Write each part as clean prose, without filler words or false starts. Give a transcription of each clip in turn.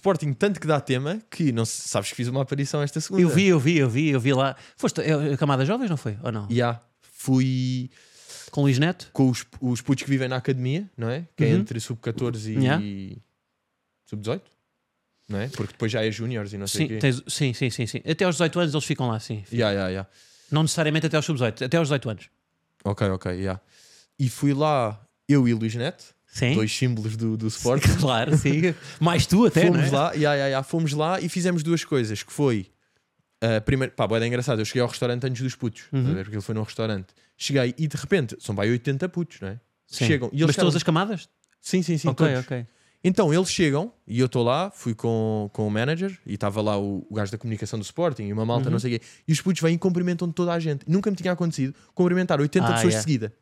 Sporting tanto que dá tema que não sabes que fiz uma aparição esta segunda. Eu vi lá. Foste a Camada Jovens, não foi? Ou não? Fui Com o Luís Neto? com os putos que vivem na academia, não é? Que é entre sub-14 e sub-18, não é? Porque depois já é júniores e não sei o quê. Sim. Até aos 18 anos eles ficam lá, sim. Não necessariamente até aos sub-18, até aos 18 anos. Ok, E fui lá, eu e o Luís Neto, Sim. dois símbolos do Sporting. Claro, sim. Mais tu até, Fomos não é? lá, fomos lá e fizemos duas coisas, que foi... primeiro, é engraçado, eu cheguei ao restaurante antes dos putos, a ver, porque ele foi num restaurante. Cheguei e de repente, são 80 putos, não é? Sim. Chegam, e eles Mas todas as camadas? Sim, todos. Então eles chegam e eu estou lá, fui com o manager e estava lá o gajo da comunicação do Sporting e uma malta, não sei o quê, e os putos vêm e cumprimentam toda a gente. Nunca me tinha acontecido cumprimentar 80 pessoas de seguida.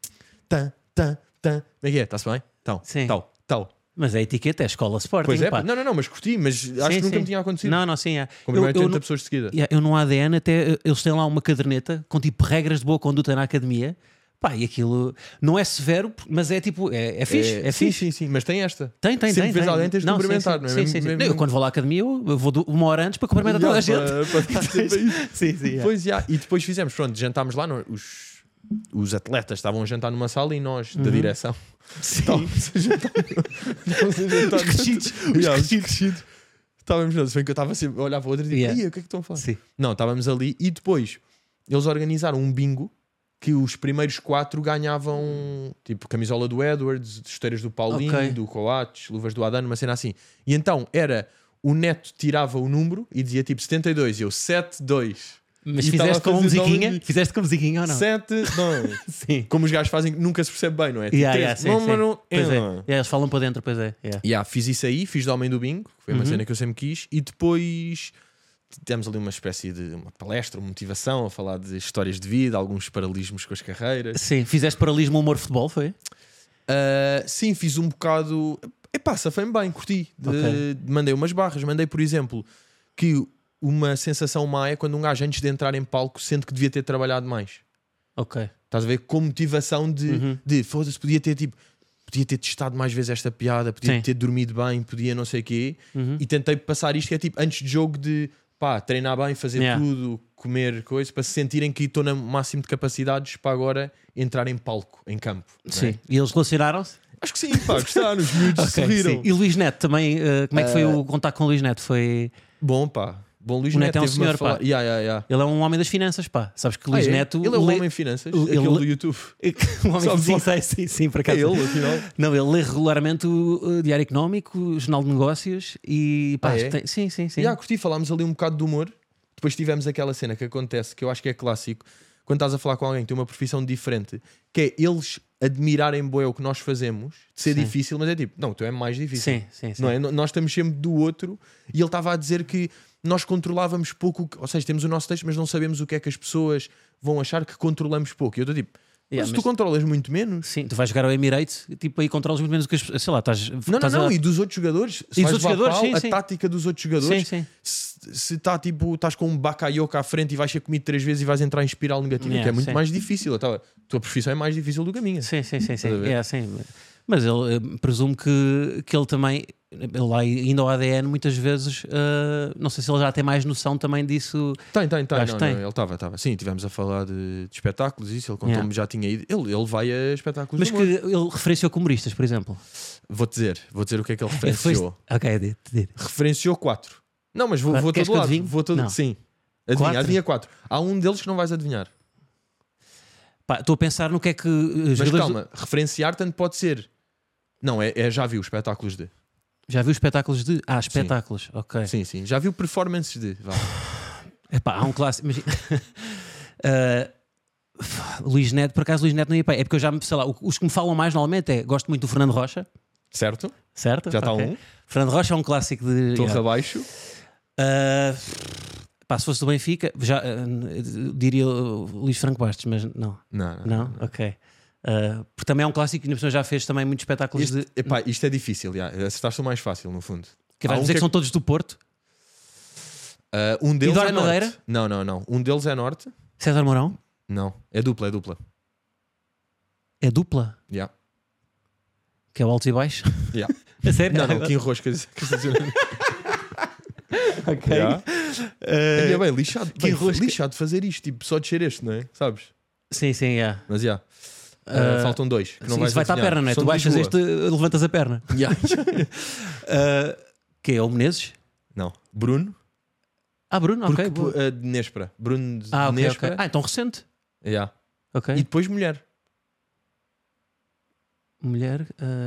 Como é que é? Está-se bem? Tal. Mas a etiqueta é escola Sporting. Pois é, pá. não, mas curti, mas acho que nunca me tinha acontecido. Não, sim. Cumprimentar 80 pessoas de seguida. Eu no ADN até, eles têm lá uma caderneta com tipo regras de boa conduta na academia. Pá, e aquilo não é severo, mas é tipo, é fixe. É fixe. Sim, mas tem esta. Tem. Sempre vês alguém, tens de cumprimentar, não é? Sim. Eu quando vou lá à academia, eu vou uma hora antes para cumprimentar toda a gente. Sim. Pois, e depois fizemos, jantámos lá, os atletas estavam a jantar numa sala e nós, da direção, estávamos a jantar. Os crescidos. Estávamos nós, bem que eu estava sempre a olhar para o outro e digo, o que é que estão a falar? Sim. Não, estávamos ali e depois eles organizaram um bingo que os primeiros 4 ganhavam tipo camisola do Edwards, chuteiras do Paulinho, do Coates, luvas do Adano, uma cena assim. E então o Neto tirava o número e dizia tipo 72 e eu 72. Mas fizeste com musiquinha? Fizeste com musiquinha ou não? 7, não. Sim. Como os gajos fazem, nunca se percebe bem, não é? Tipo, Eles falam para dentro, pois é. Fiz isso aí, fiz do Homem do Bingo, que foi uma cena que eu sempre quis, e depois tivemos ali uma espécie de uma palestra, uma motivação, a falar de histórias de vida, alguns paralelismos com as carreiras. Sim, fizeste paralelismo humor-futebol, foi? Sim, fiz um bocado. Safei-me bem, curti. Mandei umas barras, mandei, por exemplo, que uma sensação má é quando um gajo antes de entrar em palco sente que devia ter trabalhado mais. Ok. Estás a ver? Com motivação de foda-se, podia ter testado mais vezes esta piada, podia ter dormido bem, podia não sei o quê. E tentei passar isto que é tipo, antes de jogo de treinar bem, fazer tudo, comer coisas, para se sentirem que estou no máximo de capacidades para agora entrar em palco, em campo. Sim. É? E eles relacionaram-se? Acho que sim, gostaram, os miúdos sorriram. Sim. E o Luís Neto também, como é que foi o contacto com o Luís Neto? Foi... Bom Luís o Neto é um senhor, pá. Ele é um homem das finanças, pá. Sabes que o Luís Neto... Ele é um homem de finanças, aquele do YouTube. Um homem sim, por acaso. É ele, afinal. Não, ele lê regularmente o Diário Económico, o Jornal de Negócios e... Pá, sim. Curti, falámos ali um bocado de humor. Depois tivemos aquela cena que acontece, que eu acho que é clássico, quando estás a falar com alguém que tem uma profissão diferente, que é eles admirarem bué o que nós fazemos, de ser difícil, mas é tipo, não, tu é mais difícil. Sim. Não é? Nós estamos sempre do outro, e ele estava a dizer que nós controlávamos pouco, ou seja, temos o nosso texto, mas não sabemos o que é que as pessoas vão achar que controlamos pouco. E eu estou tipo, mas tu controlas muito menos. Sim, tu vais jogar ao Emirates, tipo, aí controlas muito menos do que as... Sei lá, estás... Não, e dos outros jogadores, se vais a tática dos outros jogadores, sim. se estás com um Bakayoko à frente e vais ser comido 3 vezes e vais entrar em espiral negativa, que é muito mais difícil. A tua profissão é mais difícil do que a minha. Sim. Mas ele presumo que ele também, ele lá indo ao ADN muitas vezes, não sei se ele já tem mais noção também disso. Tem. Ele estava. Sim, estivemos a falar de espetáculos, isso, ele contou-me já tinha ido. Ele vai a espetáculos. Mas que ele referenciou com humoristas, por exemplo. Vou dizer o que é que ele referenciou. Ok, referenciou 4. Não, mas vou todo lado. Vou todo... Sim. Adivinha 4. Há um deles que não vais adivinhar. Estou a pensar no que é que... Mas calma, referenciar tanto pode ser... Não, já viu espetáculos de... Já viu espetáculos de... espetáculos, sim. ok. Sim. Já viu performances de... Há um clássico... Imagina... Luís Neto, por acaso Luís Neto não ia para... É porque eu já, sei lá, os que me falam mais normalmente gosto muito do Fernando Rocha. Certo? Já está um. Fernando Rocha é um clássico de... Torre abaixo. Se fosse do Benfica, já diria Luís Franco Bastos, mas não. Não. Ok. Porque também é um clássico e a pessoa já fez também muitos espetáculos isto é difícil, acertaste o mais fácil, no fundo. Vais dizer que são todos do Porto? Um deles Eduardo é norte. Madeira? Não. Um deles é norte. César Mourão? Não. É dupla. É dupla? Yeah. Que é o alto e baixo? Yeah. É sério? Não, Kim Roscas. Ok. Yeah. É bem lixado. que enrosca. Lixado de fazer isto, tipo, só descer este, não é? Sabes? Sim, sim, Mas já. Faltam 2. Que não sim, vais isso vai-te à adivinhar. perna, não é? São Tu de baixas Lisboa. este, levantas a perna. Yeah. Que é o Menezes? Não. Bruno. Bruno, Porque, ok. boa. de Nespra. Bruno de Ok, Nespra. ok. Então recente. Yeah. Ok. E depois mulher. Mulher.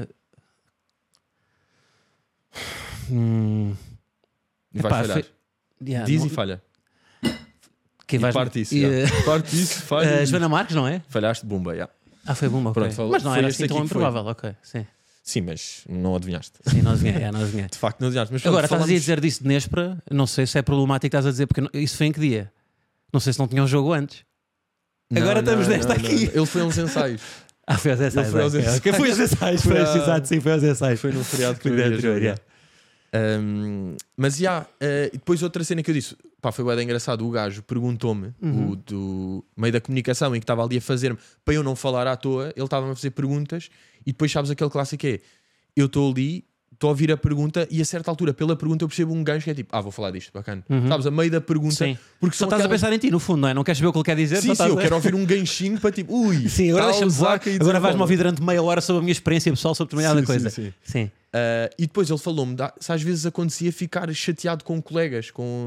E vais Epá, falhar. Yeah, Diz não- e falha. que E vais- parte isso. e, yeah. Parte isso, falha. Joana Marques, não é? Falhaste, bumba, yeah. Foi bom, ok. Pronto, Mas não foi era este assim tão aqui que foi. improvável, ok. Sim, Sim, mas não adivinhaste. sim, não adivinhei. Não adivinhei. De facto, não adivinhaste. Mas Agora, pronto, estás a dizer disso de Nespra, não sei se é problemático que estás a dizer, porque isso foi em que dia? Não sei se não tinha um jogo antes. Agora estamos nesta aqui. Ele foi a uns ensaios. Foi aos ensaios. Foi aos ok. ensaios. Ok, foi aos ensaios. Foi a- Exato, sim, foi aos ensaios. Foi num feriado que No eu dia ia anterior, jogar. yeah. Mas e depois outra cena que eu disse, pá, foi bem engraçado. O gajo perguntou-me, Uhum. o do meio da comunicação, em que estava ali a fazer-me para eu não falar à toa, ele estava-me a fazer perguntas e depois sabes aquele clássico que é: eu estou ali, estou a ouvir a pergunta e a certa altura, pela pergunta, eu percebo um gancho que é tipo, vou falar disto, bacana. Sabes, a meio da pergunta, Sim. porque Só são estás a aquelas- pensar em ti, no fundo, não é? Não queres saber o que ele quer dizer? Sim, só sim, estás eu a- quero ouvir um ganchinho para tipo, ui, Sim, agora tá a deixa-me usar falar. que aí Agora vais-me desenvolve. ouvir durante meia hora sobre a minha experiência pessoal sobre determinada Sim, coisa. sim, sim. Sim. E depois ele falou-me se às vezes acontecia ficar chateado com colegas,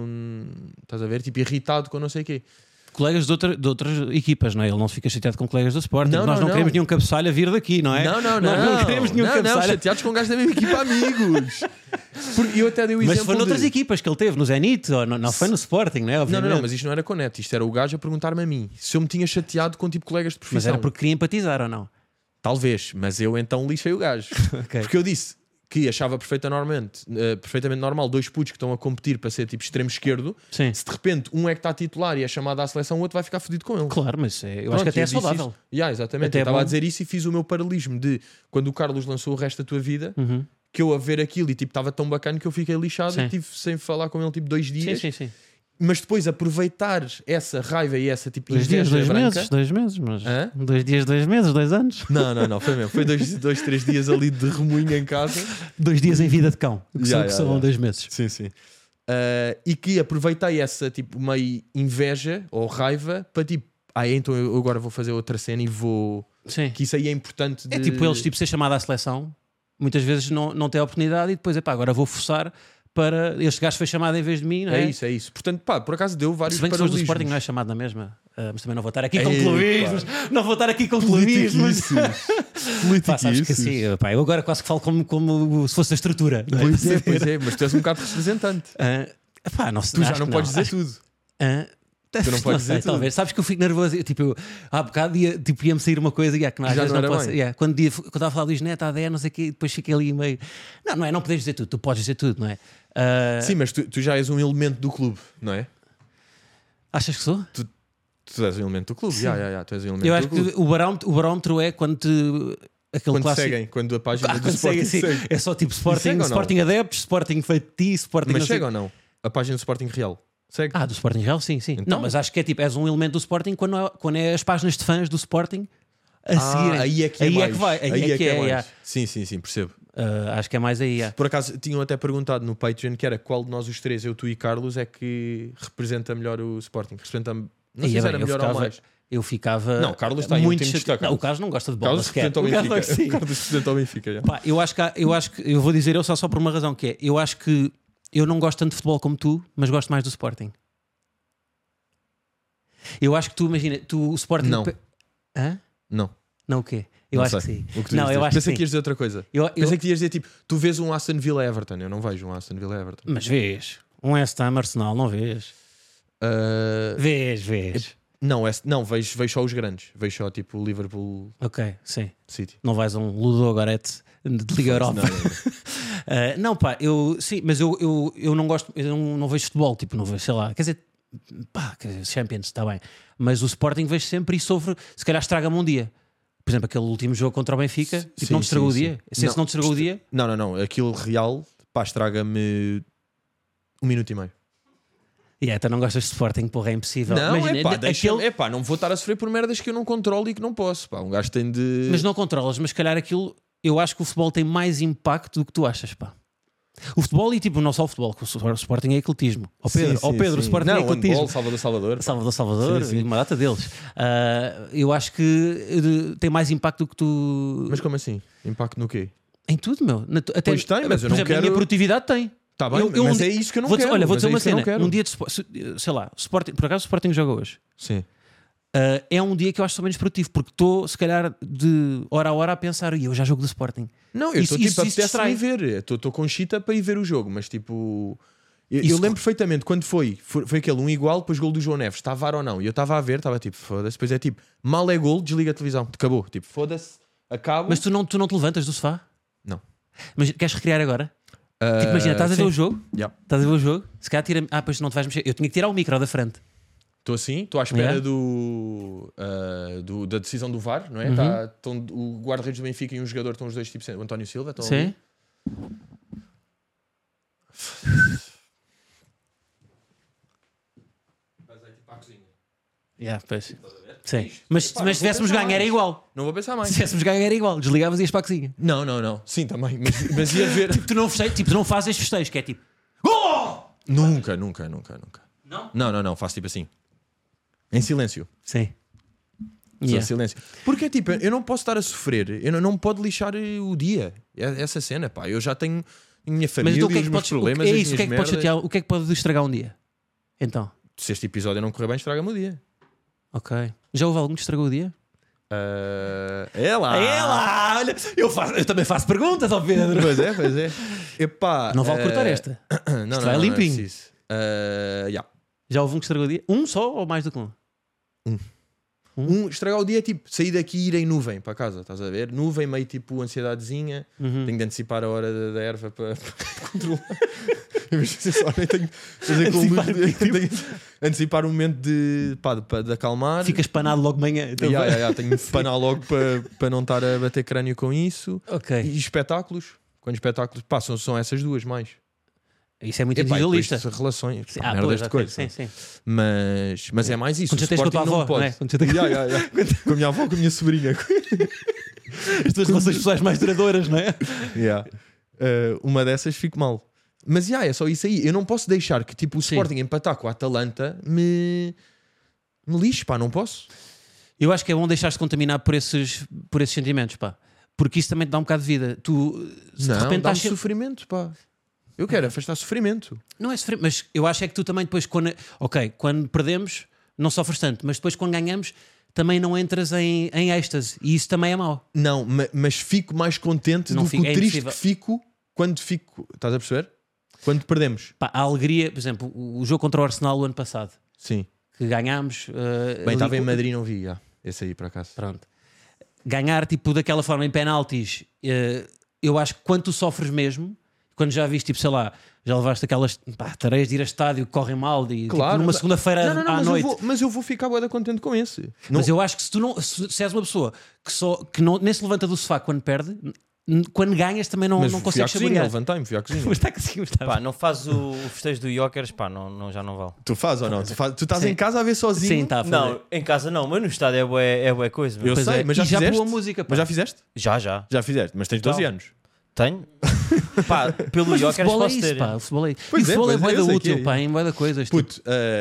estás a ver, tipo irritado com não sei o quê. Colegas de outras equipas, não é? Ele não fica chateado com colegas do Sporting. Não, Nós não, não não. queremos nenhum cabeçalho a vir daqui, não é? Não, Nós não queremos nenhum não, cabeçalho. chateados com gajos da mesma equipa, amigos. Porque eu até dei o Mas exemplo foi noutras de... equipas que ele teve, no Zenit, ou não foi no Sporting, não é? Não, Obviamente. mas isto não era com Neto, isto era o gajo a perguntar-me a mim se eu me tinha chateado com tipo colegas de profissão. Mas era porque queria empatizar ou não? Talvez, mas eu então lixei o gajo. Ok. Porque eu disse que achava perfeitamente normal 2 putos que estão a competir para ser tipo extremo esquerdo. Sim. Se de repente um é que está titular e é chamado à seleção, o outro vai ficar fodido com ele. Claro, mas eu Pronto, acho que até é eu disse saudável. isso. Yeah, exatamente. Até Eu é estava bom. a dizer isso e fiz o meu paralelismo de quando o Carlos lançou o resto da tua vida, Uhum. que eu a ver aquilo e tipo estava tão bacana que eu fiquei lixado Sim. e tive sem falar com ele tipo 2 dias. Sim, sim, sim. Mas depois aproveitar essa raiva e essa tipo 2 dias, inveja 2 branca. meses, 2 meses, mas. Hã? 2 dias, 2 meses, 2 anos. Não, foi mesmo. Foi 3 dias ali de remoinho em casa. 2 dias em vida de cão, que Yeah, são yeah. 2 meses. Sim, sim. E que aproveitei essa tipo meio inveja ou raiva para tipo, então eu agora vou fazer outra cena e vou. Sim. Que isso aí é importante. É tipo eles tipo, ser chamado à seleção, muitas vezes não têm a oportunidade e depois, agora vou forçar para. Este gajo foi chamado em vez de mim, não é? É isso. Portanto, pá, por acaso deu vários Se bem que se fores do paralelismos. Sporting não é chamado na mesma, mas também não vou estar aqui com Ei, clubismos. Não vou estar aqui com clubismos. Pá, sabes que sim, pá, eu agora quase que falo como se fosse a estrutura. Não é? Pois é, mas tu és um bocado representante. Pá, não, Tu já acho não que podes dizer acho- tudo. Tu não podes dizer tudo. talvez. Sabes que eu fico nervoso. Há bocado ia-me sair uma coisa que às Já vezes não não era posso. bem. Quando estava a falar do Luís Neto, ADN, não sei o quê, depois fiquei ali meio. Não podes dizer tudo, tu podes dizer tudo, não é? Sim, mas tu já és um elemento do clube, não é? Achas que sou? Tu és um elemento do clube. Sim. Tu és um elemento Eu do acho clube. que o barómetro é quando aquele Quando clássico. seguem, quando a página do Quando Sporting seguem, segue. é só tipo Sporting, segue ou não? Sporting adeptos, Sporting feito de ti, Sporting. Mas não sei- chega ou não? A página do Sporting Real. Segue. Do Sporting Real, sim. Então? Não, mas acho que é tipo, és um elemento do Sporting quando é as páginas de fãs do Sporting a seguirem. Aí é que é aí mais. é que vai. Aí é que é. mais. yeah. Sim, percebo. Acho que é mais aí. Por acaso tinham até perguntado no Patreon que era qual de nós os três, eu, tu e Carlos, é que representa melhor o Sporting. Representa, não sei se era melhor ou mais. Eu ficava. Não, Carlos está aí muito um time chateado. destacado. Não, o Carlos não gosta de bola. Carlos sequer. representa o O Carlos Benfica. sim. Carlos representa o Benfica. já. Pá, eu acho que eu vou dizer eu só por uma razão que é, eu acho que eu não gosto tanto de futebol como tu, mas gosto mais do Sporting. Eu acho que tu, imagina, o Sporting. Não. Hã? Não. Não o quê? Eu Não acho sei que sim. o que tu Não, ias eu dizer. acho Pensei que que ias dizer outra coisa. Eu- Pensei que ias dizer tipo, tu vês um Aston Villa Everton. Eu não vejo um Aston Villa Everton. Mas vês, um West Ham Arsenal, não vês? Vês. Não, vejo só os grandes. Vejo só tipo o Liverpool Ok, sim. City. Não vais a um Ludo Gorete de Liga Europa. Não, pá, sim, mas eu não gosto, eu não vejo futebol, tipo, não vejo, sei lá, quer dizer, Champions, está bem, mas o Sporting vejo sempre e sofre, se calhar estraga-me um dia. Por exemplo, aquele último jogo contra o Benfica, tipo, Sim, não te estragou sim, o dia? sim. Se não te estragou o dia? Não. Aquilo real, pá, estraga-me 1 minuto e meio. Então não gostas de Sporting, porra, é impossível. Não, Imagina, não vou estar a sofrer por merdas que eu não controlo e que não posso. Pá, um gajo tem de. Mas não controlas, mas se calhar aquilo, eu acho que o futebol tem mais impacto do que tu achas, pá. O futebol e tipo, não só o futebol, o Sporting é ecletismo. Ó Pedro, o Sporting é ecletismo. Salvador. E uma data deles. Eu acho que tem mais impacto do que tu. Mas como assim? Impacto no quê? Em tudo, meu. Até, Pois tem, mas eu não por exemplo, quero... a minha produtividade tem. Tá bem, mas é isso que eu não quero. Olha, vou dizer uma que eu cena. não quero. Um dia de sei lá, Sporting, por acaso o Sporting joga hoje. Sim. É um dia que eu acho que sou menos produtivo, porque estou, se calhar, de hora a hora a pensar, e eu já jogo do Sporting. Não, eu estou tipo, apetece-me ir ver. Estou com chita para ir ver o jogo, mas tipo. Eu lembro perfeitamente quando foi aquele um igual, depois gol do João Neves, está VAR ou não? E eu estava a ver, estava tipo, foda-se. Depois é tipo, mal é gol, desliga a televisão, acabou. Tipo, foda-se, acabo. Mas tu não te levantas do sofá? Não. Mas queres recriar agora? Tipo, imagina, estás a ver o jogo? Yeah. Estás a ver o jogo? Se calhar tira. Pois não te vais mexer. Eu tinha que tirar o micro da frente. Estou à espera da decisão do VAR, não é? O guarda-redes do Benfica e um jogador estão os dois tipo, o António Silva. Estão Sim. Ali. Pois. Sim. Mas se tivéssemos ganho era igual. Não vou pensar mais. Se tivéssemos ganho era igual. Desligavas e ias para a cozinha. Não. Sim, também. Mas ia ver. Tipo, tu não fazes estes festejos, que é tipo. Nunca. Não, faço tipo assim. Em silêncio. Sim. Só silêncio. Porque tipo, eu não posso estar a sofrer. Eu não me pode lixar o dia. Essa cena, pá. Eu já tenho minha família, mas então, os meus problemas, as minhas o que é que pode chatear? O que é que pode estragar um dia? Então. Se este episódio não correr bem, estraga-me o dia. Ok. Já houve algum que estragou o dia? É lá! Olha, eu também faço perguntas ao Pedro. Pois é. Epá, não vale cortar esta. Não, vai limpinho. Já houve um que estragou o dia? Um só ou mais do que um? Estragar o dia é tipo sair daqui e ir em nuvem para casa, estás a ver? Nuvem, meio tipo ansiedadezinha. Tenho de antecipar a hora da erva para controlar. Tenho de antecipar o momento de acalmar. Ficas panado logo de manhã. Então tenho de panar logo para não estar a bater crânio com isso. Okay. E espetáculos. Quando espetáculos passam, são essas duas mais. Isso é muito individualista. Relações, merdas de coisa. Sim. Mas é mais isso. Quando já tens com a tua avó, pode. Não é? Com a minha avó, com a minha sobrinha. As tuas relações pessoais mais duradouras, não é? Uma dessas fico mal. Mas é só isso aí. Eu não posso deixar que tipo, o Sporting empatar com a Atalanta me lixe, pá, não posso. Eu acho que é bom deixar-te contaminar por esses sentimentos, pá. Porque isso também te dá um bocado de vida. Tu, de repente, dá-me sofrimento, pá. Eu quero afastar sofrimento. Não é sofrimento, mas eu acho é que tu também depois, quando perdemos, não sofres tanto, mas depois quando ganhamos, também não entras em êxtase. E isso também é mau. Não, mas fico mais contente do que o triste que fico quando fico. Estás a perceber? Quando perdemos. Pá, a alegria, por exemplo, o jogo contra o Arsenal o ano passado. Sim. Que ganhámos. Bem, estava em Madrid, não vi. Esse aí, por acaso. Pronto. Ganhar, tipo, daquela forma em penaltis, eu acho que quando tu sofres mesmo, quando já viste, tipo, sei lá, já levaste aquelas tareias de ir a estádio que correm mal e claro, tipo, numa segunda-feira à noite. Mas eu vou ficar bué contente com esse. Mas eu acho que se és uma pessoa que não, nem se levanta do sofá quando perde, quando ganhas também não consegues saborear. Levantei-me, fui à cozinha. Mas está que sim, pá, não faz o festejo do Jokers, pá, já não vale. Tu fazes ou não? Tu estás em casa a ver sozinho? Sim, está a fazer. Não, em casa não, mas no estádio é bué coisa. Eu sei, mas já fizeste? Boa música, pá. Mas já fizeste? Já. Já fizeste, mas tens 12 anos. Tenho? Pá, pelo Jokers posso ter. Pá, o futebol é isso. Pois e o futebol é pois bué da útil, pá, em bué da coisas. Puto,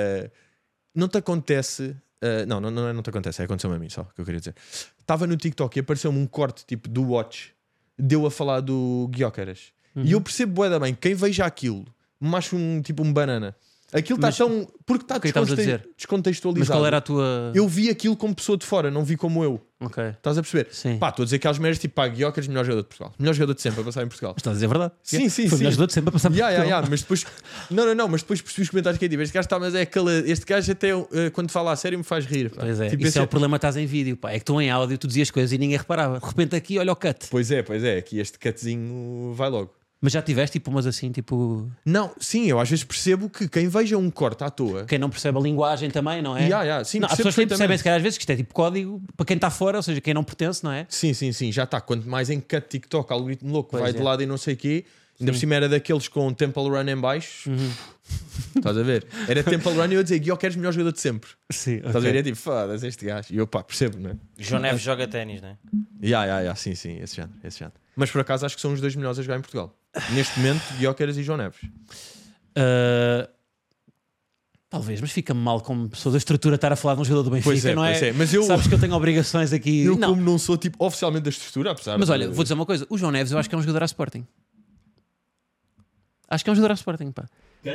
não te acontece... não te acontece, aconteceu-me a mim só, que eu queria dizer. Estava no TikTok e apareceu-me um corte tipo do Watch, deu a falar do Gyökeres. E eu percebo bué da bem, quem veja aquilo, macho um banana. Aquilo está tão... Porque está descontextualizado. Mas qual era a tua... Eu vi aquilo como pessoa de fora, não vi como eu. Ok. Estás a perceber? Sim. Pá, estou a dizer aquelas merdas tipo, pá, Gyökeres, melhor jogador de Portugal. Melhor jogador de sempre a passar em Portugal. Estás a dizer a verdade? Sim. Foi o melhor jogador de sempre a passar por Portugal. Mas depois... Não, mas depois percebi os comentários que é tipo, este gajo está, mas é aquela... Este gajo até quando fala a sério me faz rir. Pá. Pois é, tipo, isso é o problema, estás em vídeo, pá. É que tu em áudio, tu dizias coisas e ninguém reparava. De repente aqui, olha o cut. Pois é, aqui este cutzinho vai logo. Mas já tiveste tipo umas assim, tipo... Não, sim, eu às vezes percebo que quem veja um corte à toa... Quem não percebe a linguagem também, não é? Sim, não, as pessoas nem percebem, se calhar, às vezes, que isto é tipo código para quem está fora, ou seja, quem não pertence, não é? Sim, já está. Quanto mais em cut TikTok, algoritmo louco, pois vai de lado e não sei o quê. Ainda por cima era daqueles com Temple Run em baixo. Estás a ver? Era Temple Run e eu ia dizer, Gyökeres melhor jogador de sempre. Sim, Estás a ver? É tipo, foda-se este gajo. E eu, pá, percebo, não é? João Neves joga ténis, não é? Sim, esse género. Mas por acaso acho que são os dois melhores a jogar em Portugal. Neste momento, Gyökeres e João Neves. Talvez, mas fica-me mal como pessoa da estrutura estar a falar de um jogador do Benfica, Pois é, não é? pois é. Mas eu, Sabes que eu tenho obrigações aqui. eu como não sou tipo, oficialmente da estrutura, apesar Mas de... olha, vou dizer uma coisa: o João Neves eu acho que é um jogador à Sporting. Acho que é um jogador à Sporting, pá.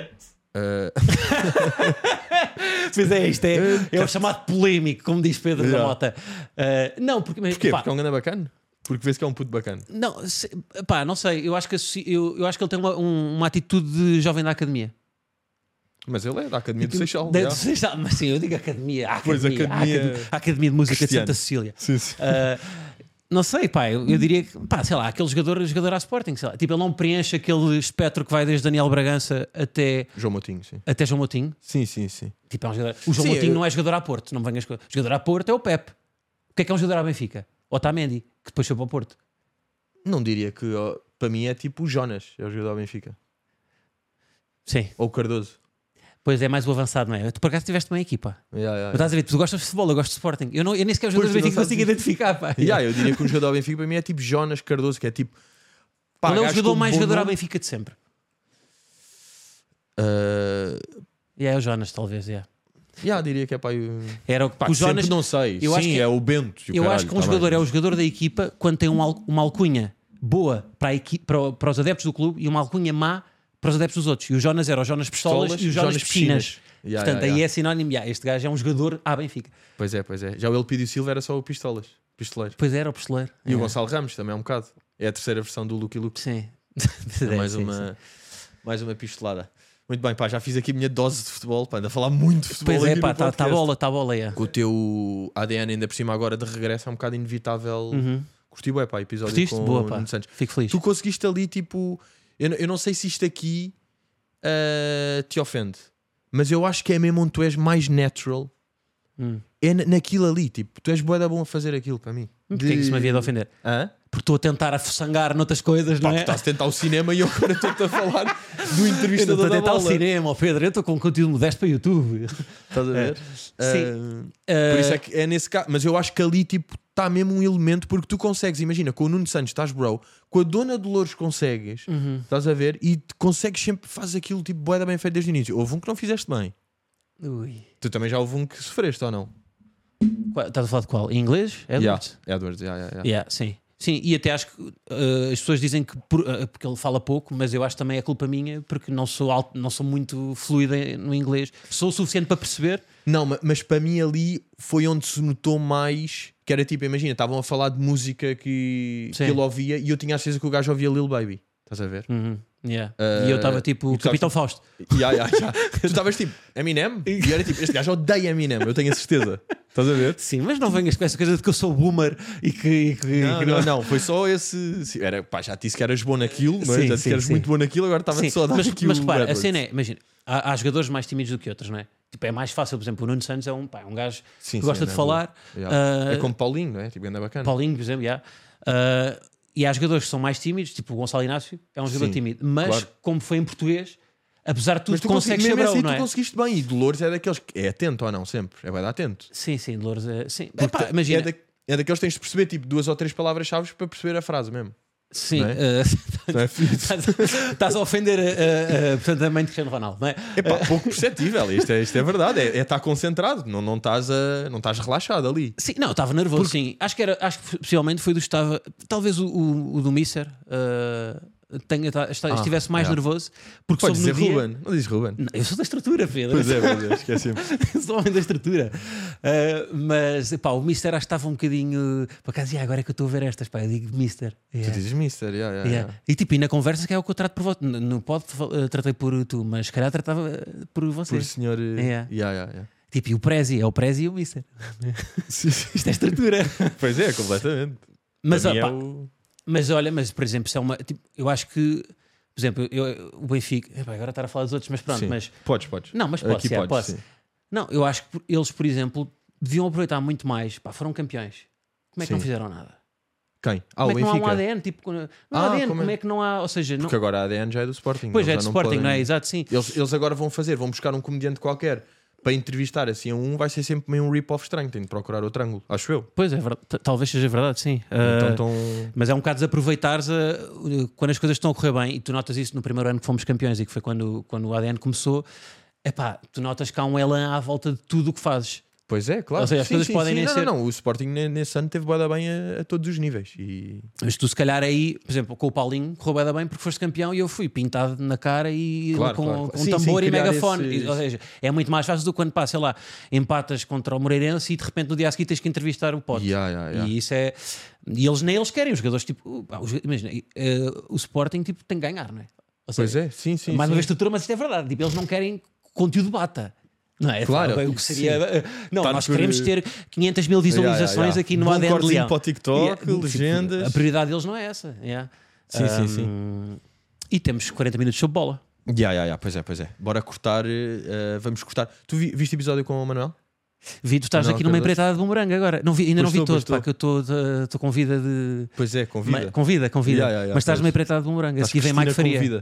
Pois é, isto é o chamado polémico, como diz Pedro da Mota. Não, porque. Porquê? Pá, Porque é um grande bacana? Porque vês que é um puto bacana. não, pá, não sei. Eu acho que ele tem uma atitude de jovem da academia. Mas ele é da Academia do Seixal. Do Seixal, mas sim, eu digo academia. Pois, academia A Academia de Música Cristiano. de Santa Cecília. Sim, sim. Não sei, pá, eu diria que, pá, sei lá, aquele jogador à Sporting, sei lá, tipo, ele não preenche aquele espectro que vai desde Daniel Bragança até João Moutinho, sim. João Moutinho. Sim, sim, sim. Tipo, é um jogador. O João Sim, Moutinho não é jogador à Porto, não me venhas com. O jogador à Porto é o Pep. O que é um jogador à Benfica? Otamendi, que depois foi para o Porto. Não diria que, ó, para mim, é tipo o Jonas, é o jogador do Benfica. Sim, Ou o Cardoso. pois é mais o avançado, não é? Tu por acaso tiveste uma equipa. Mas estás a ver, tu gostas de futebol, eu gosto de Sporting. Eu nem sequer o jogador do Pois, tu não Benfica sabes consigo isso. identificar, pá. Eu diria que um jogador do Benfica para mim é tipo Jonas Cardoso, que é tipo... Pá, Qual é o gajo jogador com mais bom jogador à nome. Benfica de sempre? Uh, É o Jonas, talvez, é. diria que é pá, Era o, pá, o Jonas. sempre não sei. eu acho Sim, que- é o Bento. e o Eu caralho, acho que um tá jogador bem. é o jogador da equipa quando tem uma alcunha boa para os adeptos do clube e uma alcunha má para os adeptos dos outros. E o Jonas era o Jonas Pistolas e o Jonas Piscinas. Portanto, aí é sinónimo. Este gajo é um jogador à Benfica. Pois é. Já o Elpidio Silva era só o Pistoleiro. Pois era o pistoleiro. E o Gonçalo Ramos também é um bocado. É a terceira versão do Lucky Luke. Sim. É mais, Sim, uma, sim. mais uma pistolada. Muito bem, pá, já fiz aqui a minha dose de futebol, pá, anda a falar muito de futebol. Pois é, aqui pá, no está podcast. a bola, é. Com o teu ADN ainda por cima agora de regresso é um bocado inevitável. Curti bué, pá, episódio Curtiste? com Boa, o pá. Nuno Santos. Fico feliz. Tu conseguiste ali, tipo... Eu não sei se isto aqui te ofende, mas eu acho que é mesmo onde tu és mais natural. É naquilo ali, tipo, tu és bué da bom a fazer aquilo para mim. Porque é que isso me havia de ofender? Hã? Porque estou a tentar afoçangar noutras coisas, não Pá, é? tu estás a tentar o cinema e eu agora estou-te a falar do Eu não entrevistador estou a da tentar o bola. cinema, ó Pedro. Eu estou com conteúdo modesto para YouTube. Estás a ver? Sim. Por isso é que é nesse caso. Mas eu acho que ali tipo está mesmo um elemento, porque tu consegues, imagina, com o Nuno Santos estás bro, com a Dona Dolores consegues, estás a ver, e consegues sempre fazer aquilo tipo bué da bem feito desde o início. Houve um que não fizeste bem. Ui. Tu também já houve um que sofreste ou não? Estás a falar de qual? Em inglês? Edwards? Edwards, Sim. Sim, e até acho que as pessoas dizem que porque ele fala pouco, mas eu acho que também é culpa minha porque não sou muito fluida no inglês. Sou o suficiente para perceber. Não, mas para mim ali foi onde se notou mais que era tipo, imagina, estavam a falar de música que Sim. ele ouvia e eu tinha a certeza que o gajo ouvia Lil Baby. Estás a ver? E eu estava tipo e tu Capitão sabes- Fausto. Tu estavas tipo Eminem e era tipo, este gajo odeia Eminem, eu tenho a certeza. Estás a ver? Sim, mas não venhas com essa coisa de que eu sou boomer e que Não, foi só esse. Sim, era, pá, já te disse que eras bom naquilo, mas Sim, já disse que eras sim. muito bom naquilo, agora estava Sim, só a dar aqui mas o repara, a Edwards. cena é, imagina, há jogadores mais tímidos do que outros, não é? Tipo, é mais fácil, por exemplo, o Nuno Santos é um gajo Sim, que gosta sim, de é falar. bom. Yeah. Ah, É como Paulinho, não é? Tipo, ainda bacana. Paulinho, por exemplo, e há jogadores que são mais tímidos, tipo o Gonçalo Inácio, é um jogador Sim, tímido, mas claro. como foi em português, apesar de tudo, Mas tu consegues ser mesmo bravo, assim, não tu é? conseguiste bem. E Dolores é daqueles que é atento ou não, sempre. É bem atento. Sim, Dolores, sim. Porque Epá, imagina, é daqueles que tens de perceber tipo 2 ou 3 palavras-chave para perceber a frase mesmo. sim, não é? Não é fixe? estás a ofender portanto, a mãe de Cristiano Ronaldo, não é? É pá, pouco perceptível. Isto é verdade. É estar concentrado. Não estás relaxado ali. Sim, não, eu estava nervoso, sim. Acho que possivelmente foi do que estava. Talvez o do Mister estivesse mais yeah. nervoso, porque Podes soube dizer no dia. Ruben. Não dizes Ruben. Não, eu sou da estrutura, Pedro. Pois é, esqueci-me. Eu sou homem da estrutura. Mas pá, o Mister acho que estava um bocadinho. Por acaso, agora é que eu estou a ver estas, pá, eu digo Mister. Tu dizes Mister, Yeah. E tipo, e na conversa que é o que eu trato por você. Não pode tratei por tu, mas se calhar tratava por você. Por senhor. Yeah. Tipo, e o Prezi, é o Prezi e o Mister. Isto é estrutura. Pois é, completamente. Mas, Para mim opá, é o... mas por exemplo, isso é uma. Tipo, eu acho que, por exemplo, o Benfica. Agora estar a falar dos outros, mas pronto. Sim. Mas, Podes. não, mas posso, Aqui podes, posso. sim. Não, eu acho que eles, por exemplo, deviam aproveitar muito mais. Pá, foram campeões. Como é que Sim. não fizeram nada? Quem? Como O é que não há Benfica. um ADN? Tipo, não há ADN, como é? como é que não há. Ou seja, não... Porque agora a ADN já é do Sporting. Pois eles é, de já Sporting, podem- não é? Exato, sim. Eles agora vão buscar um comediante qualquer para entrevistar assim a um vai ser sempre meio um rip-off estranho. Tem de procurar outro ângulo, acho eu. Pois é, talvez seja verdade, sim. Mas é um bocado desaproveitares quando as coisas estão a correr bem, e tu notas isso no primeiro ano que fomos campeões e que foi quando o ADN começou. Epá, tu notas que há um elan à volta de tudo o que fazes. Pois é, claro. Ou seja, as coisas podem nem ser... Não, o Sporting nesse ano teve bué da bem a todos os níveis. Mas tu se calhar aí, por exemplo, com o Paulinho correu bué da bem porque foste campeão e eu fui pintado na cara e com um tambor e megafone. Ou seja, é muito mais fácil do que quando passa, sei lá, empatas contra o Moreirense e de repente no dia a seguir tens que entrevistar o Pote. E isso é... E eles nem eles querem, os jogadores tipo... Imagina, o Sporting tipo, tem que ganhar, não é? Ou seja, pois é, sim. Mais uma vez estrutura, mas isto é verdade. Tipo, eles não querem que o conteúdo bata. Não é? Claro, o que seria. Não, nós queremos ter 500 mil visualizações aqui no ADN de Leão. Para o TikTok, legendas. A prioridade deles não é essa. Sim. E temos 40 minutos sobre bola. Pois é. Bora cortar. Vamos cortar. Tu viste episódio com o Manuel? Vi, tu estás aqui numa empreitada de bumerangue agora. Ainda não vi todo, pá, que eu estou com vida de. Pois é, convida. Mas estás numa empreitada de bumerangue. A seguir vem Mike Faria.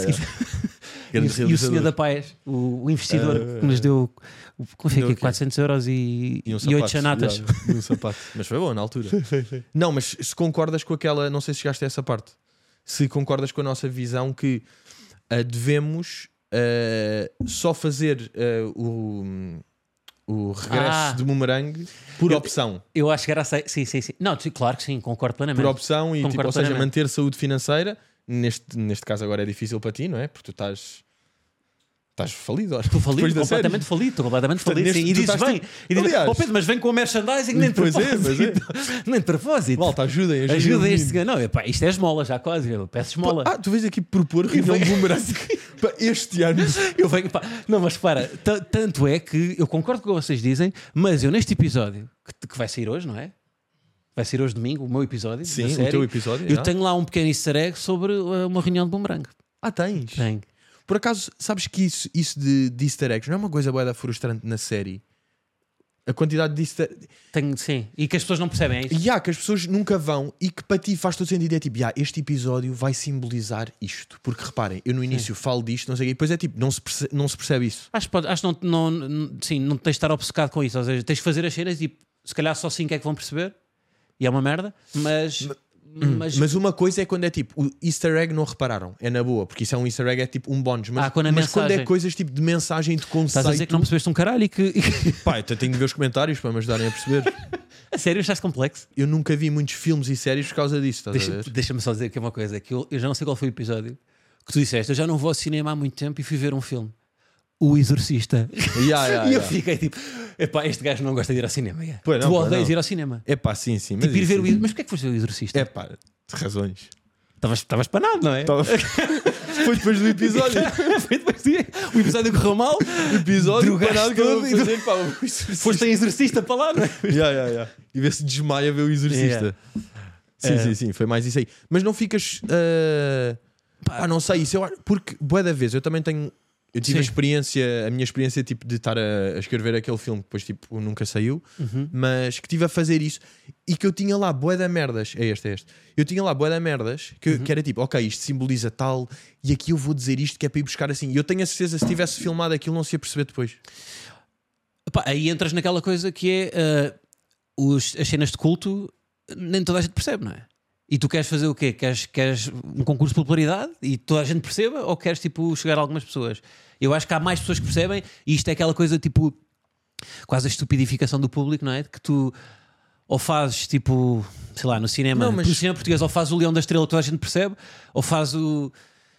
E o senhor da Paes, o investidor que nos deu 400 euros e 8 chanatas. Um sapato. Mas foi bom na altura. Não, mas se concordas com aquela, não sei se chegaste a essa parte, se concordas com a nossa visão que devemos só fazer o regresso de bumerangue por opção. Eu acho que era assim. Sim. Não, claro que sim, concordo plenamente. Por opção, e tipo, ou seja, manter saúde financeira. Neste caso agora é difícil para ti, não é? Porque tu estás falido. Estou falido, completamente falido. E dizes bem. Pedro, mas vem com o merchandising nem de propósito. Nem de propósito. Malta, ajudem este. Não, isto é esmola já quase. Eu peço esmola. Tu vês aqui propor reunião de bumerangue para este ano. Eu venho, não, mas para. Tanto é que eu concordo com o que vocês dizem, mas eu neste episódio, que vai sair hoje, não é? Vai ser hoje domingo o meu episódio. Sim, o teu episódio. Eu tenho lá um pequeno easter egg sobre uma reunião de bumerangue. Tens? Tenho. Por acaso, sabes que isso de easter eggs não é uma coisa bué da frustrante na série? A quantidade de easter... Sim, e que as pessoas não percebem, é isso? Que as pessoas nunca vão e que para ti faz todo sentido. É tipo, este episódio vai simbolizar isto. Porque reparem, eu no início falo disto, não sei o quê, e depois é tipo, não se percebe isso. Acho que não tens de estar obcecado com isso. Ou seja, tens de fazer as cenas e se calhar só 5 é que vão perceber. E é uma merda, mas uma coisa é quando é tipo o easter egg não repararam, é na boa, porque isso é um easter egg, é tipo um bónus. Mas quando é coisas tipo de mensagem, de conceito. Estás a dizer que não percebeste um caralho e que. Pá, eu tenho de ver os comentários para me ajudarem a perceber. A sério, achaste complexo? Eu nunca vi muitos filmes e séries por causa disso. Deixa-me só dizer que é uma coisa, que eu já não sei qual foi o episódio que tu disseste. Eu já não vou ao cinema há muito tempo e fui ver um filme. O Exorcista. E eu fiquei tipo, este gajo não gosta de ir ao cinema. Tu odeias ir ao cinema. Sim. Mas tipo, ir ver mas porquê é que foste ver o Exorcista? De razões. Estavas panado, não é? Foi depois do episódio. O episódio correu mal. O episódio panado que eu vou fazer. Foste em Exorcista para lá, não é? E ver se desmaia ver o Exorcista. Sim, foi mais isso aí. Mas não ficas. Não sei isso. Porque, bué da vez, eu também tenho. Eu tive a minha experiência tipo, de estar a escrever aquele filme que depois tipo, nunca saiu, mas que estive a fazer isso e que eu tinha lá bué da merdas. É este. Eu tinha lá bué da merdas que era tipo, ok, isto simboliza tal e aqui eu vou dizer isto que é para ir buscar assim. E eu tenho a certeza, se tivesse filmado aquilo, não se ia perceber depois. Aí entras naquela coisa que é as cenas de culto, nem toda a gente percebe, não é? E tu queres fazer o quê? Queres um concurso de popularidade e toda a gente perceba, ou queres tipo chegar a algumas pessoas? Eu acho que há mais pessoas que percebem e isto é aquela coisa tipo quase a estupidificação do público, não é? Que tu ou fazes tipo, sei lá, no cinema, no cinema português, ou fazes o Leão da Estrela, toda a gente percebe, ou fazes o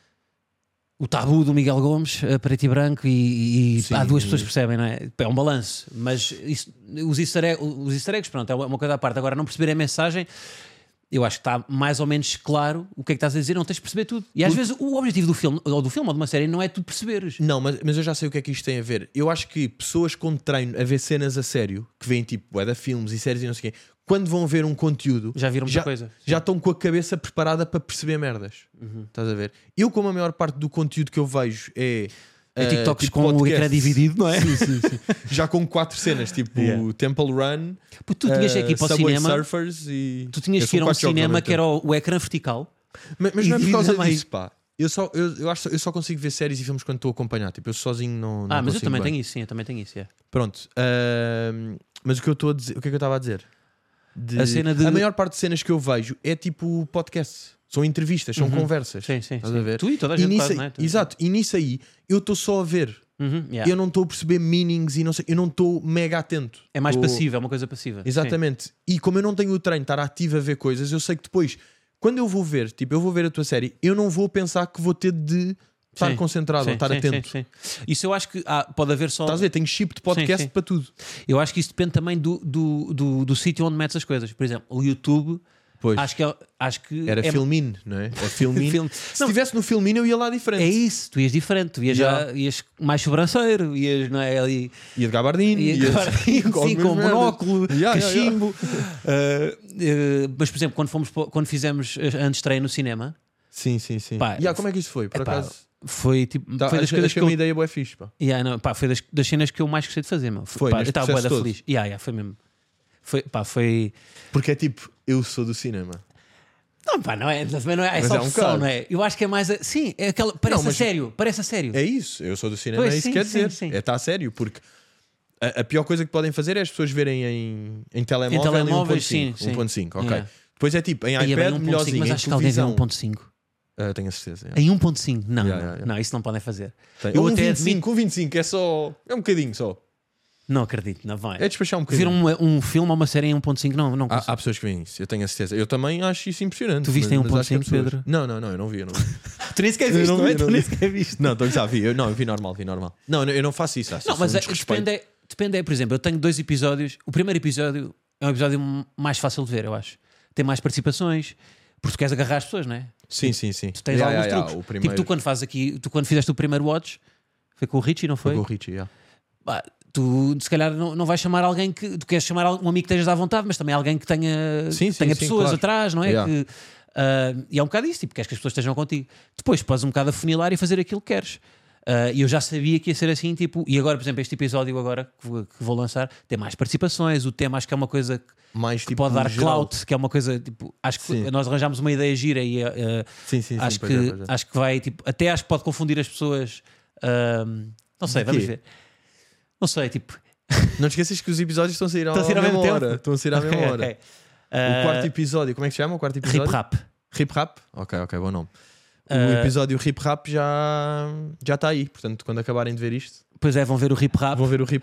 Tabu do Miguel Gomes, preto e branco, e há duas pessoas que percebem, não é? É um balanço, mas os easter eggs, pronto, é uma coisa à parte. Agora, não perceber a mensagem, eu acho que está mais ou menos claro o que é que estás a dizer, não tens de perceber tudo. E às vezes o objetivo do filme ou de uma série não é tu perceberes. Não, mas eu já sei o que é que isto tem a ver. Eu acho que pessoas com treino a ver cenas a sério, que veem tipo filmes e séries e não sei o quê, quando vão ver um conteúdo, já viram muita coisa. Já estão com a cabeça preparada para perceber merdas. Estás a ver? Eu, como a maior parte do conteúdo que eu vejo é TikToks tipo com podcast. O ecrã dividido, não é? Sim. Já com 4 cenas, tipo Temple Run, tu tinhas que ir para o cinema, Surfers e... Tu tinhas que ir a um cinema que era o ecrã vertical. Mas não é por causa disso, pá. eu só consigo ver séries e filmes quando estou a acompanhar. Tipo, eu sozinho não mas eu também bem. tenho isso, sim, eu também tenho isso. Pronto. Mas o que eu estou a dizer, o que é que eu estava a dizer? A maior parte de cenas que eu vejo é tipo podcast. São entrevistas, são conversas. Sim. Estás a ver? Tu e toda a gente faz, não é? Exato. E nisso aí eu estou só a ver. Eu não estou a perceber meanings e não sei. Eu não estou mega atento. É mais passivo, é uma coisa passiva. Exatamente. Sim. E como eu não tenho o treino de estar ativo a ver coisas, eu sei que depois, quando eu vou ver, tipo, eu vou ver a tua série, eu não vou pensar que vou ter de estar concentrado ou estar atento. Sim. Isso eu acho que pode haver só. Estás a ver? Tenho chip de podcast para tudo. Eu acho que isso depende também do sítio onde metes as coisas. Por exemplo, o YouTube. Pois. Acho que era Filmin, não é? É Filmin. Se estivesse no Filmin, eu ia lá diferente. É isso, tu ias diferente, tu ias mais sobranceiro, ias, não é? Ali, ia de gabardine, sim, com monóculo, cachimbo. Mas, por exemplo, quando fizemos a antestreia no cinema. Sim. Pá, como é que isso foi? Por acaso. Foi tipo. Foi das coisas que uma ideia boa fixe. Pá. Foi das cenas que eu mais gostei de fazer. Meu. Eu estava bué da feliz. Foi mesmo. Foi. Porque é tipo, eu sou do cinema. Não é só opção, não é? Eu acho que é mais. Sim, é aquela. Parece a sério. É isso, eu sou do cinema, é isso que quer dizer. Sim. É estar a sério, porque a pior coisa que podem fazer é as pessoas verem em telemóvel. Em telemóveis, 1.5, ok. Yeah. Depois é tipo, em iPad, melhorzinho. Mas acho que alguém vê 1.5. Tenho a certeza. Em 1.5? Não, isso não podem fazer. Eu até 25 é só. É um bocadinho só. Não acredito, não vai. É despachar um bocadinho. Ver um filme ou uma série em 1.5, não consigo. Há pessoas que veem isso, eu tenho a certeza. Eu também acho isso impressionante. Tu viste em 1.5, Pedro? Não, eu não vi. Tu nem sequer viste, não é? Tu nem sequer viste. Não, já vi. Eu vi normal. Não, eu não faço isso. Não, mas depende, por exemplo, eu tenho 2 episódios. O primeiro episódio é um episódio mais fácil de ver, eu acho. Tem mais participações, porque tu queres agarrar as pessoas, não é? Sim. Tu tens alguns truques. Tipo, tu quando fizeste o primeiro watch, foi com o Richie, não foi? Foi com o Richie, tu se calhar não vais chamar alguém que tu queres chamar um amigo que estejas à vontade, mas também alguém que tenha pessoas claro. Atrás, não é? E é um bocado isso, tipo, queres que as pessoas estejam contigo. Depois podes um bocado afunilar e fazer aquilo que queres. E eu já sabia que ia ser assim, tipo, e agora, por exemplo, este episódio agora que vou lançar tem mais participações. O tema acho que é uma coisa mais, que tipo, pode dar clout, que é uma coisa tipo, acho que nós arranjámos uma ideia gira e acho que vai, tipo, até acho que pode confundir as pessoas. Não sei, vamos ver. Não sei, tipo. Não te esqueças que os episódios estão a sair à mesma hora. Estão a sair à mesma hora. Okay. O quarto episódio, como é que se chama? O quarto episódio? Rip Rap? Ok, bom nome. O episódio Rip Rap já está aí. Portanto, quando acabarem de ver isto. Pois é, vão ver o Rip Rap.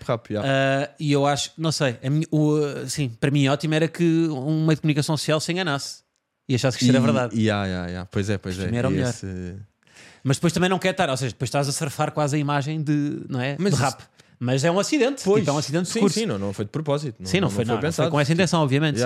E eu acho, não sei, sim, para mim ótimo era que um meio de comunicação social se enganasse e achasse que isto era verdade. Pois é. Era o melhor. Mas depois também não quer estar, ou seja, depois estás a surfar quase a imagem de rap. Mas é um acidente. Pois, tipo, é um acidente de curso. Sim, não foi de propósito. Não foi pensado. Foi com essa intenção, obviamente.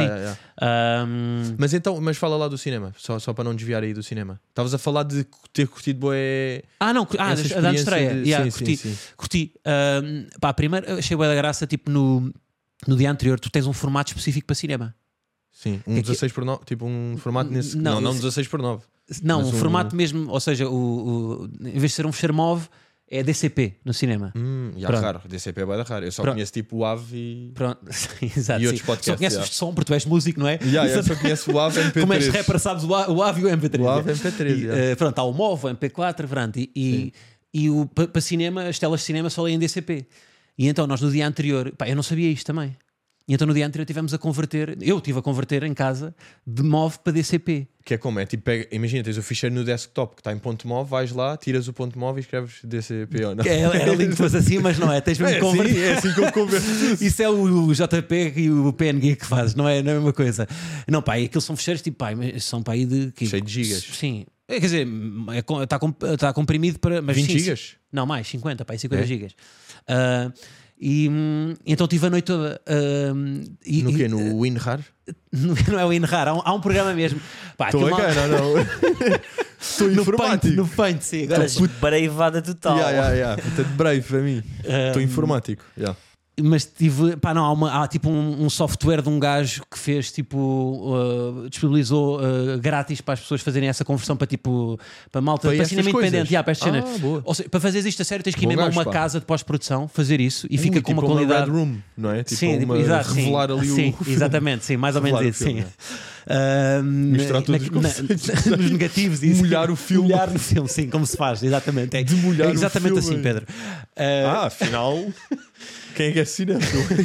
Mas fala lá do cinema, só para não desviar aí do cinema. Estavas a falar de ter curtido bué. Da estreia. Curti. Primeiro achei bué da graça, tipo no dia anterior, tu tens um formato específico para cinema. Sim, 16:9, tipo um formato nesse. Não 16:9. Não, um formato mesmo, ou seja, em vez de ser um Shermov, é DCP no cinema. Raro, DCP é bem raro. Eu só conheço tipo o AV e outros podcasts. Só conheces os de som, porque tu és músico, não é? Eu só conheço o AV e o MP3. Como és rapper, sabes o AV e o MP3. O AV e o MP3. Há o MOV, o MP4, pronto. E para cinema, as telas de cinema só leem DCP. E então nós no dia anterior, eu não sabia isto também. E então no dia anterior eu estive a converter em casa de MOV para DCP. Que é como? É tipo, imagina, tens o ficheiro no desktop que está em ponto .mov, vais lá, tiras o ponto .mov e escreves DCP ou não? Era lindo que fosse assim, mas não é. Tens mesmo converter. É assim que eu converto. Isso é o JPEG e o PNG que fazes, não é a mesma coisa. Não, aqueles são ficheiros tipo, são aí de... Cheio de gigas. Sim. Quer dizer, está comprimido para... Mas 20 gigas? Não, mais, 50 gigas. E então tive a noite toda. No quê? No WinRAR? Não é o WinRAR, há um programa mesmo. Estou a ganhar, não. Estou informático. No Paint, sim. Agora breivada total. Portanto, brave para mim. Estou informático. Mas tive, há tipo um software de um gajo que fez disponibilizou grátis para as pessoas fazerem essa conversão para malta, para cinema independente, para estas cenas. Ou seja, para fazer isto a sério tens que ir mesmo a uma casa de pós-produção fazer isso e fica com uma qualidade. Red room, não é? Tipo, revelar ali o exatamente, sim, mais ou menos isso. Sim. Misturar todos os conceitos. nos negativos. Isso. Molhar o filme. Molhar no filme, sim, como se faz, exatamente. É, Demolhar é exatamente o filme. assim, Pedro. Afinal, quem é que é cinema?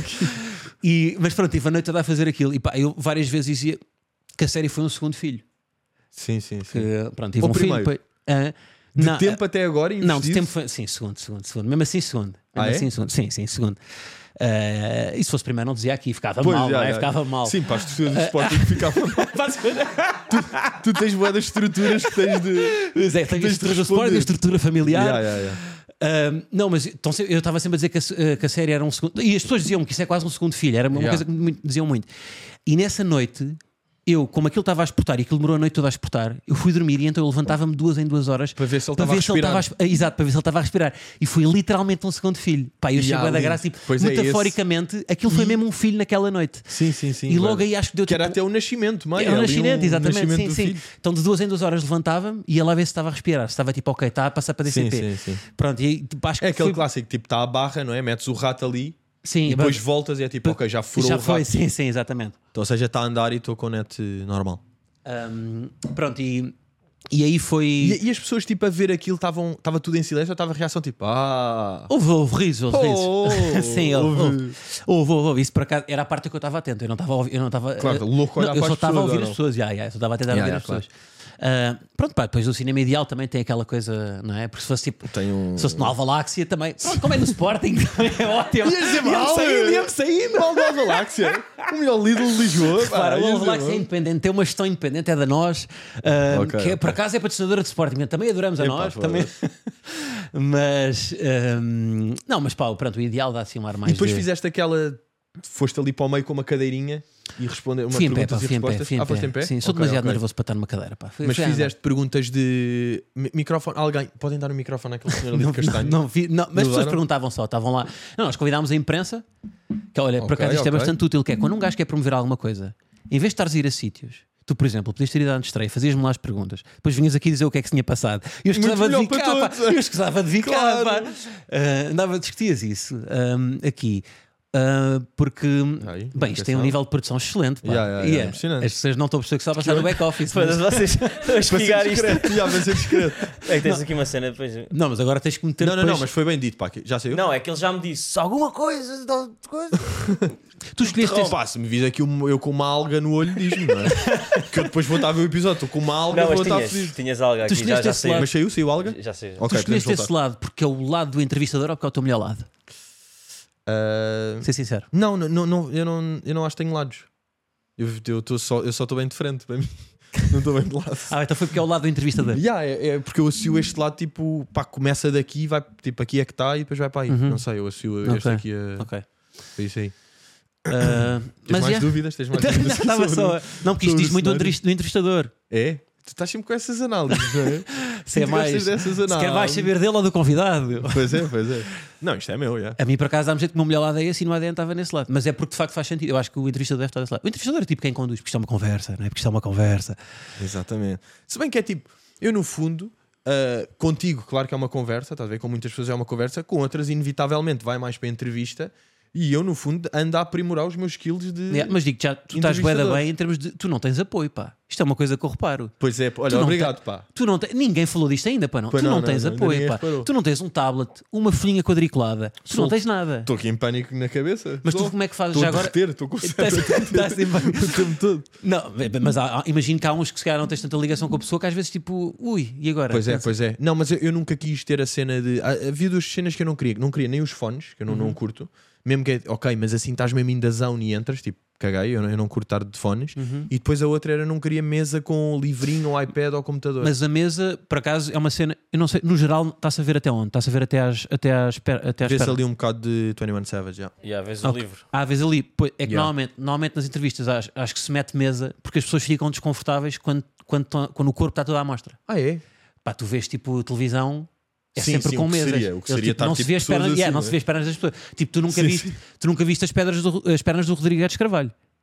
Mas pronto, tive a noite toda a fazer aquilo. E pá, eu várias vezes dizia que a série foi um segundo filho. Sim. Que, pronto, tive Ou um filho. primeiro? De tempo até agora investido? Não, de tempo foi. Sim, segundo. Mesmo assim, segundo. Segundo. Sim, segundo. E se fosse primeiro, não dizia aqui, ficava mal, não é? Ficava mal. Sim, para as torcidas do Sporting ficava mal. tu tens boas das estruturas que tens de. Tens estrutura do Sporting, a estrutura familiar. Não, mas então, eu estava sempre a dizer que a série era um segundo. E as pessoas diziam-me que isso é quase um segundo filho. Era uma coisa que me diziam muito. E nessa noite, eu, como aquilo estava a exportar e aquilo demorou a noite toda a exportar, eu fui dormir e então eu levantava-me 2 em 2 horas para ver se ele estava a respirar. Exato, para ver se ele estava a respirar. E foi literalmente um segundo filho. Pá, eu chego a dar graça, tipo, metaforicamente, aquilo foi mesmo um filho naquela noite. Sim. E logo aí acho que deu que era até o nascimento, mãe. Era o nascimento, exatamente. Nascimento sim. Então de 2 em 2 horas levantava-me e ia lá ver se estava a respirar. Se estava tipo, ok, está a passar para DCP. Sim. Pronto, e tipo, acho que é aquele clássico, tipo, está a barra, não é? Metes o rato ali. Sim, e depois voltas e é tipo, ok, já furou já o foi, rato. sim, exatamente. Então, ou seja, está a andar e estou com o net normal. Pronto, e aí foi. E as pessoas, tipo, a ver aquilo, estava tudo em silêncio ou estava a reação tipo, Houve risos. Sim, houve. Isso por acaso era a parte que eu estava atento. Eu não estava. Claro, louco olhar para as pessoas. Eu só estava a ouvir as pessoas, eu só estava a tentar ouvir as pessoas. Pronto, pá, depois o cinema ideal também tem aquela coisa, não é? Porque se fosse tipo, se fosse no Alvaláxia também, pronto, como é no Sporting, também é ótimo. Ias dizer mal, ia-me saindo. Mal do Alvaláxia, o melhor Lidl de Lisboa. Claro, o Alvaláxia é independente, tem uma gestão independente, é da nós, que é, por acaso é patrocinadora de Sporting, também adoramos a nós, também. Mas não, mas pá, pronto, o ideal dá assim um ar mais. E depois fizeste aquela. Foste ali para o meio com uma cadeirinha e responder uma perguntas e respostas. Foste em pé? Sim, sou demasiado nervoso para estar numa cadeira. Pá. Mas fizeste perguntas de microfone. Alguém podem dar o microfone àquele senhor ali de castanho? Não, mas as pessoas perguntavam só, estavam lá. Não, nós convidámos a imprensa, que olha, por acaso isto é bastante útil, que é quando um gajo quer promover alguma coisa, em vez de estares a ir a sítios. Tu, por exemplo, podias ter ido à estreia, fazias-me lá as perguntas, depois vinhas aqui dizer o que é que se tinha passado. E eu escusava de vir cá, pá. Discutias isso aqui. Porque bem, isto tem um nível de produção excelente, pá. É impressionante. As pessoas não estão a perceber que está a passar no back-office. Vocês a explicar isto. Vai ser discreto. É que tens aqui uma cena depois. Não, mas agora tens que meter. Não, mas foi bem dito, pá. Já saiu? Não, é que ele já me disse alguma coisa. Tu escolheste se me vis aqui eu com uma alga no olho, diz-me, não é? Que eu depois vou estar a ver o episódio, estou com uma alga e vou estar a pedir. Tinhas alga aqui, já saiu. Mas saiu alga? Já saiu. Tu escolheste esse lado porque é o lado do entrevistador ou porque é o teu melhor lado? Ser sincero. Não, eu não acho que tenho lados. Eu só estou bem de frente para mim. Não estou bem de lado. Então foi porque é o lado do entrevistador. É porque eu associo este lado, tipo, pá, começa daqui, vai, tipo, aqui é que está e depois vai para aí. Não sei, eu associo este aqui a. Ok. É isso aí. Tens mais dúvidas? Estava só. Não, porque isto diz muito do entrevistador. É? Tu estás sempre com essas análises, não é? Se é mais. Se quer mais saber dele ou do convidado. Pois é. Não, isto é meu, já. A mim, por acaso, dá-me jeito que o meu melhor lado é esse e no ADN estava nesse lado. Mas é porque de facto faz sentido. Eu acho que o entrevistador deve estar desse lado. O entrevistador é tipo quem conduz, porque isto é uma conversa, não é? Porque isto é uma conversa. Exatamente. Se bem que é tipo, eu no fundo, contigo, claro que é uma conversa, estás a ver? Com muitas pessoas é uma conversa, com outras, inevitavelmente, vai mais para a entrevista. E eu, no fundo, ando a aprimorar os meus skills de. Mas digo já, tu estás bué da bem em termos de. Tu não tens apoio, pá. Isto é uma coisa que eu reparo. Pois é, olha, obrigado, pá. Tu não ninguém falou disto ainda, pá. Não. Tu não tens apoio, pá. Tu não tens um tablet, uma folhinha quadriculada. Tu não tens nada. Estou aqui em pânico na cabeça. Mas tu como é que fazes já agora? Estou com o tempo todo. Não, mas imagino que há uns que se calhar não tens tanta ligação com a pessoa que às vezes tipo, e agora? Pois é. Não, mas eu nunca quis ter a cena de. Havia duas cenas que eu não queria. Não queria nem os fones, que eu não curto. Mesmo que ok, mas assim estás mesmo in da zone e entras, tipo, caguei, eu não curto estar de fones. E depois a outra era não queria mesa com livrinho ou iPad ou computador. Mas a mesa, por acaso, é uma cena, eu não sei, no geral está-se a ver até onde? Está-se a ver até às Vê-se ali um bocado de 21 Savage, já. E às vezes o livro. Às vezes ali, é que normalmente nas entrevistas acho que se mete mesa porque as pessoas ficam desconfortáveis quando o corpo está todo à mostra. É? Pá, tu vês tipo televisão. É sim, sempre com mesa. O que seria não se vê as pernas, não se vê as pernas das pessoas. Tipo, tu nunca viste as pernas do Rodrigo Guedes Carvalho.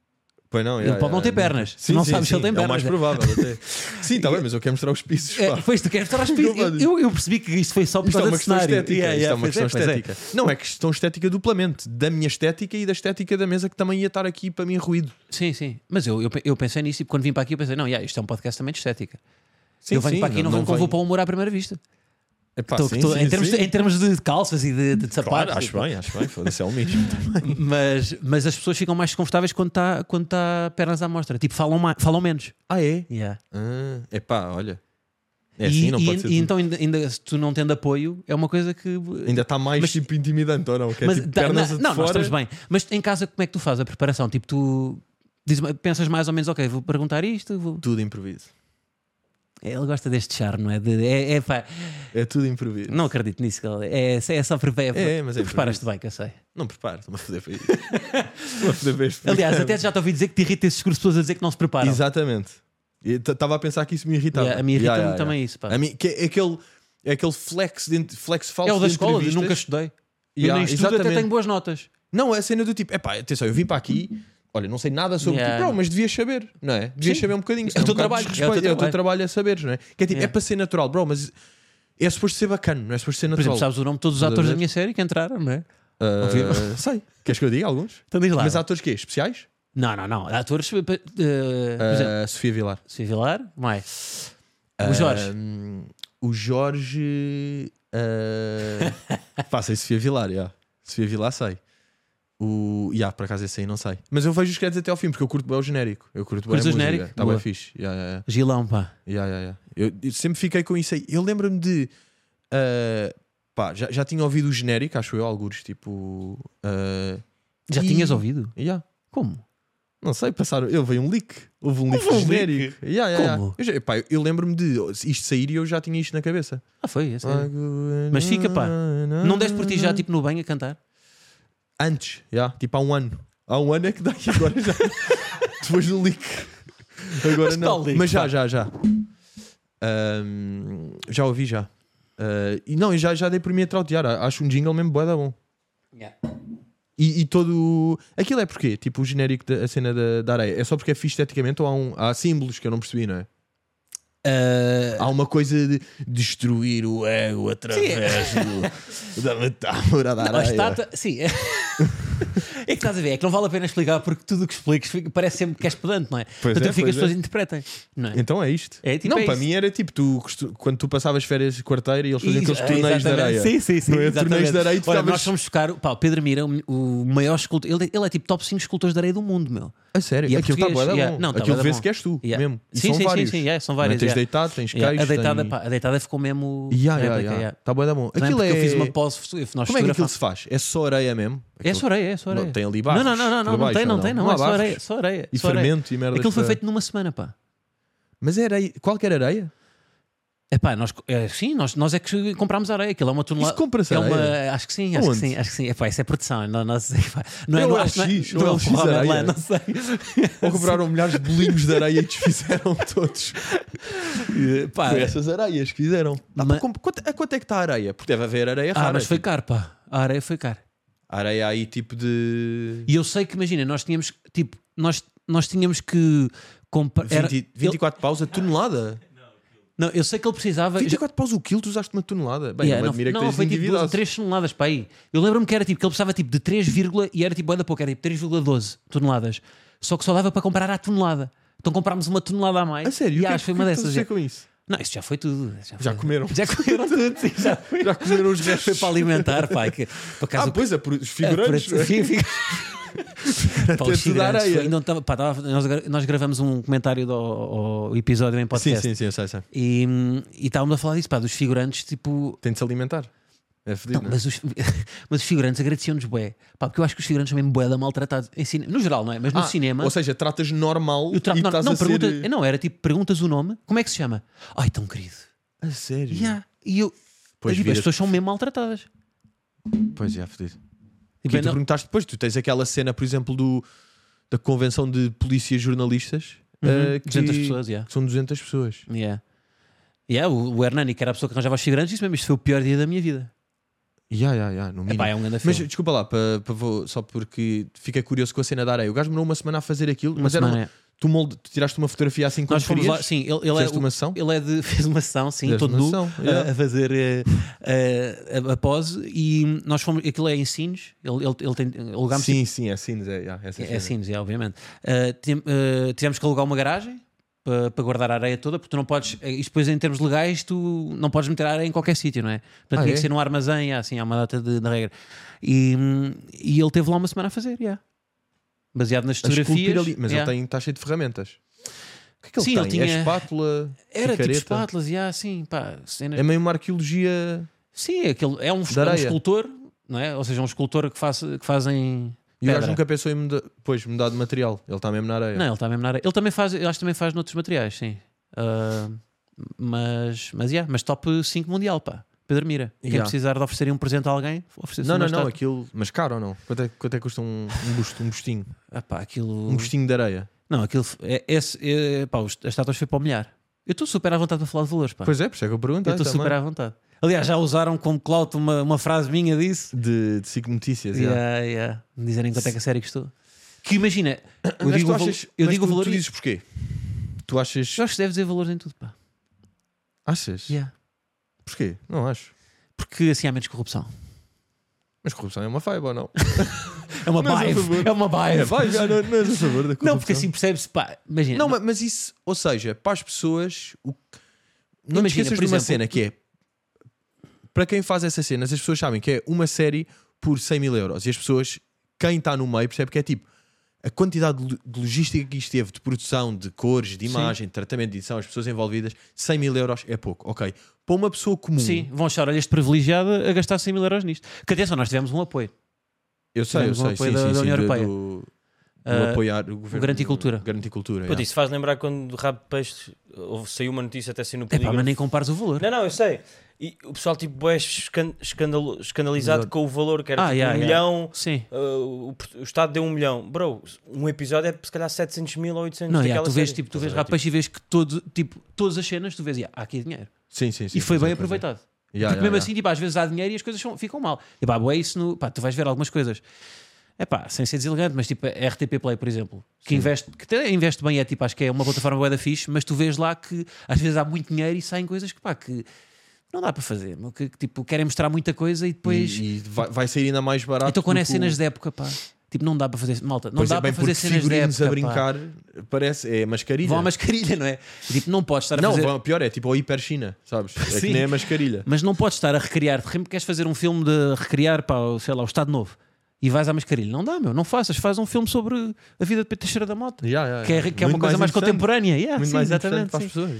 Pois não, Ele pode não ter pernas. Sim, não sim, sabes se ele tem é o pernas. mais provável até. Sim, está bem, mas eu quero mostrar os pisos. Pois tu queres mostrar os pisos. Eu percebi que isto foi só por Isto é causa uma do questão cenário. estética. Isto é uma questão pois é. estética. Não é questão estética duplamente. Da minha estética e da estética da mesa, que também ia estar aqui para mim ruído. Sim, sim. Mas eu pensei nisso e quando vim para aqui eu pensei, não, isto é um podcast também de estética. Sim, eu venho para aqui e não venho como vou para o humor à primeira vista. Epá, Em termos de calças e de sapatos. Claro, acho bem. Foda-se, é o mínimo também. Mas as pessoas ficam mais desconfortáveis quando está pernas à mostra. Tipo, falam menos. Ah, é? Yeah. Epá, olha. É assim, não pode ser. E então, ainda se tu não tendo apoio, é uma coisa que. Ainda está mais tipo intimidante ou não? Que é, mas, tipo, pernas de não, fora. nós estamos bem. Mas em casa, como é que tu fazes a preparação? Tipo, tu pensas mais ou menos, ok, vou perguntar isto. Tudo improviso. Ele gosta deste charme, não é? É tudo improviso. Não acredito nisso. É só preparar. Mas é tu preparas-te bem, que eu sei. Não preparo, estou-me a foder para isso. Estou-me a foder para isto. Aliás, até já te ouvi dizer que te irrita esse discurso de pessoas a dizer que não se preparam. Exatamente. Estava a pensar que isso me irritava. A mim irrita-me também isso. Pá. A mim, que é aquele flex falso. É o da de escola, entrevistas. nunca estudei. Eu nem estudo, até tenho boas notas. Não, é a cena do tipo, epá, atenção, eu vim para aqui, olha, não sei nada sobre ti, bro, mas devias saber, não é? Devias saber um bocadinho. É o teu trabalho. É o teu trabalho a saberes, não é? Que é tipo, é para ser natural, bro, mas é suposto ser bacana, não é suposto ser Por natural. exemplo, sabes o nome de todos os atores da minha série que entraram, não é? Sei. Queres que eu diga alguns? Então diz lá. Mas atores quê? Especiais? Não. Atores. Por exemplo, Sofia Vilar. Sofia Vilar, mais. O Jorge. O Jorge. Sei Sofia Vilar, já. Sofia Vilar sei. Por acaso esse aí não sei. Mas eu vejo os créditos até ao fim porque eu curto bem o genérico. Eu curto bem a música. genérico? Está bem fixe. Gilão, pá. Eu sempre fiquei com isso aí. Eu lembro-me de. Já tinha ouvido o genérico, acho eu, algures tipo. Já tinhas ouvido? Como? Não sei, passaram. Eu veio um leak. Houve um leak genérico. Como? Eu lembro-me de isto sair e eu já tinha isto na cabeça. Foi, mas fica, pá. Não deste por ti já, tipo, no banho a cantar? Antes, tipo há um ano. Há um ano é que dá e agora já. Depois do leak. Agora não. Leak, mas já. Já ouvi já. E não, já dei por mim a trautear. Acho um jingle mesmo bué da bom. E todo. Aquilo é porquê? Tipo o genérico da cena da areia. É só porque é fixe esteticamente ou há símbolos que eu não percebi, não é? Há uma coisa de destruir o ego através da metáfora da areia. Sim. É que estás a ver, é que não vale a pena explicar porque tudo o que expliques parece sempre que és pedante, não é? Portanto, eu fico que as pessoas interpretem, não é? Então é isto. Para mim era tipo, quando tu passavas férias de quarteira e eles faziam aqueles torneios de areia. Sim. Não é? Torneios de areia e tu Olha, nós fomos buscar o Pedro Mira, o maior escultor. Ele é tipo top 5 escultores de areia do mundo, meu. A sério? E aquilo está bué da bom. Não, aquilo vê-se que és tu mesmo. E sim, são vários. Sim, são vários. Tens deitado, tens queixo. A deitada ficou mesmo. Está bué da bom. Aquilo é. Eu fiz uma pose. Como é que aquilo se faz? É só areia mesmo? É só areia. Não tem ali barros. Não, é só areia. E fermento e merda. Aquilo foi feito numa semana, pá. Mas é areia, qualquer areia? É pá, nós é que comprámos areia. Aquilo é uma tonelada. Isso compra-se areia? Acho que sim. É pá, isso é produção. Não sei. Não é areia. Não sei. Ou compraram milhares de bolinhos de areia e desfizeram todos. Foi essas areias que fizeram. Quanto é que está a areia? Porque deve haver areia rara. Mas foi caro, pá. A areia foi caro. A areia aí tipo de... E eu sei que, imagina, nós tínhamos tipo, nós tínhamos que comprar... 24 paus a tonelada? Não, eu sei que ele precisava... 24 paus o quilo, tu usaste uma tonelada? Bem, não me admira que tens foi tipo 3 toneladas para aí. Eu lembro-me que era tipo, que ele precisava tipo de 3, e era tipo, ainda pouco, era tipo 3,12 toneladas. Só que só dava para comprar a tonelada. Então comprámos uma tonelada a mais. A sério? E acho que foi uma dessas. Com isso? Não, isso já foi tudo. Já comeram? Já comeram tudo, sim. Já comeram os restos. Foi para alimentar, pai. Pois é, por os figurantes. Para os figurantes. Nós gravamos um comentário do episódio em podcast. Sim, eu sei. E estávamos a falar disso, pá, dos figurantes, tipo... Tem de se alimentar. É fedido, não, mas os figurantes agradeciam-nos bué. Pá, porque eu acho que os figurantes são mesmo bué da maltratados. No geral, não é? Mas no cinema... Ou seja, tratas normal Não, era tipo, perguntas o nome. Como é que se chama? Ai, tão querido. A sério? E eu... As pessoas são mesmo maltratadas. Pois é, fedido. E tu perguntaste depois, tu tens aquela cena, por exemplo, da convenção de polícias jornalistas. 200 pessoas, são 200 pessoas. O Hernani, que era a pessoa que arranjava os figurantes, disse mesmo, isto foi o pior dia da minha vida. No mínimo. Epá, é um grande Mas filme. desculpa lá, só porque fiquei curioso com a cena da areia. O gajo demorou uma semana a fazer aquilo, mas era tu tiraste uma fotografia assim como Nós fomos querias? lá, sim, ele Fizeste uma sessão? fez uma sessão, sim, Fizeste todo uma nu, sessão, yeah. a fazer a pose, e nós fomos, aquilo é em Sines, ele tem, alugámos. Sim, é Sines, É Sines, obviamente. Tivemos que alugar uma garagem para guardar a areia toda, porque tu não podes, isto depois em termos legais, tu não podes meter a areia em qualquer sítio, não é? Portanto, tinha que ser num armazém, assim, há uma data de regra. E ele teve lá uma semana a fazer, baseado nas fotografias. Ali, mas ele está cheio de ferramentas. O que é que Sim, ele ele tem? tinha... É espátula? Era picareta? tipo espátulas, sim, pá, cenas... É meio uma arqueologia. Sim, é um escultor, não é? Ou seja, um escultor que fazem. E o gajo nunca pensou em mudar de material. Ele está mesmo na areia. Não, ele está mesmo na areia. Ele também faz, eu acho que também faz noutros materiais, sim. Mas top 5 mundial, pá. Pedro Mira. Quem precisar de oferecer um presente a alguém, oferecer. Não, aquilo. Mas caro ou não? Quanto é que custa um bustinho? Aquilo... Um bustinho de areia. Não, aquilo. As estátuas foi para o milhar. Eu estou super à vontade para falar de valores, pá. Pois é, por isso é que eu pergunto. Eu estou super à vontade. Aliás, já usaram como clout uma frase minha disso. De SIC Notícias. Me dizerem quanto é que a série custou. Que imagina, eu digo o valor. Tu dizes porquê? Tu achas. Eu acho que deve dizer valores em tudo, pá. Achas? Porquê? Não acho. Porque assim há menos corrupção. Mas corrupção é uma faiba ou não? É uma vibe. É uma vibe. Não és a favor da corrupção. Não, porque assim percebes, pá. Imagina. Não, mas isso, ou seja, para as pessoas. Não te esqueças de uma cena que é. Para quem faz essas cenas, as pessoas sabem que é uma série por 100 mil euros. E as pessoas, quem está no meio, percebe que é tipo a quantidade de logística que isto teve, de produção, de cores, de imagem, de tratamento de edição, as pessoas envolvidas, 100 mil euros é pouco, ok. Para uma pessoa comum. Sim, vão achar olhas privilegiada a gastar 100 mil euros nisto. Que atenção, nós tivemos um apoio. Eu sei, apoio da União Europeia. Do apoiar o governo. Garanticultura. Pô, isso faz lembrar quando o Rabo de Peixe saiu uma notícia até assim no Polígrafo. Mas nem compares o valor. Não, eu sei. E o pessoal tipo é escandalizado com o valor, que era tipo 1 milhão. Sim. O Estado deu 1 milhão. Bro, um episódio é se calhar 700 mil ou 800 não, daquela tu vês, série. tu vês Rabo de Peixe e vês que todas as cenas, tu vês, há aqui dinheiro. Sim. E foi bem aproveitado. Porque mesmo assim, tipo, às vezes há dinheiro e as coisas ficam mal. E tu vais ver algumas coisas. Sem ser deselegante, mas tipo a RTP Play, por exemplo, que investe bem, tipo, acho que é uma plataforma bué da fixe, mas tu vês lá que às vezes há muito dinheiro e saem coisas que não dá para fazer, que tipo, querem mostrar muita coisa e depois e vai sair ainda mais barato. Então quando é cenas de época, tipo, não dá para fazer, malta, não dá para fazer cenas de época a brincar, parece, é mascarilha. Vão à mascarilha, não é? Tipo, não podes estar a fazer... Não, pior é tipo ao Hiper China, sabes? É que nem a mascarilha. Mas não podes estar a recriar, de repente queres fazer um filme de recriar, sei lá, o Estado Novo. E vais à mascarilha. Não dá, não faças. Faz um filme sobre a vida de Pedro Teixeira da Mota. Que é uma coisa mais contemporânea. Muito mais exatamente para as pessoas.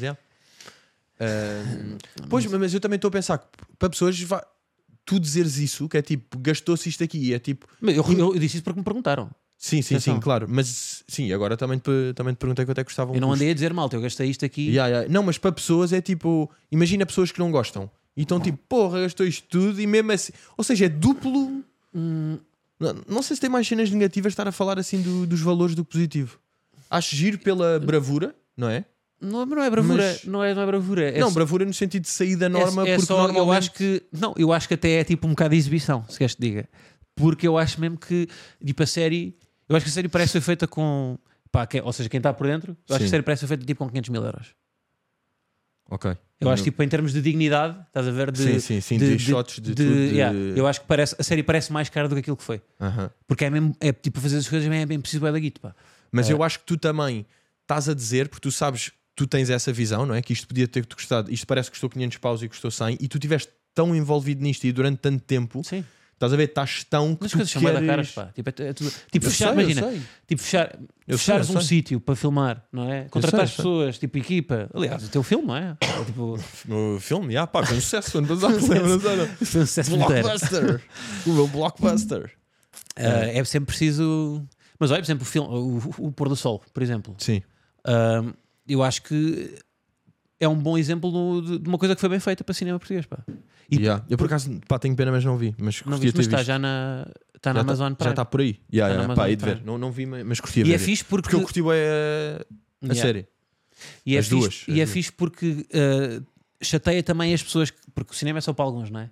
Pois, mas eu também estou a pensar que para pessoas tu dizeres isso, que é tipo, gastou-se isto aqui. É tipo... Eu disse isso porque me perguntaram. Sim, claro. Mas sim, agora também te perguntei quanto é que custava um Eu não andei a dizer, malta, eu gastei isto aqui. Não, mas para pessoas é tipo... Imagina pessoas que não gostam. E estão tipo, porra, gastou isto tudo e mesmo assim... Ou seja, é duplo... Não sei se tem mais cenas negativas estar a falar assim dos valores do positivo. Acho giro pela bravura, não é? Não é bravura, mas... não é bravura. Bravura no sentido de sair da norma, porque só, normalmente... eu acho que até é tipo um bocado de exibição, se queres te diga. Porque eu acho mesmo que, tipo, a série... Eu acho que a série parece ser feita com... ou seja, quem está por dentro, eu acho que a série parece ser feita tipo com 500 mil euros. Ok. Eu acho que tipo, em termos de dignidade, estás a ver? De shots, de tudo. Eu acho que a série parece mais cara do que aquilo que foi. Porque é mesmo, tipo, fazer as coisas é bem preciso da guito, pá. Mas eu acho que tu também estás a dizer, porque tu sabes, tu tens essa visão, não é? Que isto podia ter custado, isto parece que custou 500 paus e custou 100, e tu estiveste tão envolvido nisto e durante tanto tempo. Sim. Estás a ver, estás tão que as tu coisas são bem da caras, pá. Tipo fechar, imagina, tipo fechares um sítio para filmar, não é? Contratar as pessoas, tipo equipa. Aliás, o teu filme, não é? Tipo... No filme, foi um sucesso. Foi um sucesso blockbuster. O meu blockbuster. É sempre preciso. Mas olha, por exemplo, o filme, o Pôr do Sol, por exemplo. Sim. Eu acho que é um bom exemplo de uma coisa que foi bem feita para cinema português, pá. Eu por acaso tenho pena, mas não vi. Mas não vi, mas está já na Amazon Prime. Já está por aí. Hei de ver. Não vi, mas curti a ver. E é fixe porque eu curti a série. E as duas. E é fixe porque chateia também as pessoas, porque o cinema é só para alguns, não é?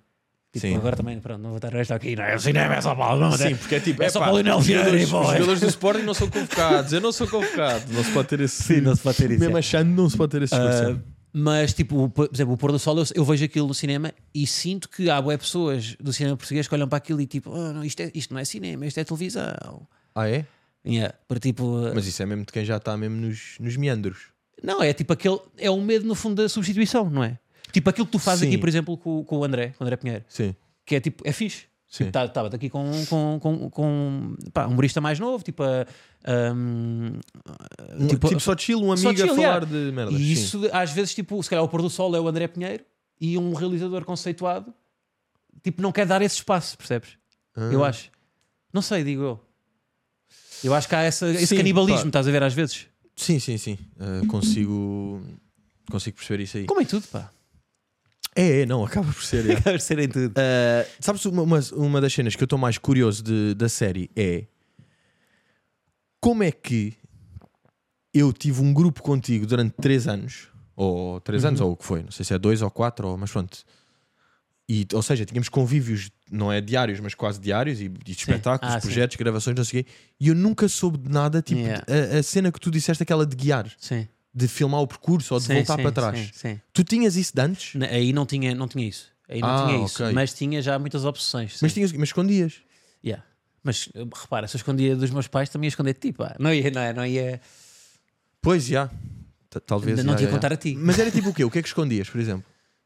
Tipo, agora também, pronto, não vou estar esta aqui, não é? O cinema é só Paulo, sim, porque é tipo, é só Paulo Lionel Vieira. Os jogadores do Sporting não são convocados, eu não sou convocado, não se pode ter esse. Sim, não se pode ter isso. Mesmo achando, não se pode ter esse discurso. Mas, tipo, por exemplo, o Pôr do Sol, eu vejo aquilo no cinema e sinto que há boas pessoas do cinema português que olham para aquilo e tipo, não, isto não é cinema, isto é televisão. Ah, é? Yeah, para, tipo, mas isso é mesmo de quem já está mesmo nos meandros. Não, é tipo aquele. É um medo no fundo da substituição, não é? Tipo aquilo que tu fazes aqui, por exemplo, com o André Pinheiro. Sim. Que é tipo, é fixe. Estava aqui com pá, um humorista mais novo, tipo tipo só chill, um amigo a falar de merdas. E isso às vezes, tipo, se calhar o Pôr do Sol é o André Pinheiro e um realizador conceituado, tipo, não quer dar esse espaço, percebes? Eu acho. Não sei, digo eu. Eu acho que há esse canibalismo, estás a ver às vezes. Sim. Consigo perceber isso aí. Como em tudo, pá. Não, acaba por ser. Acaba por ser em tudo. Sabes, uma das cenas que eu estou mais curioso da série é como é que eu tive um grupo contigo durante 3 anos, ou 3 anos, ou o que foi, não sei se é 2 ou 4, mas pronto. Ou seja, tínhamos convívios, não é diários, mas quase diários, e espetáculos, projetos, gravações, não sei o quê, e eu nunca soube de nada, tipo, a cena que tu disseste, aquela de guiar. Sim. De filmar o percurso ou de voltar para trás. Sim. Tu tinhas isso de antes? Aí não tinha isso. Aí não tinha isso. Okay. Mas tinha já muitas opções. Mas escondias? Yeah. Mas repara, se eu escondia dos meus pais, também ia esconder de ti, pá. Não ia. Pois, já. Talvez. Não te ia contar a ti. Mas era tipo o quê? O que é que escondias, por exemplo?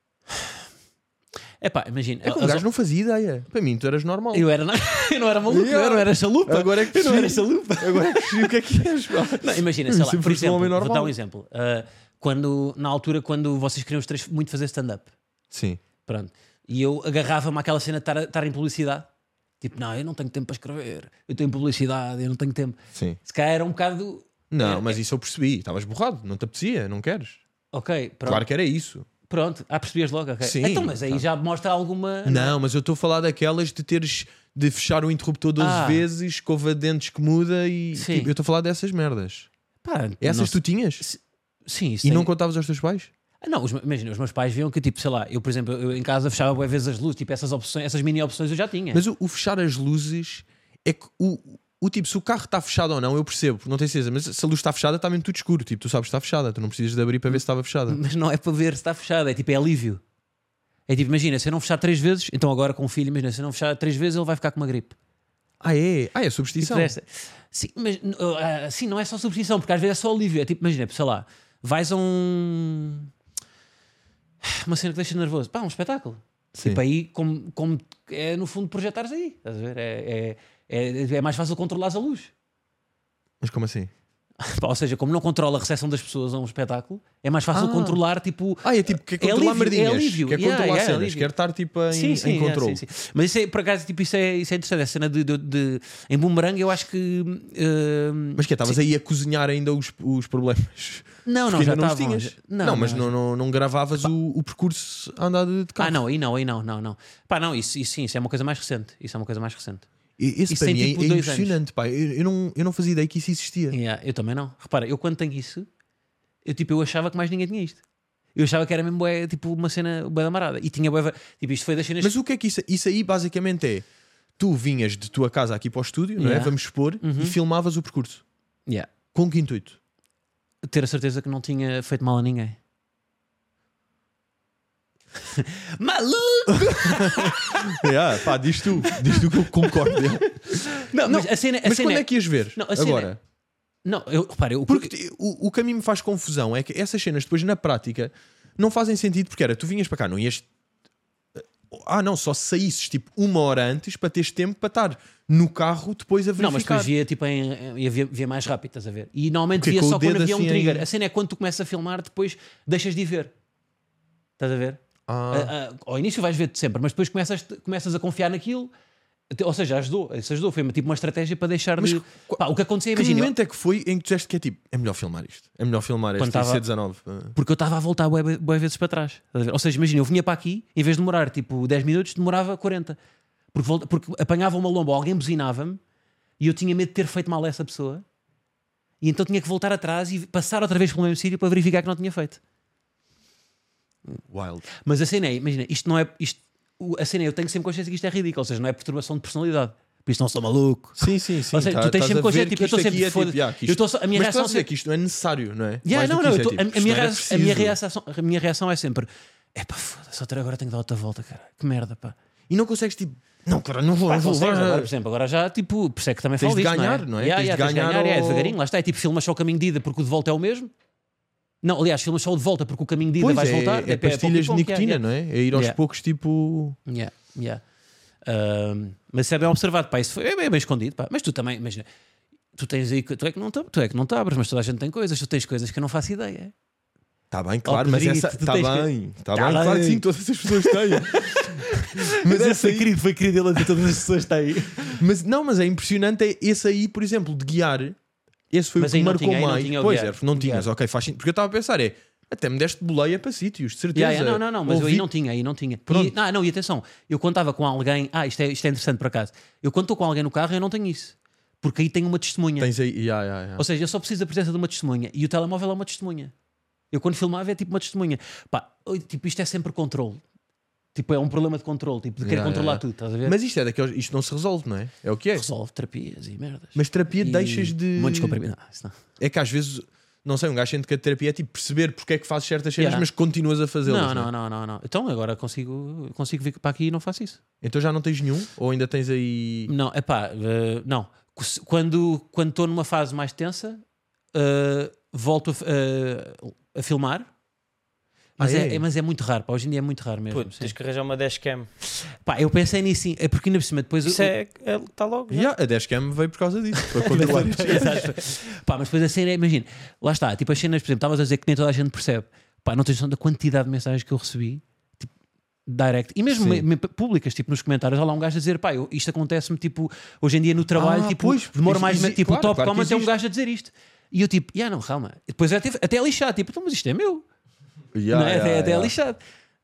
É pá, imagina. O gajo não fazia ideia. Para mim, tu eras normal. Eu não era maluco, eu não era chalupa. Agora é que eu não era chalupa. Agora é que percebi o que é que és. Não, imagina, sei lá, por exemplo, vou dar um exemplo. Na altura, quando vocês queriam os três muito fazer stand-up. Sim. Pronto. E eu agarrava-me àquela cena de estar em publicidade. Tipo, não, eu não tenho tempo para escrever. Eu estou em publicidade, eu não tenho tempo. Sim. Se calhar era um bocado... Não, mas isso eu percebi. Estavas borrado, não te apetecia, não queres. Ok, pronto. Claro que era isso. Pronto, percebias logo, ok. Sim, então, mas aí já mostra alguma... Não, mas eu estou a falar daquelas de fechar o interruptor 12 vezes, escova de dentes que muda e... Tipo, eu estou a falar dessas merdas. Pá, essas tu tinhas? Sim. Isso não contavas aos teus pais? Não, imagina, os meus pais viam que, tipo, sei lá, eu, por exemplo, eu em casa fechava boas vezes as luzes, tipo, essas opções, essas mini opções eu já tinha. Mas o fechar as luzes é que o tipo, se o carro está fechado ou não, eu percebo, não tenho certeza, mas se a luz está fechada, está mesmo tudo escuro. Tipo, tu sabes que está fechada, tu não precisas de abrir para ver se estava fechada. Mas não é para ver se está fechada, é tipo, é alívio. É tipo, imagina, se eu não fechar 3 vezes, então agora com o filho, imagina, se eu não fechar 3 vezes, ele vai ficar com uma gripe. É superstição. Tipo, sim, mas sim, não é só superstição, porque às vezes é só alívio. É tipo, imagina, sei lá, vais a uma cena que deixa nervoso, pá, um espetáculo. Sim. Tipo, aí, como é no fundo projetares aí, estás a ver? É mais fácil controlares a luz. Mas como assim? Pá, ou seja, como não controla a recepção das pessoas a um espetáculo, é mais fácil controlar, tipo... É tipo, quer controlar merdinhas. É alívio. Quer controlar cenas, quer estar tipo em controle. Sim. Mas isso é, por acaso, tipo, isso é interessante. A cena em Boomerang, eu acho que... Mas que estavas aí a cozinhar ainda os problemas? Não, já não estavam. tinhas. Mas não gravavas o percurso a andar de carro. Aí não. Pá, não, isso é uma coisa mais recente. Esse para mim é impressionante, pá. Eu não fazia ideia que isso existia. Eu também não. Repara, eu quando tenho isso, eu achava que mais ninguém tinha isto. Eu achava que era mesmo tipo uma cena bué da marada. E tinha bué, tipo, isto foi das cenas... Mas o que é que isso aí basicamente é? Tu vinhas de tua casa aqui para o estúdio, não é? Vamos expor, e filmavas o percurso. Com que intuito? Ter a certeza que não tinha feito mal a ninguém. Maluco! Pá, diz tu que eu concordo. Não, mas a cena quando é que ias ver? Agora? Porque o que a mim me faz confusão é que essas cenas depois na prática não fazem sentido, porque tu vinhas para cá, não ias... só saísses tipo 1 hora antes para teres tempo para estar no carro depois a verificar. Não, mas depois via tipo via mais rápido, estás a ver? E normalmente via só quando havia um trigger. A cena é quando tu começas a filmar, depois deixas de ir ver. Estás a ver? Ao início vais ver-te sempre, mas depois começas a confiar naquilo. Ou seja, ajudou. Foi tipo uma estratégia para deixar de... o que acontecia, imagina... Que momento é que foi em que tu disseste que é tipo, é melhor filmar isto? É melhor filmar este C19? Porque eu estava a voltar bué vezes para trás. Ou seja, imagina, eu vinha para aqui, em vez de demorar tipo 10 minutos, demorava 40. Porque apanhava uma lomba, alguém buzinava-me e eu tinha medo de ter feito mal a essa pessoa. E então tinha que voltar atrás e passar outra vez pelo mesmo sítio para verificar que não tinha feito. Wild. Mas a cena é, imagina, isto não é... a cena, eu tenho sempre consciência que isto é ridículo, ou seja, não é perturbação de personalidade. Por isto não sou maluco. Sim. Ou seja, tu tens sempre consciência, tipo, eu estou sempre a minha reação é que isto não é necessário, não é? A minha reação é sempre foda-se, agora tenho que dar outra volta, cara. Que merda, pá. E não consegues tipo, não, cara, não vou. Agora, por exemplo, agora já tipo, por isso é que também falo disto, ganhar, não é? Tens de ganhar, devagarinho, lá está, é tipo, filmas só o caminho de ida porque o de volta é o mesmo. Não, aliás, filmas só o de volta porque o caminho de ida vais voltar. É pastilhas de nicotina, não é? É ir aos poucos, tipo. Mas isso é bem observado, pá, isso foi bem escondido, pá. Mas tu também, imagina, tu tens aí, tu é que não te abres, mas toda a gente tem coisas, tu tens coisas que eu não faço ideia. Está bem, claro, mas essa está bem, claro que sim, todas as pessoas têm. Mas esse aí foi querido ele, todas as pessoas têm. Mas é impressionante, esse aí, por exemplo, de guiar, esse foi o que marcou mais. Pois é, não tinhas, ok, faz sentido. Porque eu estava a pensar, até me deste boleia para sítios, de certeza. Não, mas eu aí não tinha. E atenção, eu quando estava com alguém, isto é interessante por acaso, eu quando estou com alguém no carro eu não tenho isso, porque aí tenho uma testemunha. Tens aí, Ou seja, eu só preciso da presença de uma testemunha e o telemóvel é uma testemunha. Eu quando filmava é tipo uma testemunha. Pá, tipo, isto é sempre controle. Tipo, é um problema de controle, tipo, de querer controlar tudo, estás a ver? Mas isto é daqueles, isto não se resolve, não é? É o que é? Resolve terapias e merdas. Mas terapia deixas de... Muitos comprimidos. Não. É que às vezes, não sei, um gajo sente que a terapia é tipo perceber porque é que fazes certas cenas, mas continuas a fazê-las. Não. Então agora consigo vir para aqui e não faço isso. Então já não tens nenhum? Ou ainda tens aí... Não, não. Quando estou numa fase mais tensa, volto a filmar. Mas é muito raro, pá. Hoje em dia é muito raro mesmo. Tens que arranjar uma dashcam. Pá, eu pensei nisso, é porque ainda por cima depois... Isso está logo. A dashcam veio por causa disso, para controlar isto. Pá, mas depois a cena, imagina, lá está, tipo as cenas, por exemplo, estavas a dizer que nem toda a gente percebe. Pá, não tens noção da quantidade de mensagens que eu recebi, tipo, direct, e mesmo públicas, tipo nos comentários, há lá um gajo a dizer, pá, isto acontece-me, tipo, hoje em dia no trabalho, tipo, demora mais, tipo, o top comment é um gajo a dizer isto. E eu tipo, não, calma. E depois até lixado, tipo, mas isto é meu. Até lixado.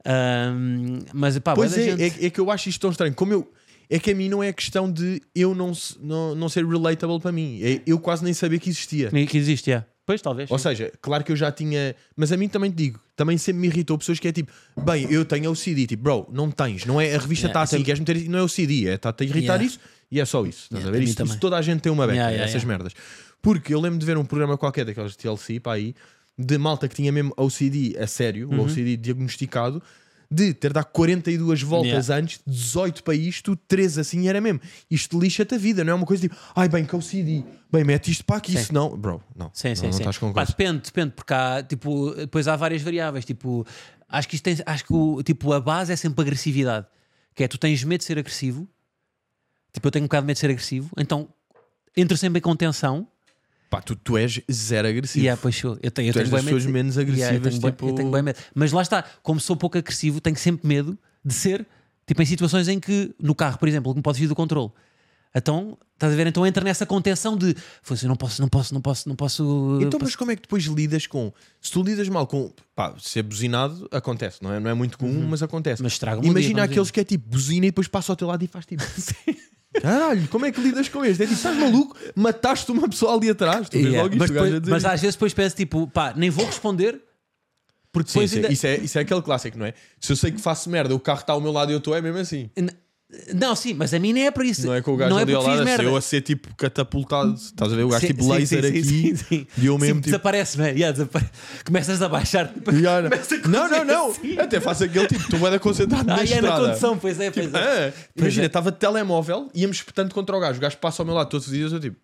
Mas pá, pois é que eu acho isto tão estranho. É que a mim não é questão de eu não ser relatable para mim. Eu quase nem sabia que existia. Que existe, Pois, talvez. Ou seja, claro que eu já tinha. Mas a mim também te digo, também sempre me irritou pessoas que é tipo, bem, eu tenho OCD. Tipo, bro, não tens. Não é, a revista está assim, queres meter. Não é OCD, está-te a irritar isso e é só isso. Estás a ver? Isso toda a gente tem uma beca, essas merdas. Porque eu lembro de ver um programa qualquer daqueles de TLC para aí, de malta que tinha mesmo OCD a sério, o OCD diagnosticado, de ter dado 42 voltas antes, 18 para isto, 3 assim, era mesmo. Isto lixa-te a vida, não é uma coisa tipo, bem, que OCD, bem, mete isto para aqui, senão, bro, não. Sim. Estás com Pá, depende, porque há, tipo, depois há várias variáveis, tipo, acho que tipo, a base é sempre agressividade, que é, tu tens medo de ser agressivo, tipo, eu tenho um bocado de medo de ser agressivo, então entro sempre em contenção. Pá, tu és zero agressivo. Pois eu tenho tu és das pessoas menos agressivas. Eu tenho bem medo. Mas lá está, como sou pouco agressivo, tenho sempre medo de ser, tipo, em situações em que, no carro, por exemplo, me podes vir do controle. Então, estás a ver? Então entra nessa contenção de eu não posso. Então, mas como é que depois lidas com. Se tu lidas mal com. Pá, ser buzinado, acontece, não é muito comum, mas acontece. Mas imagina aqueles que é tipo buzina e depois passa ao teu lado e faz tipo. Caralho, como é que lidas com este? É tipo, estás maluco? Mataste uma pessoa ali atrás. Tu vês logo isto, mas às vezes depois penso tipo, pá, nem vou responder. Porque depois isso é aquele clássico, não é? Se eu sei que faço merda, o carro está ao meu lado e eu estou, é mesmo assim. Não, sim, mas a mim nem é para isso. Não é com o gajo ali ao lado, eu a ser tipo catapultado. Estás a ver? O gajo tipo laser aqui e eu mesmo tipo... desaparece, não é? Começas a baixar. Não. Até faço aquele tipo, tu vai concentrado na estrada. Na condução, pois é. Imagina, estava de telemóvel, íamos espetando contra o gajo passa ao meu lado todos os dias, eu tipo...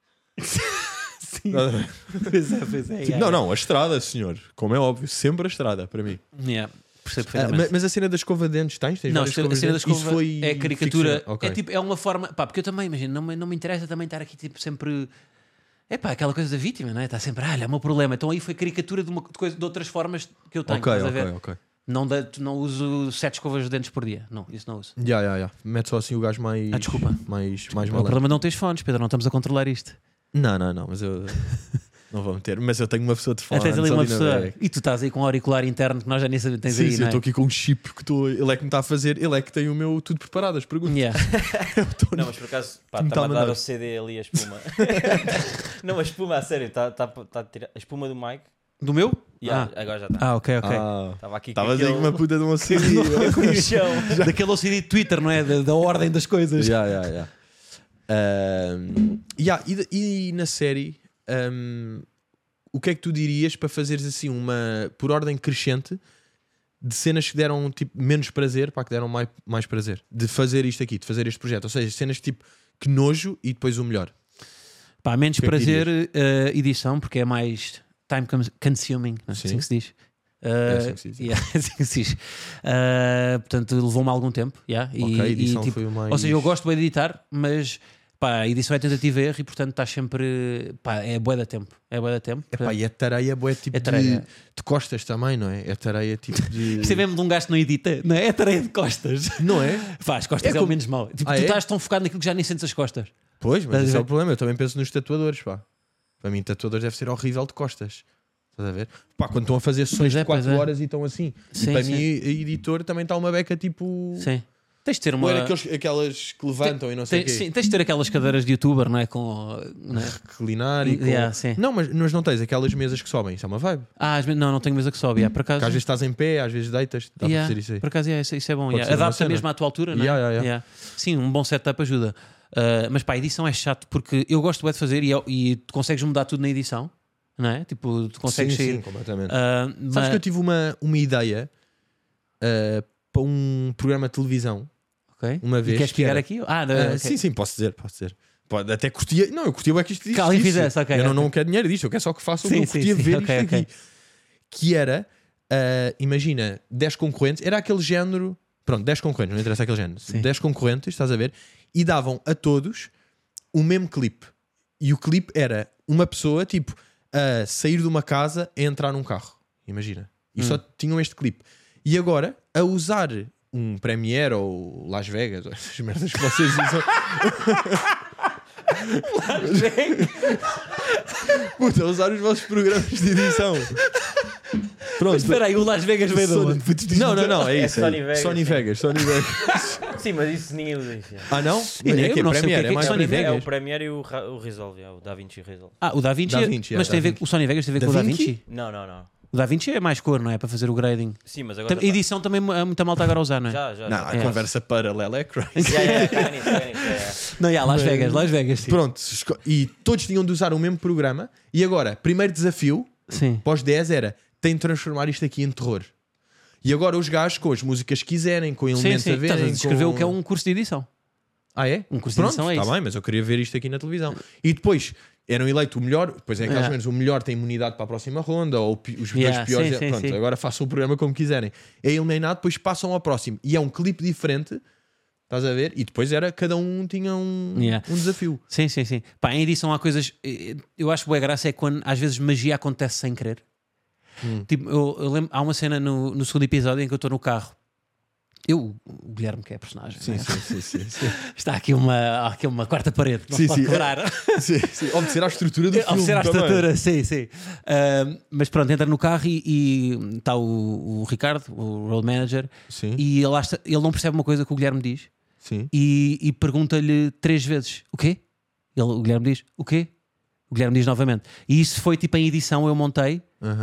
Sim. Pois é. Tipo, não, a estrada, senhor. Como é óbvio, sempre a estrada, para mim. Mas a cena da escova de dentes tens? Não, a cena da escova foi é caricatura. Okay. É tipo, é uma forma. Pá, porque eu também, imagino, não me interessa também estar aqui tipo sempre. É pá, aquela coisa da vítima, não é? Está sempre, é o meu problema. Então aí foi caricatura de outras formas que eu tenho. Ok. Não uso 7 escovas de dentes por dia. Não, isso não uso. Mete só assim o gajo mais. Desculpa. Mais o problema não tens fones, Pedro, não estamos a controlar isto. Não, mas eu. Não vou meter, mas eu tenho uma pessoa de fora. Tens ali uma pessoa. E tu estás aí com um auricular interno que nós já nem sabemos. Tens aí, eu estou aqui com um chip que ele é que me está a fazer, ele é que tem o meu tudo preparado, as perguntas. Não, mas por acaso está-me a dar o CD ali, a espuma. Não, a espuma, a sério, a espuma do Mike Do meu? Agora já está. Ok. Estava aqui Estavas aí com uma puta de um OCD. Daquele OCD de Twitter, não é? Da ordem das coisas. E na série, o que é que tu dirias para fazeres assim por ordem crescente de cenas que deram tipo, menos prazer para que deram mais prazer de fazer isto aqui, de fazer este projeto? Ou seja, cenas tipo que nojo e depois o melhor. Pá, menos prazer edição, porque é mais time consuming, não é? Assim que se diz. Assim que se diz. Portanto, levou-me algum tempo. A edição tipo, foi o mais... Ou seja, eu gosto de editar, mas pá, a edição é tentativa e erro e portanto está sempre. Pá, é bué da tempo. E a tareia é bué tipo de costas também, não é? É tareia tipo de. Isto é mesmo de um gajo que não edita, não é? É tareia de costas. Não é? Pá, as costas é o menos mau. Tipo, tu estás tão focado naquilo que já nem sentes as costas. Pois, mas esse é o problema. Eu também penso nos tatuadores, pá. Para mim, tatuadores deve ser horrível de costas. Estás a ver? Pá, quando estão a fazer sessões de 4 horas e estão assim. Sim, e para mim, a editor também está uma beca tipo. Sim. Tens de ter uma. Ou aquelas que levantam e não sei o quê. Sim, tens de ter aquelas cadeiras de youtuber, não é? Com. Não é? Reclinar e com. Não, mas não tens aquelas mesas que sobem. Isso é uma vibe. Não tenho mesa que sobe. Por acaso... Às vezes estás em pé, às vezes deitas. Dá para fazer isso aí. Por acaso, isso é bom. Adapta mesmo à tua altura, não é? Sim, um bom setup ajuda. Mas pá, a edição é chato porque eu gosto de fazer e tu consegues mudar tudo na edição, não é? Tipo, tu consegues sair. Sim, completamente. Sabes que eu tive uma ideia para um programa de televisão. Uma vez. E queres pegar aqui? Okay. Sim, posso dizer. Pode, até curtia. Não, eu curtia o que isto diz. Eu não quero dinheiro disto, eu quero só que façam o que eu curtia ver isto aqui. Que era, imagina, 10 concorrentes, era aquele género. Pronto, 10 concorrentes, não interessa aquele género. 10 concorrentes, estás a ver? E davam a todos o mesmo clipe. E o clipe era uma pessoa, tipo, a sair de uma casa a entrar num carro. Imagina. E só tinham este clipe. E agora, a usar um Premiere ou Las Vegas, ou essas merdas que vocês usam. Las Vegas? Puta, usar os vossos programas de edição. Pronto. Mas espera aí, o Las Vegas veio da onde? Não, é isso. Sony Vegas. Sony Vegas. Sim, mas isso ninguém usa isso. Não? Eu não sei Premiere, é mais Sony Vegas. É o Premiere e o Resolve, o DaVinci Resolve. O DaVinci. Mas tem a ver, o Sony Vegas tem a ver com o DaVinci? Não. O DaVinci é mais cor, não é? Para fazer o grading. Sim, mas agora. A edição também é muita malta agora a usar, não é? Já. Não, a conversa paralela é crazy. Não, Las Vegas. Sim. Pronto, e todos tinham de usar o mesmo programa. E agora, primeiro desafio, pós 10 era: tem de transformar isto aqui em terror. E agora os gajos com as músicas que quiserem, com elementos a verem. Escreveu o que é um curso de edição. É? Um curso de edição é isso. Está bem, mas eu queria ver isto aqui na televisão. E depois eram eleitos o melhor, depois é que mais ou menos o melhor tem imunidade para a próxima ronda, ou os dois piores. Pronto, agora façam o programa como quiserem. É eliminado, depois passam ao próximo. E é um clipe diferente, estás a ver? E depois cada um tinha um desafio. Sim. Pá, em edição há coisas. Eu acho que boa graça é quando às vezes magia acontece sem querer. Tipo, eu lembro, há uma cena no segundo episódio em que eu estou no carro. O Guilherme, que é a personagem. Sim. Está aqui uma quarta parede. Não se pode quebrar. Sim. Obedecer à estrutura do filme. Obedecer à estrutura, sim. Mas pronto, entra no carro e está o Ricardo, o road manager, e ele não percebe uma coisa que o Guilherme diz. Sim. E pergunta-lhe 3 vezes: o quê? O Guilherme diz: o quê? O Guilherme diz novamente. E isso foi tipo em edição, eu montei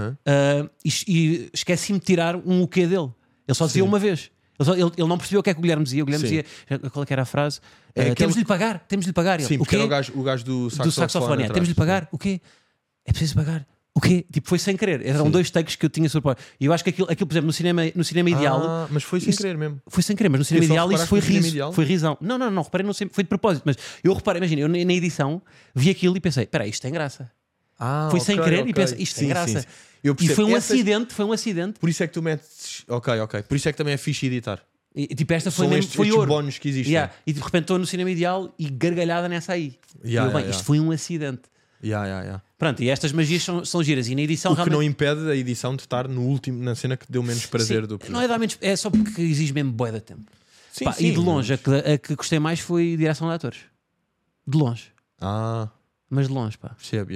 e esqueci-me de tirar o quê dele. Ele só dizia uma vez. Ele não percebeu o que é que o Guilherme dizia. O Guilherme dizia, qual é que era a frase? Temos de lhe pagar. Sim, porque era o gajo do saxofone. Temos de lhe pagar. O quê? É preciso pagar. O quê? Tipo, foi sem querer. Eram 2 takes que eu tinha sobre. E eu acho que aquilo, por exemplo, no cinema ideal. Mas foi sem querer mesmo. Foi sem querer, mas no cinema ideal isso foi riso. Foi risão. Não, reparei, não sei, foi de propósito. Mas eu reparei, imagina, eu na edição vi aquilo e pensei: espera, isto tem graça. Foi sem querer e pensei: isto tem graça. Sim. E foi um acidente. Por isso é que tu metes. Ok. Por isso é que também é fixe editar. E tipo, esta foi mesmo. Foi ouro. Bónus que existem. E de repente estou no cinema ideal e gargalhada nessa aí. Isto foi um acidente. Pronto, e estas magias são giras. E na edição o que não impede a edição de estar na cena que deu menos prazer do projeto. Não é dar menos, é só porque exige mesmo bué de tempo. Sim, e de longe, a que gostei mais foi direção de atores. De longe. Mas de longe, pá. Percebe,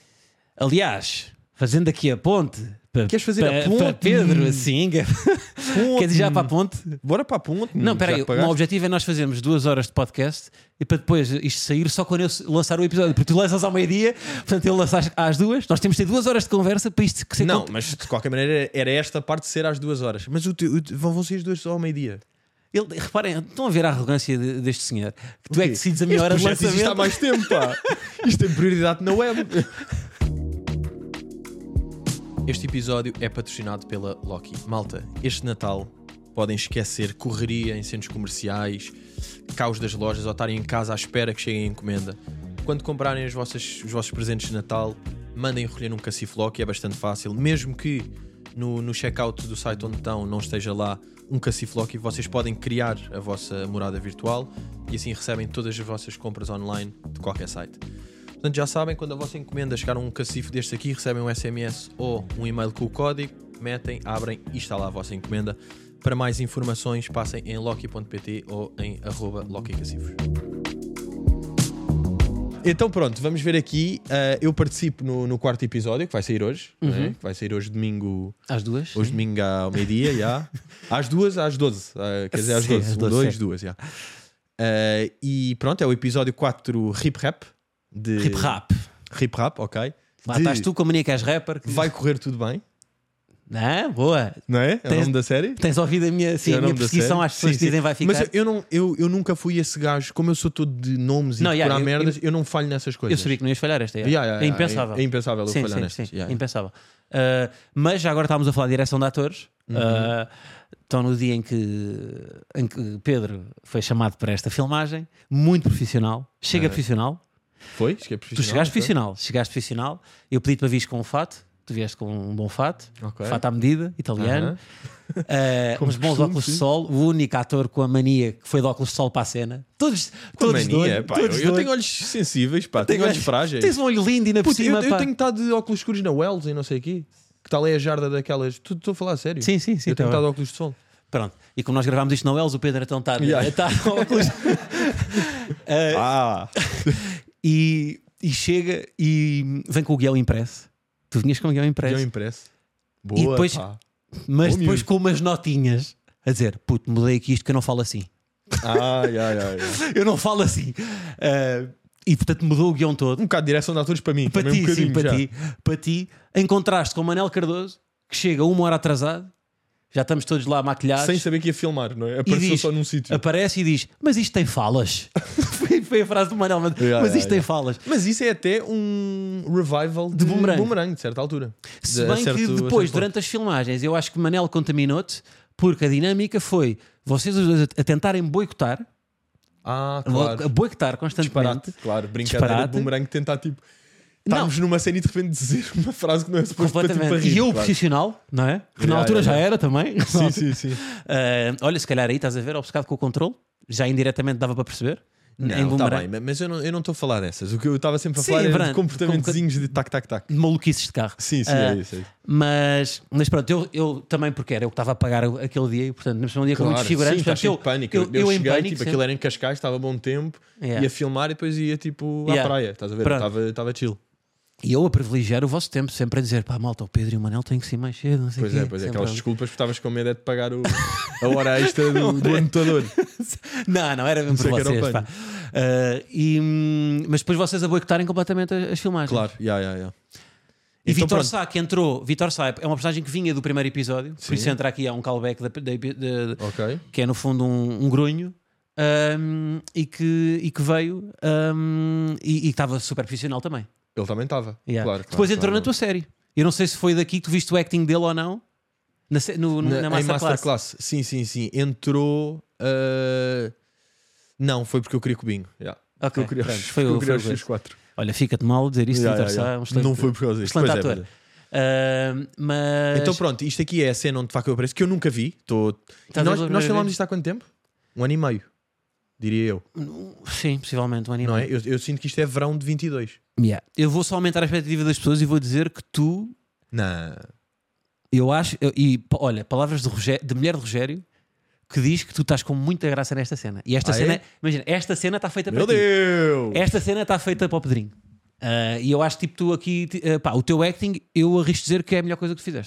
Aliás, fazendo aqui a ponte. Queres fazer a ponte? Para Pedro, assim. ponte. Queres ir já para a ponte? Bora para a ponte. Não, espera aí. O meu objetivo é nós fazermos 2 horas de podcast e para depois isto sair só quando eu lançar o episódio. Porque tu lanças ao meio-dia, portanto eu lançar às 2. Nós temos de ter 2 horas de conversa para isto que ser. Não, mas de qualquer maneira era esta parte de ser às 2 horas. Mas vão ser as 2 só ao meio-dia. Reparem, estão a ver a arrogância deste senhor. Que tu é que decides a minha hora de lançamento. Isto há mais tempo, pá. Isto tem prioridade na web. Este episódio é patrocinado pela Loki. Malta, este Natal podem esquecer correria em centros comerciais, caos das lojas ou estarem em casa à espera que cheguem a encomenda. Quando comprarem os vossos presentes de Natal, mandem recolher num cacifo Loki, é bastante fácil. Mesmo que no checkout do site onde estão não esteja lá um cacifo Loki, vocês podem criar a vossa morada virtual e assim recebem todas as vossas compras online de qualquer site. Portanto, já sabem, quando a vossa encomenda chegar a um cacifo deste aqui, recebem um SMS ou um e-mail com o código, metem, abrem e está lá a vossa encomenda. Para mais informações, passem em loki.pt ou em @lokicacifos. Então pronto, vamos ver aqui. Eu participo no 4º episódio, que vai sair hoje. Né? Que vai sair hoje domingo. Às 2? Hoje domingo ao meio-dia, já. Às 2, às 12. Quer dizer, às 12. 2, 2, já. E pronto, é o episódio 4 Rip Rap. Rip Rap, ok. Lá estás tu com a mania que és rapper. Vai correr tudo bem. Não, boa. Não é? É o nome da série? Tens ouvido a minha, sim, a minha perseguição às pessoas que dizem vai ficar. Mas eu nunca fui esse gajo, como eu sou todo de nomes e decorar merdas, eu não falho nessas coisas. Eu sabia que não ias falhar esta. É impensável. É impensável eu falhar nestas. Impensável. Mas já agora estávamos a falar de direção de atores. Estão no dia em que Pedro foi chamado para esta filmagem, muito profissional. Chega profissional. Foi? Cheguei profissional. Tu chegaste profissional. Eu pedi-te para vires com um fato. Tu vieste com um bom fato. Fato à medida, italiano. Uns bons óculos de sol. O único ator com a mania que foi de óculos de sol para a cena. Todos mania, pá, eu tenho olhos sensíveis, pá. Tenho olhos frágeis. Tens um olho lindo e na por cima. Eu tenho estado de óculos escuros na Wells e não sei o quê. Que tal é a jarda daquelas. Estou a falar a sério. Sim. Eu tenho estado de óculos de sol. Pronto. E como nós gravámos isto na Wells, o Pedro então está de óculos. E chega e vem com o guião impresso. Tu vinhas com o guião impresso. Boa, e depois, pá. Mas depois com umas notinhas a dizer, puto, mudei aqui isto que eu não falo assim. Eu não falo assim. E portanto mudou o guião todo. Um bocado de direção de atores para mim. Para ti, sim, para ti. Em contraste com o Manel Cardoso, que chega 1 hora atrasado, já estamos todos lá maquilhados. Sem saber que ia filmar, não é? Apareceu só num sítio. Aparece e diz, mas isto tem falas. Foi a frase do Manel, mas isto tem falas. Mas isso é até um revival de Boomerang, de certa altura. Se bem que depois, durante as filmagens, eu acho que Manel contaminou-te, porque a dinâmica foi vocês os dois a tentarem boicotar. Claro. A boicotar constantemente. Disparate, claro. Brincadeira de Boomerang tentar tipo... Estávamos numa cena e de repente dizer uma frase que não é suposto para tipo, rir. E eu, profissional, não é? Que na altura já era também. Sim. Olha, se calhar aí estás a ver, obcecado com o controle. Já indiretamente dava para perceber. Não, está bem, mas eu não estou a falar dessas. O que eu estava sempre a falar era de comportamentozinhos de tac-tac-tac. De maluquices de carro. Sim, é isso. Mas pronto, eu também porque era eu que estava a pagar aquele dia e portanto num dia com muitos figurantes. Sim, cheio de pânico. Eu cheguei, pânico, tipo, aquilo era em Cascais, estava bom tempo, ia filmar e depois ia tipo à praia. Estás a ver? Estava chill. E eu a privilegiar o vosso tempo, sempre a dizer, pá, malta, o Pedro e o Manel têm que ser mais cedo, não sei o quê. Pois é, aquelas desculpas porque estavas com medo de pagar a hora extra do anotador. Não, era mesmo por vocês, pá. Mas depois vocês a boicotarem completamente as filmagens. Claro, E então, Vitor Sá, que entrou, Vitor Sá é uma personagem que vinha do primeiro episódio, por isso entra aqui, há um callback que é no fundo um grunho. E que veio e estava super profissional também. Ele também estava, claro. Depois entrou na tua série. Eu não sei se foi daqui que tu viste o acting dele ou não. Na Masterclass. Sim. Entrou. Não, foi porque eu queria cubinho. Ok, eu queria os X4. Olha, fica-te mal dizer isto, Vitor Sá. Não foi por causa disso. Excelente ator. Mas... Então pronto, isto aqui é a cena onde de facto eu apareço, que eu nunca vi. Nós filmámos isto há quanto tempo? 1 ano e meio, diria eu. Sim, possivelmente 1 ano e meio. Não é? Eu sinto que isto é verão de 22. Eu vou só aumentar a expectativa das pessoas e vou dizer que tu... Não. Eu acho... olha, palavras de mulher de Rogério que diz que tu estás com muita graça nesta cena. E esta cena... Imagina, esta cena está feita para ti. Meu Deus! Esta cena está feita para o Pedrinho. E eu acho tipo tu aqui... o teu acting, eu arrisco dizer que é a melhor coisa que tu fizeste.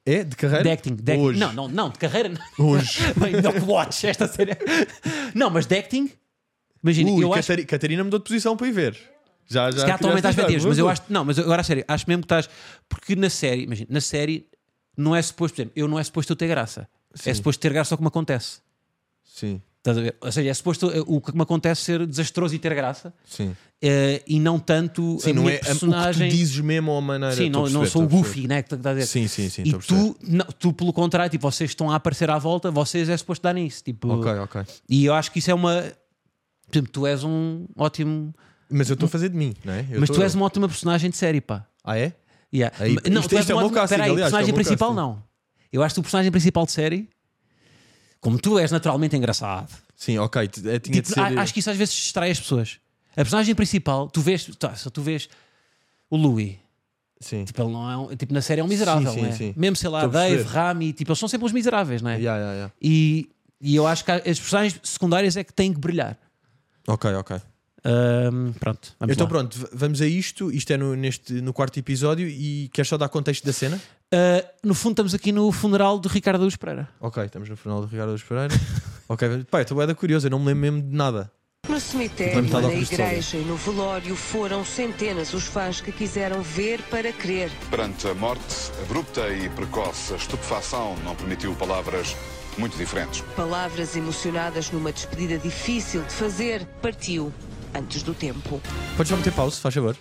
É? De carreira? De acting. Hoje. Não, de carreira não. Hoje. Bem, Watch, esta série. Não, mas de acting. Imagina, eu acho. Catarina mudou de posição para ir ver. Já Se calhar atualmente estás a mas eu acho. Não, mas agora a sério, acho mesmo que estás. Porque na série, imagina, na série não é suposto, por exemplo, eu não é suposto eu ter graça. Sim. É suposto ter graça ao que me acontece. Sim. Estás a ver? Ou seja, é suposto o que me acontece ser desastroso e ter graça. Sim. E não tanto sim, a não minha é personagem. O que tu dizes mesmo à maneira. Sim, não sou o goofy, né? Que estás a dizer. Sim. E tu, pelo contrário, tipo, vocês estão a aparecer à volta, vocês é suposto dar nisso. Tipo, ok. E eu acho que isso é uma. Por exemplo, tu és um ótimo. Mas eu estou a fazer de mim, não é? Mas tu és uma ótima personagem de série, pá. Ah, é? Yeah. Aí, não, isto é o meu casting, peraí, aliás. personagem principal não. Eu acho que o personagem principal de série, como tu és naturalmente engraçado. Sim, ok. Tinha tipo, de ser... Acho que isso às vezes distrai as pessoas. A personagem principal, tu vês o Louis. Sim. Tipo, ele não é tipo, na série é um miserável, sim. Mesmo, sei lá, Dave, Rami, tipo, eles são sempre os miseráveis, não é? Yeah. E eu acho que as personagens secundárias é que têm que brilhar. Ok. Pronto, então pronto, vamos a isto. Isto é no quarto episódio. E queres só dar contexto da cena? No fundo estamos aqui no funeral de Ricardo Araújo Pereira. Ok, estamos no funeral de Ricardo Araújo Pereira. Ok, pá, estou bem curioso. Eu não me lembro mesmo de nada. No cemitério, na igreja e no velório foram centenas os fãs que quiseram ver para crer. Perante a morte abrupta e precoce, a estupefação não permitiu palavras muito diferentes. Palavras emocionadas numa despedida difícil de fazer, partiu antes do tempo. Podes só meter pausa, faz favor.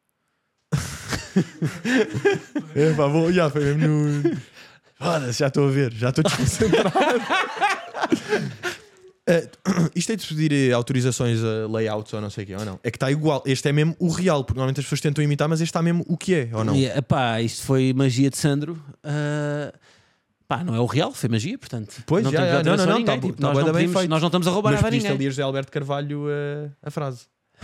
Já foi mesmo no... já estou a ver, já estou desconcentrado. Isto é de pedir autorizações a layouts ou não sei o quê, ou não? É que está igual, este é mesmo o real, porque normalmente as pessoas tentam imitar, mas este está mesmo o que é, ou não? Isto foi magia de Sandro. Não é o real, foi magia, portanto. Pois, não nós não estamos a roubar nada a ninguém. Mas ali a José Alberto Carvalho a frase.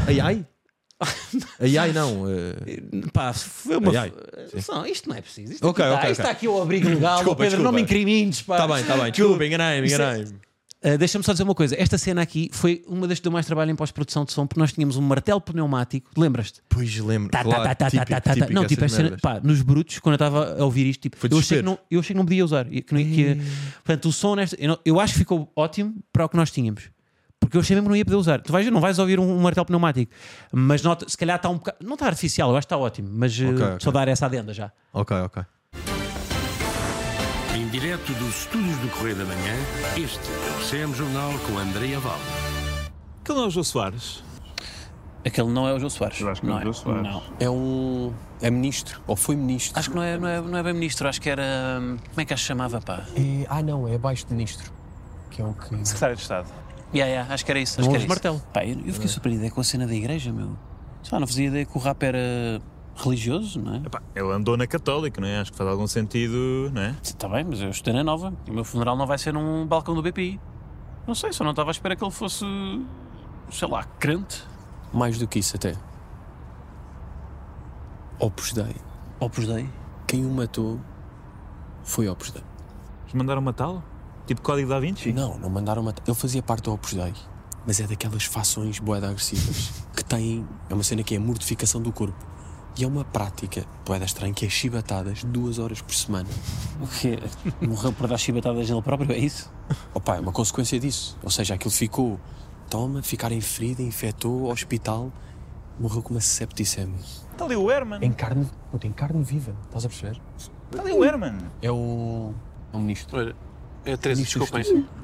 Ai não. Foi uma. Isto não é preciso. Isto está aqui o abrigo legal. Desculpa, Pedro, não me incrimines. Está bem. Desculpa, enganei-me. Deixa-me só dizer uma coisa. Esta cena aqui foi uma das que deu mais trabalho em pós-produção de som, porque nós tínhamos um martelo pneumático. Lembras-te? Pois lembro. Não, tipo, esta cena, nos brutos, quando eu estava a ouvir isto, tipo, eu achei que não podia usar. Portanto, o som nesta. Eu acho que ficou ótimo para o que nós tínhamos. Porque eu achei mesmo que não ia poder usar. Tu não vais ouvir um martelo pneumático, mas se calhar está um bocado. Não está artificial, eu acho que está ótimo, mas só dar essa adenda já. Ok. Em direto dos estúdios do Correio da Manhã, este é o CM Jornal com Andreia Val. Aquele não é o Jô Soares? Aquele não é o Jô Soares. Eu acho que não é o Jô Soares. Não. É ministro, ou foi ministro. Acho que não é bem ministro, acho que era. Como é que se chamava, pá? Não, é abaixo de ministro. Que é o que. Secretário de Estado. Acho que era isso. Martelo. Pá, eu fiquei surpreendido com a cena da igreja, meu. Não fazia ideia que o rap era religioso, não é? Ele andou na Católica, não é? Acho que faz algum sentido, não é? Está bem, mas eu estou na Nova. O meu funeral não vai ser num balcão do BPI. Não sei, só não estava à espera que ele fosse, sei lá, crente. Mais do que isso até. Opus Dei. Opus Dei? Quem o matou foi Opus Dei. Eles mandaram matá-lo? Tipo Código da Vinci? Não mandaram matar. Ele fazia parte do Opus Dei. Mas é daquelas fações boeda agressivas que têm. É uma cena que é a mortificação do corpo. E é uma prática boeda estranha que é chibatadas 2 horas por semana. O quê? Morreu por dar chibatadas nele próprio, é isso? É uma consequência disso. Ou seja, aquilo ficou. Ficar em ferida, infectou, hospital, morreu com uma septicemia. Está ali o Herman. Em carne viva, estás a perceber? Está ali o Herman. É o ministro. Olha, é a Teresa, desculpem.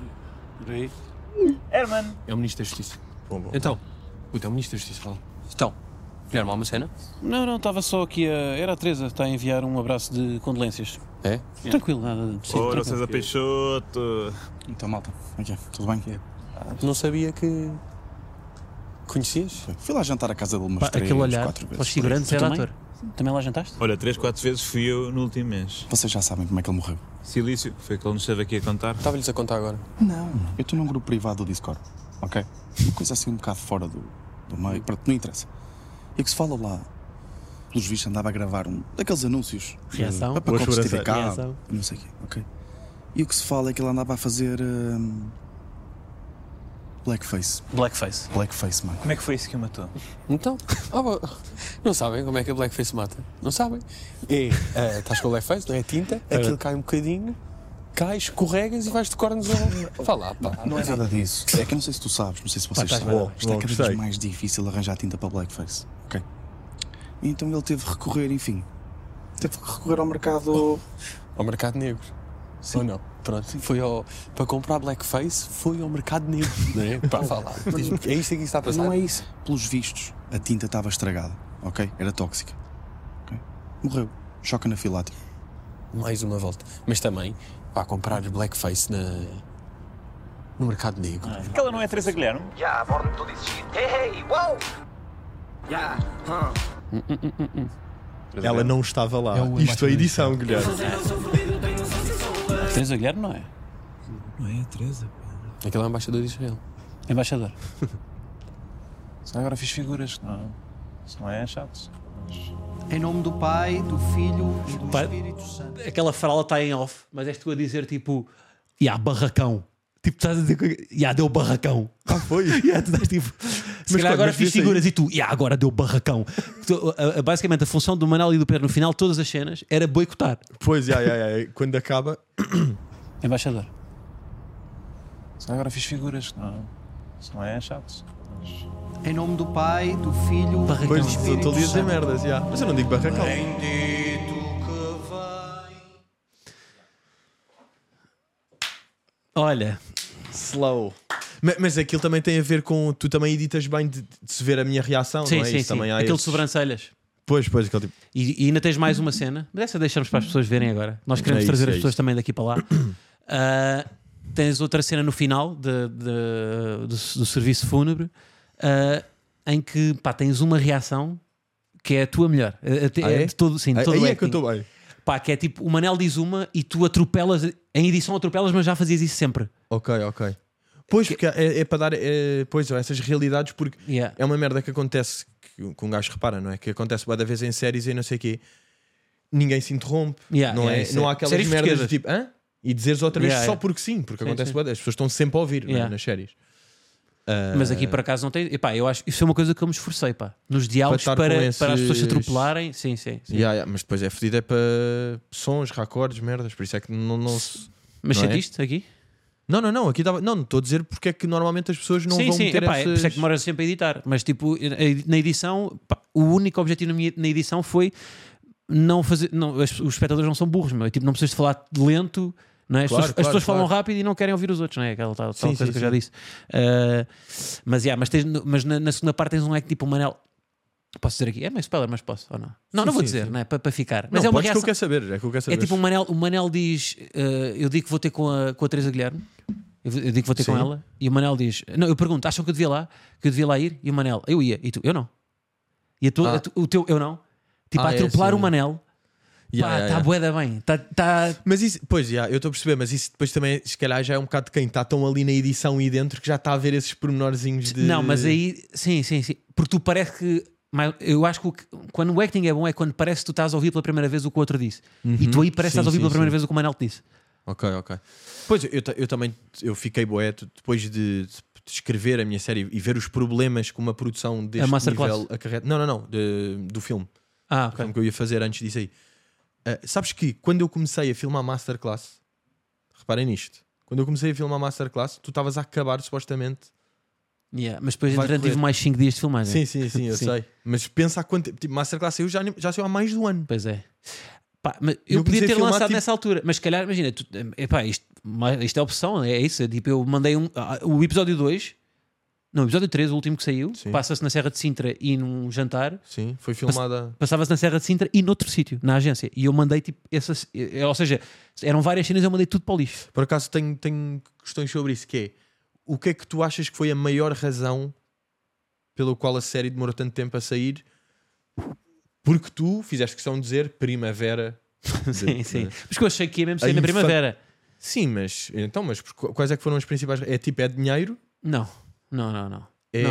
Herman. É o ministro da Justiça. Bom. Então, é o ministro da Justiça, fala. Então, Guilherme, há uma cena? Não, estava só aqui era a Teresa, está a enviar um abraço de condolências. É? Tranquilo, nada. Ora, César Peixoto. Então, malta, aqui, tudo bem? Não sabia que... Conhecias? Fui lá jantar à casa dele umas 3, aquele olhar 4 vezes. Os figurantes era ator. Também lá jantaste? Olha, 3, 4 vezes fui eu no último mês. Vocês já sabem como é que ele morreu? Silício, foi que ele nos esteve aqui a contar. Estava-lhes a contar agora. Não, eu estou num grupo privado do Discord, ok? Uma coisa assim um bocado fora do meio, pronto, não interessa. E o que se fala lá, pelos vistos andava a gravar daqueles anúncios. Reação. Para pacotes de TV Reação. cabo, não sei o quê, ok? E o que se fala é que ele andava a fazer... Blackface. Blackface, mano. Como é que foi isso que o matou? Então, não sabem como é que a blackface mata? Não sabem? Estás com blackface, não é tinta, aquilo cai um bocadinho, cai, escorregas e vais de cornos ao... Vá lá, pá. Não é nada disso. É que eu não sei se tu sabes, não sei se vocês sabem. Isto é cada vez mais difícil arranjar tinta para blackface. Ok? E então ele teve de recorrer, enfim. Teve que recorrer ao mercado... Ao mercado negro. Sim. Ou não? Pronto, para comprar blackface, foi ao mercado negro, não é? Para falar. É isto que está a passar? Não é isso. Pelos vistos, a tinta estava estragada, ok? Era tóxica. Okay? Morreu. Choque anafilático. Mais uma volta. Mas também, para comprar blackface no mercado negro. Aquela não é a Teresa Guilherme? Já, a bordo tu dizes hey, uau! Já, Ela não estava lá. Isto é edição, Guilherme. Teresa Guilherme não é? Não é a Teresa. Aquele é o embaixador de Israel. Embaixador. Agora fiz figuras. Não, isso não é chato. Em nome do Pai, do Filho e do Espírito Santo. Aquela fala está em off, mas és tu a dizer tipo, barracão. Tipo, tu estás a dizer, deu barracão. Foi? Tu estás tipo, se calhar agora fiz figuras e tu, agora deu barracão. Basicamente, a função do Manel e do Pedro no final, todas as cenas, era boicotar. Pois, quando acaba... Embaixador. Agora fiz figuras. Não, isso não é chato. Em nome do Pai, do Filho e do Espírito Santo. Estou a dizer merdas, mas eu não digo barracão. Olha, slow. Mas aquilo também tem a ver com... Tu também editas bem de se ver a minha reação, sim, não é? Sim, isso sim. Também há aquele de sobrancelhas. Pois, aquele tipo... E ainda tens mais uma cena, mas essa deixamos para as pessoas verem agora. Nós queremos trazer as pessoas também daqui para lá. Tens outra cena no final do serviço fúnebre em que tens uma reação que é a tua melhor. De todo, sim, de todo aí o é que eu estou bem. Que é tipo, o Manel diz uma e tu atropelas, em edição atropelas, mas já fazias isso sempre. Ok. Pois, porque é para dar essas realidades, porque é uma merda que acontece, que um gajo repara, não é? Que acontece várias vezes em séries e não sei o quê, ninguém se interrompe, não há aquelas séries merdas de tipo, e dizeres outra vez só porque sim, porque acontece várias, as pessoas estão sempre a ouvir não é? Nas séries. Mas aqui por acaso não tem. Eu acho isso é uma coisa que eu me esforcei nos diálogos para as pessoas se atropelarem. Sim. Mas depois é fedido, é para sons, recordes, merdas, por isso é que não se. Mas sentiste aqui? Não, aqui estava. Não, estou a dizer porque é que normalmente as pessoas não vão meter essas... Por isso é que demora sempre a editar. Mas tipo, na edição, o único objetivo na edição foi não fazer. Não, os espectadores não são burros, meu. Tipo, não precisas de falar lento. Não é? As pessoas falam rápido e não querem ouvir os outros, não é? Aquela tal coisa que eu já disse. Mas na segunda parte tens um tipo o Manel. Posso dizer aqui? É meio spoiler, mas posso ou não? Não vou dizer, não é? Para ficar. Mas não, é uma reação. Que eu quero saber. É tipo o Manel diz: eu digo que vou ter com a Teresa Guilherme. Eu digo que vou ter com ela. E o Manel diz: não, eu pergunto, acham que eu devia lá ir? E o Manel: eu ia. E tu? Eu não. E o teu? Eu não. Tipo, a atropelar o Manel. Está bué da bem. Mas isso, eu estou a perceber, mas isso depois também, se calhar, já é um bocado de quem está tão ali na edição e dentro que já está a ver esses pormenorzinhos de. Não, mas aí, sim. Porque tu parece que. Eu acho que quando o acting é bom é quando parece que tu estás a ouvir pela primeira vez o que o outro disse. E tu aí parece que estás a ouvir pela primeira vez o que o Manel te disse. Ok. Pois eu também eu fiquei depois de escrever a minha série e ver os problemas que uma produção deste nível acarreta. Não, do filme. Ok. O filme que eu ia fazer antes disso aí. Sabes que quando eu comecei a filmar Masterclass, reparem nisto, quando eu comecei a filmar Masterclass, tu estavas a acabar supostamente. Mas depois tive mais 5 dias de filmagem. Sim, eu sei. Mas pensa há quanto tempo. Tipo, Masterclass já saiu há mais de um ano. Pois é. Mas eu podia ter lançado nessa altura, mas se calhar, imagina, isto é opção, é isso. Tipo, eu mandei o episódio 2. Não, o episódio 3, o último que saiu, passa-se na Serra de Sintra e num jantar. Sim, foi filmada. Passava-se na Serra de Sintra e noutro sítio, na agência. E eu mandei tipo essas. Ou seja, eram várias cenas e eu mandei tudo para o lixo. Por acaso tenho questões sobre isso, que é o que é que tu achas que foi a maior razão pela qual a série demorou tanto tempo a sair? Porque tu fizeste questão de dizer primavera. Sim. Mas que eu achei que ia mesmo sair na primavera. Sim, mas quais é que foram as principais? É dinheiro? Não. Não.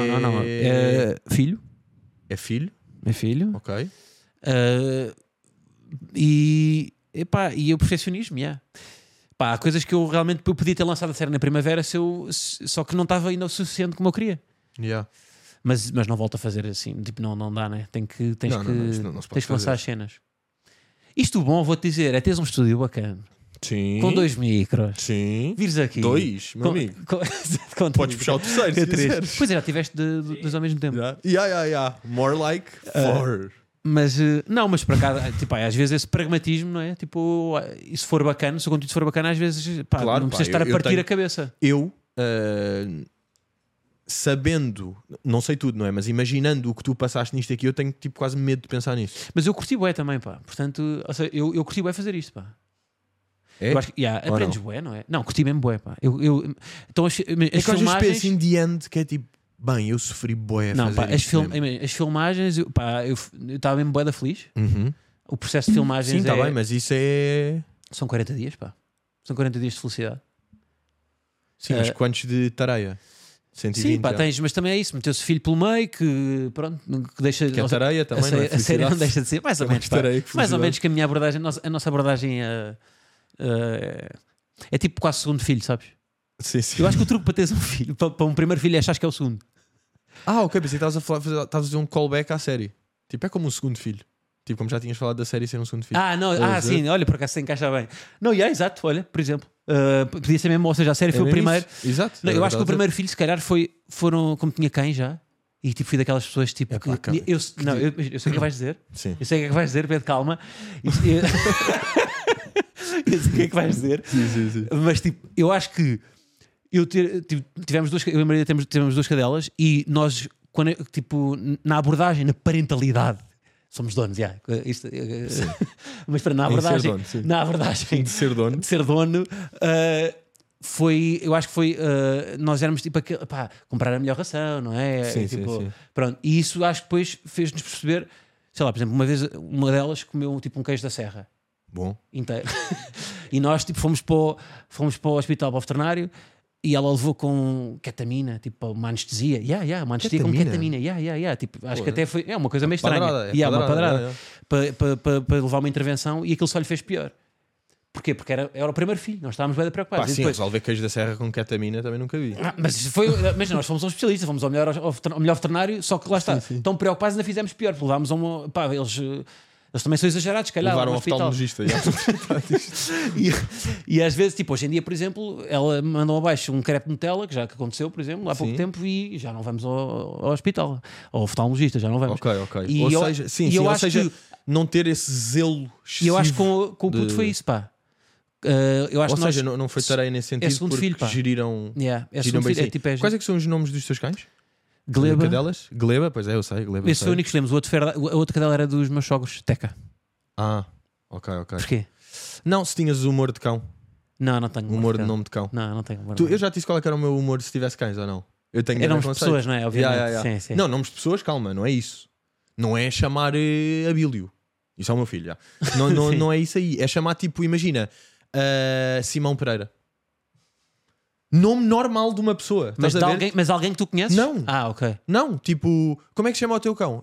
É filho. É filho? É filho. Ok. E o perfeccionismo, Pá, há coisas que eu realmente podia ter lançado a série na primavera só que não estava ainda o suficiente como eu queria. Yeah. Mas não volto a fazer assim, tipo, não dá, né? Tens que lançar as cenas. Isto bom, vou-te dizer, é teres um estúdio bacana. Sim. Com 2 micros. Sim. Vires aqui. 2, meu amigo. Podes puxar o terceiro, se quiseres. Pois é, já tiveste 2 ao mesmo tempo. Yeah. More like 4. Mas para cá, tipo, às vezes esse pragmatismo, não é? Tipo, e se for bacana, se o conteúdo for bacana, às vezes, pá, claro, não precisas estar a partir a cabeça. Eu, sabendo, não sei tudo, não é? Mas imaginando o que tu passaste nisto aqui, eu tenho tipo quase medo de pensar nisso. Mas eu curti bué também, pá. Portanto, ou seja, eu curti bué fazer isto, pá. É? Eu acho que, aprendes bué, não é? Não, curti mesmo bué, pá. Então as filmagens... assim, de end, que é tipo, bem, eu sofri bué a não, fazer pá, as filmagens, eu estava mesmo bué da feliz. Uhum. O processo de filmagens sim, está bem, mas isso é... São 40 dias, pá. São 40 dias de felicidade. Sim, mas quantos de tareia? 120, sim, pá, tens, mas também é isso, meteu-se filho pelo meio que pronto, que deixa que a tareia também, não é? A série não deixa de ser, mais ou menos, pá, mais ou menos que a minha abordagem, a nossa abordagem é tipo quase segundo filho, sabes? Sim. Eu acho que o truque para teres um filho, para um primeiro filho, achas que é o segundo. Ok, pensei que estavas a fazer um callback à série. Tipo, é como um segundo filho. Tipo, como já tinhas falado da série ser um segundo filho. Sim, olha, por acaso se encaixa bem. Não, exato, olha, por exemplo. Podia ser mesmo, ou seja, a série foi o primeiro. Exato. Não, eu acho que o primeiro filho, se calhar, foram como tinha cães já. E tipo, fui daquelas pessoas tipo. Eu sei o que vais dizer. Sim. Eu sei o que vais dizer, Pedro, calma. Eu sei o que é que vais dizer. Sim. Mas tipo, eu acho que tivemos eu e a Maria tivemos 2 cadelas e nós, quando, tipo, na abordagem, na parentalidade. Somos donos, mas para na abordagem de ser dono, eu acho que foi nós éramos tipo aquele, pá, comprar a melhor ração, não é? Sim. Pronto. E isso acho que depois fez-nos perceber, sei lá, por exemplo, uma vez uma delas comeu tipo um queijo da serra inteiro e nós tipo fomos para o hospital, para o veterinário. E ela levou com ketamina, tipo uma anestesia. Uma anestesia com ketamina. Tipo, acho que até foi uma coisa meio estranha. Uma padrada. Para levar uma intervenção e aquilo só lhe fez pior. Porquê? Porque era o primeiro filho. Nós estávamos bem preocupados. Sim, depois... resolver queijo da serra com ketamina também nunca vi. Mas nós fomos um especialista, fomos ao melhor veterinário, só que lá está. Sim. Tão preocupados ainda fizemos pior. Levámos a uma... Pá, eles também são exagerados, se calhar. Levaram um oftalmologista. E às vezes, tipo, hoje em dia, por exemplo, ela mandou abaixo um crepe de Nutella, que aconteceu, por exemplo, há pouco tempo, e já não vamos ao hospital, ao oftalmologista, já não vamos. Ok. E ou seja, não ter esse zelo excessivo. E eu acho que com o puto foi isso, pá. Eu acho ou seja, não foi tarefa nesse sentido, porque filho, geriram bem filho. Quais é que são os nomes dos teus cães? Gleba. Gleba, pois é, eu sei. Gleba, esse foi o único que temos. A outra cadela era dos meus sogros, Teca. Ok. Porquê? Não, se tinhas o humor de cão. Não tenho humor de nome de cão. Não tenho humor. Eu já te disse qual era o meu humor se tivesse cães ou não. Eu tenho nomes de pessoas, não é? Obviamente. Sim. Não, nomes de pessoas, calma, não é isso. Não é chamar Abílio. Isso é o meu filho, já. Não é isso aí. É chamar tipo, imagina, Simão Pereira. Nome normal de uma pessoa. Mas alguém que tu conheces? Não. Ok. Não, tipo, como é que se chama o teu cão?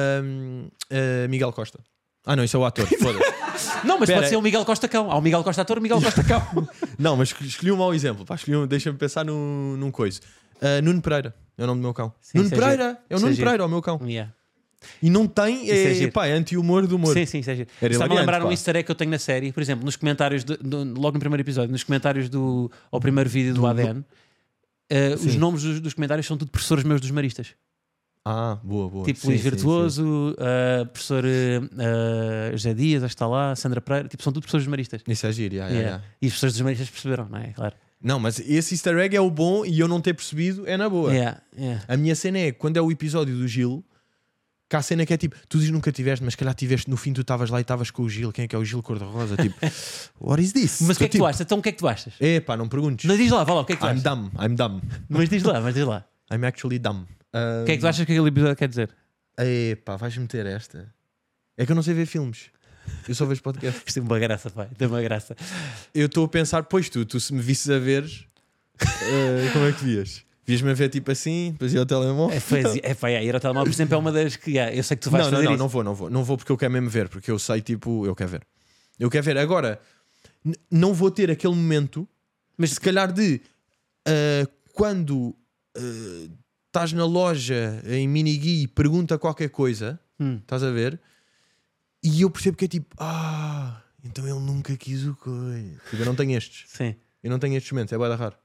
Miguel Costa. Não, isso é o ator. Foda-se. Não, mas pode ser o Miguel Costa Cão. Há o Miguel Costa ator, o Miguel Costa Cão. Não, mas escolhi um mau exemplo. Deixa-me pensar num coisa. Nuno Pereira é o nome do meu cão. Sim, Nuno Pereira. É o Nuno Pereira, o meu cão. E não tem, é anti-humor do humor. Sim, isso é giro. Está-me a lembrar um easter egg que eu tenho na série, por exemplo, nos comentários, logo no primeiro episódio, nos comentários ao primeiro vídeo do ADN, os nomes dos comentários são tudo professores meus dos maristas. Boa. Tipo Luís Virtuoso, professor José Dias, acho que está lá, Sandra Pereira, tipo, são tudo professores dos maristas. Isso é giro, E os professores dos maristas perceberam, não é? Claro. Não, mas esse easter egg é o bom e eu não ter percebido é na boa. A minha cena é quando é o episódio do Gil. Que há a cena que é tipo, tu dizes nunca tiveste, mas se calhar tiveste, no fim tu estavas lá e estavas com o Gil. Quem é que é o Gil cor-de-rosa? Tipo, what is this? Mas o que é que tu achas? Então o que é que tu achas? Não perguntes. Mas diz lá, vá lá, o que é que tu achas? I'm dumb. Mas diz lá. I'm actually dumb. O que é que tu achas que aquele episódio quer dizer? Vais meter esta. É que eu não sei ver filmes. Eu só vejo podcast. Isto tem uma graça, pai. Tem uma graça. Eu estou a pensar, pois tu se me visses a ver, como é que vias? Vias-me a ver tipo assim, depois ia ao telemóvel. Ir ao telemóvel, por exemplo, é uma das que eu sei que tu vais fazer isso. Não vou porque eu quero mesmo ver, porque eu sei, tipo, eu quero ver. Agora, não vou ter aquele momento, mas se calhar de quando estás na loja em Minigui e pergunta qualquer coisa, estás a ver? E eu percebo que é tipo, então ele nunca quis o coisa. Eu não tenho estes. Sim. Eu não tenho estes momentos, é bué da raro.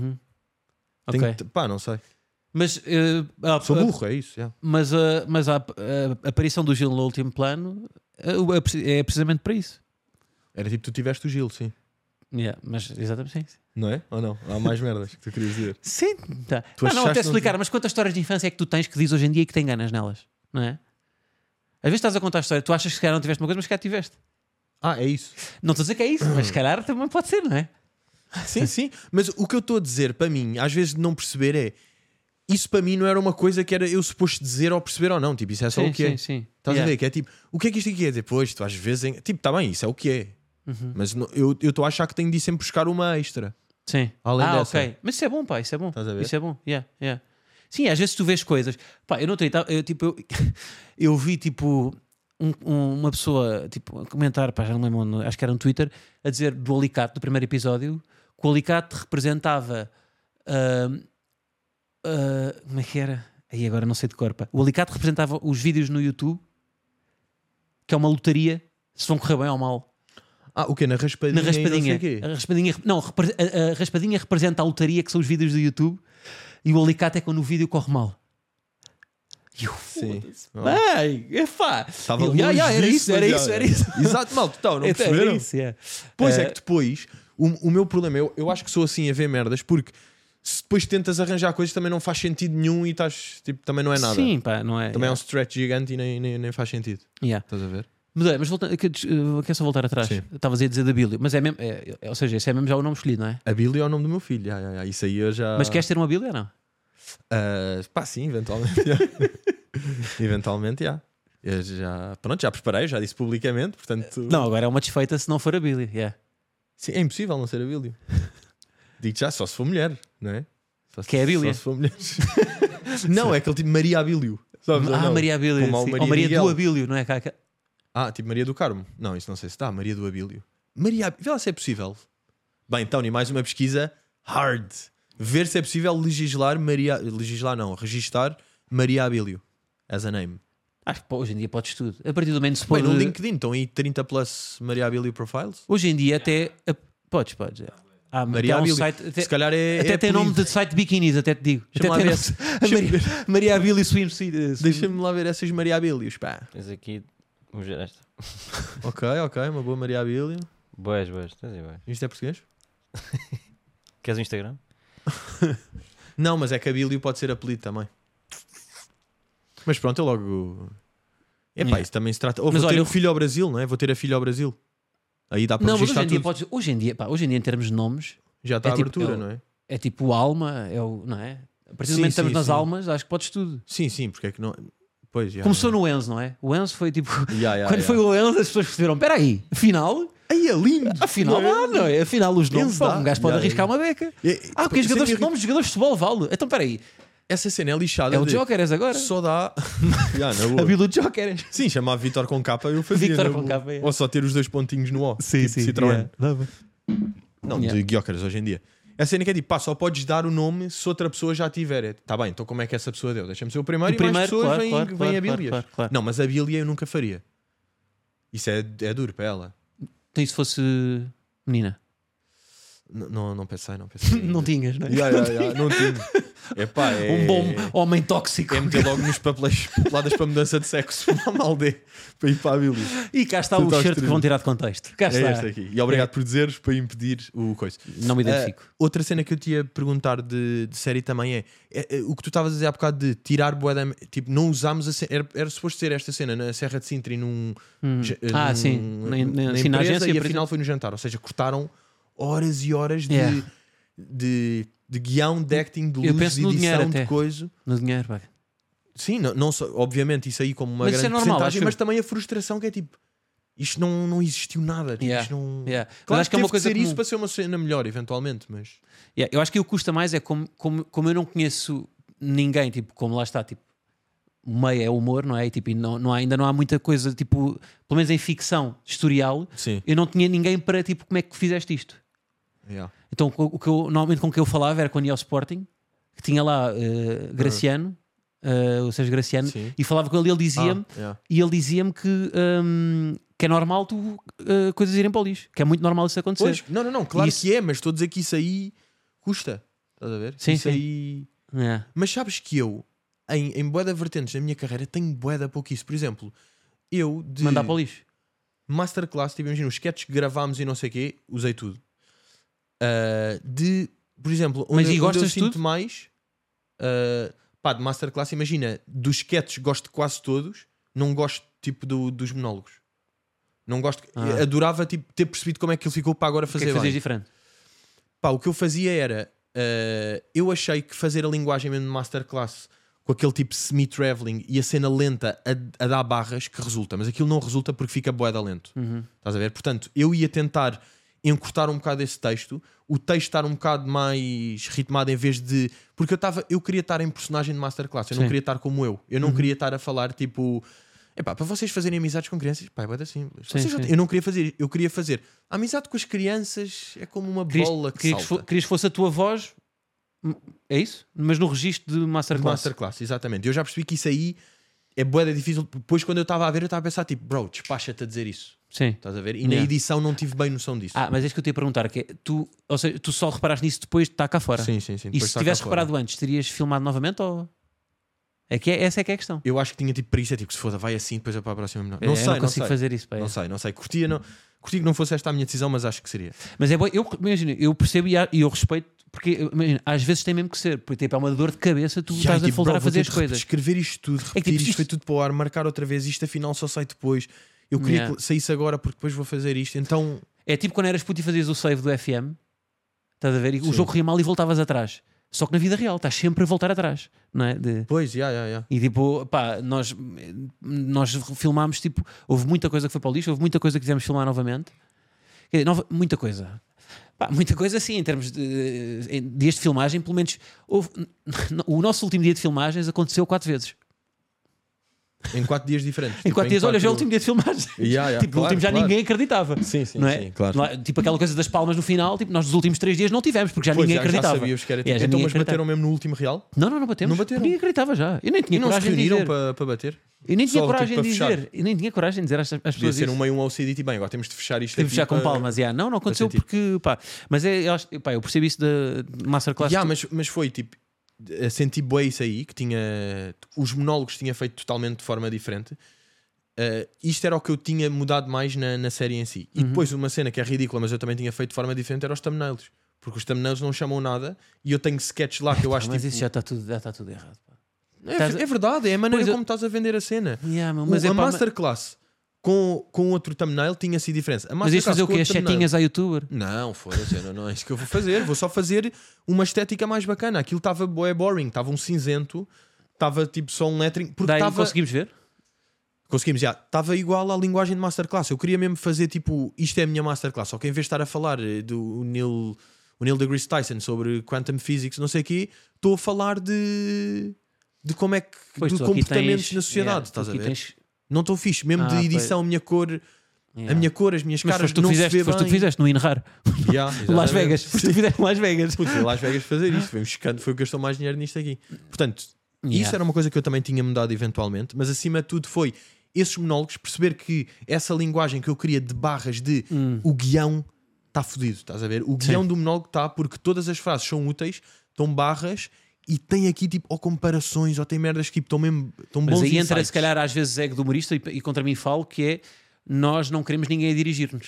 Não sei. Mas sou burro, é isso. Yeah. Mas a aparição do Gil no último plano é precisamente para isso. Era tipo, tu tiveste o Gil, sim. Mas exatamente sim. Não é? Ou não? Há mais merdas que tu querias dizer. Sim, tá. Não até explicar, mas quantas histórias de infância é que tu tens que diz hoje em dia e que tem ganas nelas? Não é? Às vezes estás a contar a história, tu achas que se calhar não tiveste uma coisa, mas se calhar tiveste. É isso. Não estou a dizer que é isso, mas se calhar também pode ser, não é? Sim. Mas o que eu estou a dizer, para mim, às vezes de não perceber é... Isso para mim não era uma coisa que era eu suposto dizer ou perceber ou não. Tipo, isso é só o que é. Sim. Estás a ver? Que é tipo, o que é que isto aqui é? Depois, tu às vezes... Tipo, está bem, isso é o que é. Mas eu estou a achar que tenho de ir sempre buscar uma extra. Sim. Além dessa. Ok. Mas isso é bom, pá, isso é bom. Estás a ver? Isso é bom, yeah. Sim, às vezes tu vês coisas. Pá, eu não tenho... Eu vi, tipo... uma pessoa, tipo, a comentar, pá, já não lembro, acho que era no Twitter, a dizer do alicate, do primeiro episódio, que o alicate representava... como é que era? Aí agora não sei de cor, pá. O alicate representava os vídeos no YouTube, que é uma lotaria, se vão correr bem ou mal. O quê? Na raspadinha? Na raspadinha. A raspadinha representa a lotaria, que são os vídeos do YouTube, e o alicate é quando o vídeo corre mal. Sim. Era isso. Exato, mal, não perceberam? Isso, Pois é que depois, o meu problema, eu acho que sou assim a ver merdas, porque se depois tentas arranjar coisas também não faz sentido nenhum e estás, tipo, também não é nada. Sim, pá, não é. Também é um stretch gigante e nem faz sentido. Estás a ver? Mas voltando, quero só voltar atrás. Estavas a dizer da Bíblia, mas é mesmo, ou seja, esse é mesmo já o nome escolhido, não é? A Bíblia é o nome do meu filho. Isso aí eu já. Mas queres ter uma Bíblia ou não? Sim, eventualmente. Eventualmente, eu já preparei, já disse publicamente, portanto... Não, agora é uma desfeita se não for a Bíblia. Sim, é impossível não ser a Bíblia. Digo já, só se for mulher, não é? Que é a Bíblia? Só se for mulher. Não, é aquele tipo Maria Abílio. Maria Abílio, sim. Ou Maria do Abílio, não é? Tipo Maria do Carmo. Não, isso não sei se está. Maria do Abílio. Vê lá se é possível. Bem, Tony, mais uma pesquisa hard. Ver se é possível registar Maria Abílio as a name. Acho que hoje em dia podes tudo. A partir do momento se pode... no LinkedIn estão aí 30 plus Maria Abílio profiles. Hoje em dia até... Podes. Maria Abílio. Site, se calhar até tem nome de site de biquinis, até te digo. Maria Abílio Swimsuit. Deixa-me lá ver essas Maria Abílios, pá. Tens aqui... Vamos ver esta. Ok, uma boa Maria Abílio. Boas. Isto é português? Queres o Instagram? Não, mas é que Abílio pode ser apelido também. Mas pronto, eu logo... isso também se trata... Vou ter um filho ao Brasil, não é? Vou ter a filha ao Brasil. Aí dá para registrar tudo. Hoje em dia, em termos de nomes... Já está a abertura, não é? É tipo Alma, não é? A partir do momento que estamos nas almas, acho que podes tudo. Sim, porque é que não... Pois, começou no Enzo, não é? O Enzo foi tipo... Quando foi o Enzo, as pessoas perceberam, espera aí, afinal... Aí é lindo! Afinal, não é? Afinal, os nomes, um gajo pode arriscar uma beca. Porque os nomes de jogadores de futebol vale. Então, espera aí. Essa cena é lixada. É o Jokeres agora. Só dá... A Bíblia do Jokeres. Sim, chamava Vitor com capa eu fazia. Vitor com capa, Ou só ter os dois pontinhos no O. Sim. Citroën. Não, de Jokeres hoje em dia. A cena que é tipo, só podes dar o nome se outra pessoa já tiver. Está bem, então como é que essa pessoa deu? Deixa-me ser o primeiro e mais pessoas vêm a Bíblias. Claro. Não, mas a Bíblia eu nunca faria. Isso é duro para ela. Então e se fosse menina? Não pensei. Não tinhas, não é? Não tinha. Um bom homem tóxico. É meter logo nos papéis papeladas para mudança de sexo mal de para ir para a Bíblia. E cá está o certo que vão tirar de contexto. Cá está. Este aqui. E obrigado por dizeres para impedir o coisa. Não me identifico. Outra cena que eu te ia perguntar de série também é o que tu estavas a dizer há bocado de tirar boeda. Tipo, não usámos a cena. Era suposto ser esta cena na Serra de Sintra e sim. Na empresa, na agência, e afinal foi no jantar. Ou seja, cortaram horas e horas de guião, de acting, de luz, de edição, de coisa. No dinheiro, vai. Sim, não só, obviamente isso aí como uma grande porcentagem, mas também a frustração que é tipo, isto não existiu nada. Tipo, isto não... Claro, mas acho que é uma coisa isso para ser uma cena melhor, eventualmente, mas... Eu acho que o que custa mais é como eu não conheço ninguém, tipo, como lá está, tipo, o meio é humor, não é? E, tipo, ainda não há muita coisa, tipo, pelo menos em ficção historial, Sim. eu não tinha ninguém para, tipo, como é que fizeste isto? Yeah. Então o que eu, normalmente com que eu falava era com o Neo Sporting, que tinha lá Graciano, o Sérgio Graciano, Sim. e falava com ele e ele dizia-me que é normal tu coisas irem para o lixo, que é muito normal isso acontecer. Pois, não, claro que é, mas estou a dizer que isso aí custa, estás a ver? Sim, isso sim. aí... Mas sabes que eu, em bué de vertentes da minha carreira, tenho bué de pouco isso. Por exemplo, eu de mandar para o lixo, masterclass, tipo, imagina, os sketches que gravámos e não sei o quê, usei tudo. Por exemplo, onde eu sinto tudo? Mais de masterclass, imagina, dos sketches gosto de quase todos, não gosto tipo dos monólogos. Não gosto, adorava tipo, ter percebido como é que ele ficou para agora fazer. O que é que fazias diferente? O que eu fazia era eu achei que fazer a linguagem mesmo de masterclass com aquele tipo semi-travelling e a cena lenta a dar barras que resulta, mas aquilo não resulta porque fica bué da lento. Estás a ver? Portanto, eu ia tentar encurtar um bocado esse texto, o texto estar um bocado mais ritmado em vez de... Porque eu queria estar em personagem de masterclass, eu não queria estar como eu não queria estar a falar tipo... para vocês fazerem amizades com crianças, é bué da simples. Eu não queria fazer, eu queria fazer a amizade com as crianças, é como uma bola que salta. Querias que fosse a tua voz, é isso? Mas no registro de masterclass. Masterclass, exatamente. Eu já percebi que isso aí é bué da difícil. Depois quando eu estava a ver, eu estava a pensar tipo, bro, despacha-te a dizer isso. Sim. Estás a ver? E na edição não tive bem noção disso. Mas é isso que eu te ia perguntar, que é, ou seja, tu só reparaste nisso depois de estar cá fora? Sim. E se tivesse reparado antes, terias filmado novamente ou... Essa é que é a questão. Eu acho que tinha tipo preguiça, tipo, se foda, vai assim, depois é para a próxima. Não consigo fazer isso. Não sei. Curtia que não fosse esta a minha decisão, mas acho que seria. Mas é bom, eu percebo e eu respeito, porque imagina, às vezes tem mesmo que ser, porque tipo, é uma dor de cabeça, tu estás a voltar a fazer as coisas. Escrever isto tudo, repetir isto, foi tudo para o ar, marcar outra vez, isto afinal só sai depois. Eu queria que saísse agora porque depois vou fazer isto. Então é tipo quando eras puto e fazias o save do FM, estás a ver? E o jogo corria mal e voltavas atrás. Só que na vida real estás sempre a voltar atrás, não é? Pois, E tipo, nós filmámos, tipo, houve muita coisa que foi para o lixo, houve muita coisa que quisemos filmar novamente. Quer dizer, muita coisa. Muita coisa assim, em termos de dias de filmagem, pelo menos o nosso último dia de filmagens aconteceu 4 vezes. Em 4 dias diferentes. Em 4 dias, olha, já é o último dia de filmagem. Tipo, no último já ninguém acreditava. Sim, não é? Claro. Tipo aquela coisa das palmas no final, tipo, nós nos últimos 3 dias não tivemos, porque ninguém acreditava. Já sabíamos que era tipo, então, mas bateram mesmo no último real? Não batemos. Não bateram. Ninguém acreditava já. Eu nem tinha coragem de dizer. para bater? Eu nem tinha coragem de dizer. Eu nem tinha coragem de dizer às pessoas. Devia ser um OCD e bem, agora temos de fechar isto. Temos de fechar com palmas. Não aconteceu porque. Mas eu percebi isso da Masterclass. Mas foi tipo. Senti bué isso aí, que tinha. Os monólogos tinha feito totalmente de forma diferente. Isto era o que eu tinha mudado mais na série em si. E depois uma cena que é ridícula, mas eu também tinha feito de forma diferente, era os thumbnails. Porque os thumbnails não chamam nada e eu tenho sketches lá que eu acho mas tipo... isso já está tudo errado. É verdade, é a maneira como estás a vender a cena. Mas a masterclass com outro thumbnail tinha sido diferença. Mas isto fazer o quê? As setinhas a youtuber? Não, foda-se, não é isso que eu vou fazer. Vou só fazer uma estética mais bacana. Aquilo estava boring, estava um cinzento, estava tipo só um lettering. Daí conseguimos ver? Conseguimos, já. Estava igual à linguagem de masterclass. Eu queria mesmo fazer tipo, isto é a minha masterclass. Só que em vez de estar a falar do Neil deGrasse Tyson sobre quantum physics, não sei o quê, estou a falar de como é que de comportamentos na sociedade, estás a ver? Não estou fixe, mesmo de edição, a minha cor, as minhas caras não se vê bem. Foste tu que fizeste no INRAR. Las Vegas. Foste tu que fizeste Las Vegas. Fui Las Vegas fazer isto. Foi o que gastou mais dinheiro nisto aqui. Portanto, isso era uma coisa que eu também tinha mudado eventualmente, mas acima de tudo foi esses monólogos, perceber que essa linguagem que eu queria de barras de o guião está fodido, estás a ver? O guião do monólogo está, porque todas as frases são úteis, estão barras e tem aqui tipo ou comparações ou tem merdas que estão mesmo bons. Mas aí entra se calhar às vezes ego do humorista e contra mim falo que é nós não queremos ninguém a dirigir-nos.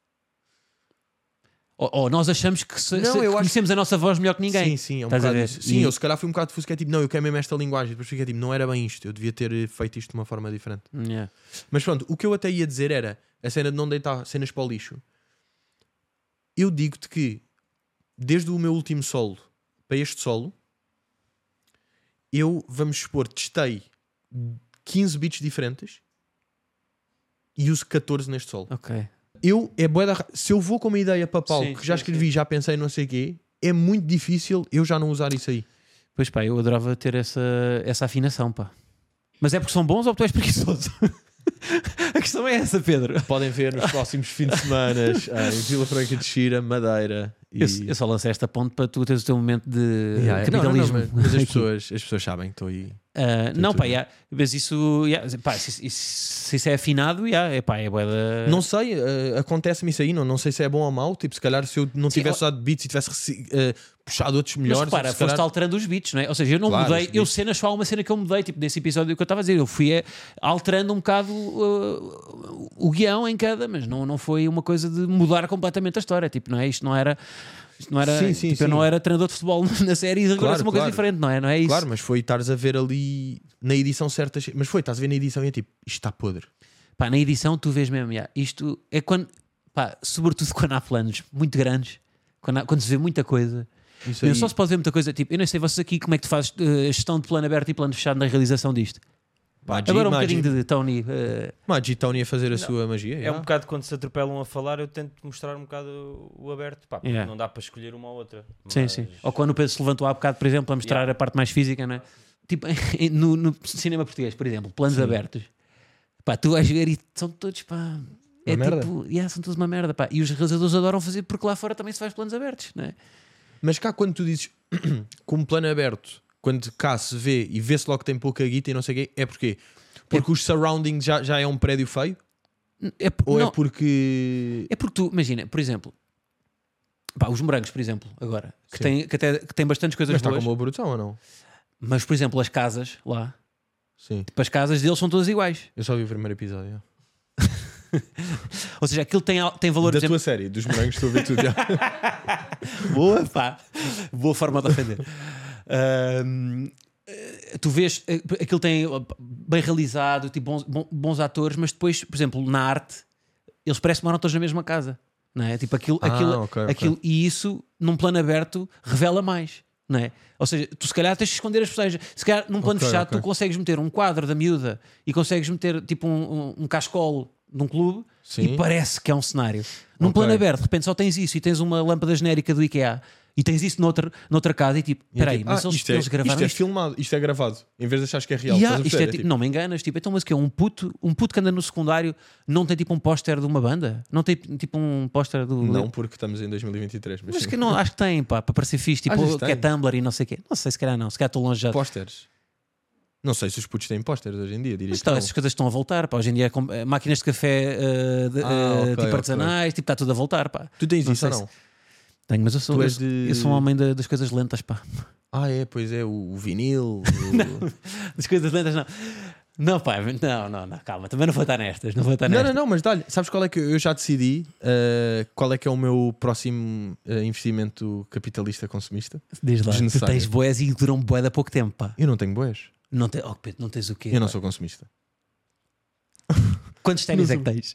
Ou nós achamos que conhecemos a nossa voz melhor que ninguém. Sim, é um bocado isso. Sim, eu se calhar fui um bocado difuso, que é tipo, não, eu quero mesmo esta linguagem. Depois fiquei tipo, não era bem isto, eu devia ter feito isto de uma forma diferente. Mas pronto, o que eu até ia dizer era a cena de não deitar cenas para o lixo. Eu digo-te que desde o meu último solo para este solo, eu, vamos supor, testei 15 beats diferentes e uso 14 neste solo. Se eu vou com uma ideia para palco que já escrevi, já pensei não sei o quê, é muito difícil eu já não usar isso aí. Pois pá, eu adorava ter essa afinação, pá. Mas é porque são bons ou porque tu és preguiçoso? A questão é essa, Pedro. Podem ver nos próximos fins de semana em Vila Franca de Xira, Madeira. E... Eu só lancei esta ponte para tu teres o teu momento de capitalismo. Não, mas as pessoas sabem que estou aí. Não, pá, mas isso, pá, se isso é afinado, é bué da... Não sei, acontece-me isso aí, não sei se é bom ou mau. Tipo, se calhar se eu não tivesse usado beats e tivesse puxado outros melhores. Mas repara, foste alterando os beats, não é? Ou seja, eu não mudei, cenas, só há uma cena que eu mudei, tipo, nesse episódio que eu estava a dizer, eu fui alterando um bocado o guião em cada, mas não foi uma coisa de mudar completamente a história, tipo, não é? Isto não era. Sim. Eu não era treinador de futebol na série e agora é uma coisa diferente, não é isso? Claro, mas foi estares a ver ali na edição certas. Mas estás a ver na edição e é tipo, isto está podre. Pá, na edição tu vês mesmo, isto é quando, pá, sobretudo quando há planos muito grandes, quando se vê muita coisa. Só se pode ver muita coisa, tipo, eu não sei vocês aqui como é que tu fazes gestão de plano aberto e plano fechado na realização disto. Agora um bocadinho de Tony. Magi Tony a fazer a sua magia. É um bocado quando se atropelam a falar, eu tento mostrar um bocado o aberto. Pá, não dá para escolher uma ou outra. Mas... Sim. Ou quando o Pedro se levantou há bocado, por exemplo, a mostrar a parte mais física, não é? Tipo, no cinema português, por exemplo, planos abertos. Pá, tu vais ver e são todos, pá. É merda. Tipo, são todos uma merda, pá. E os realizadores adoram fazer porque lá fora também se faz planos abertos, não é? Mas cá quando tu dizes como plano aberto, quando cá se vê e vê-se logo que tem pouca guita e não sei o quê, é porquê? Porque os surroundings já é um prédio feio? É porque tu, imagina, por exemplo, pá, os morangos, por exemplo, agora, que tem bastantes coisas boas. Mas está com uma produção ou não? Mas, por exemplo, as casas lá, tipo, as casas deles são todas iguais. Eu só vi o primeiro episódio. Ou seja, aquilo tem valor... Da tua série, dos morangos, estou a ver tudo. Boa, pá. Boa forma de ofender. Tu vês, aquilo tem bem realizado, tipo, bons atores, mas depois, por exemplo, na arte, eles parecem que moram todos na mesma casa, não é? Tipo, aquilo, okay. E isso, num plano aberto, revela mais, não é? Ou seja, tu se calhar tens de esconder as personagens. Se calhar, num plano fechado, tu consegues meter um quadro da miúda e consegues meter, tipo, um cascolo de um clube e parece que é um cenário. Num plano aberto, de repente só tens isso e tens uma lâmpada genérica do IKEA e tens isso noutra casa e tipo, peraí, mas eles gravaram isto é filmado, isto é gravado, em vez de achares que é real. Isto é tipo, não me enganas, tipo, então, mas que é um puto que anda no secundário não tem tipo um póster de uma banda? Não tem tipo um póster do... Não, porque estamos em 2023. Mas que não, acho que tem, pá, para parecer fixe, tipo, que é Tumblr e não sei o quê. Não sei, se calhar não, se calhar estou longe já. Pósteres? Não sei se os putos têm pósteres hoje em dia, diria. Mas então, essas coisas estão a voltar, pá. Hoje em dia máquinas de café tipo artesanais, tipo, está tudo a voltar, pá. Tu tens isso ou não? Tenho, mas eu sou um homem das coisas lentas, pá. Pois é, o vinil. Não, das coisas lentas não. Não, pá, não, calma, também não vou estar nestas. Não, mas dá-lhe. Sabes qual é que eu já decidi? Qual é que é o meu próximo investimento capitalista consumista? Diz lá, tu tens boés e duram bué de pouco tempo, pá. Eu não tenho boés. Pedro, não tens o quê? Eu não sou consumista. Quantos ténis é que tens?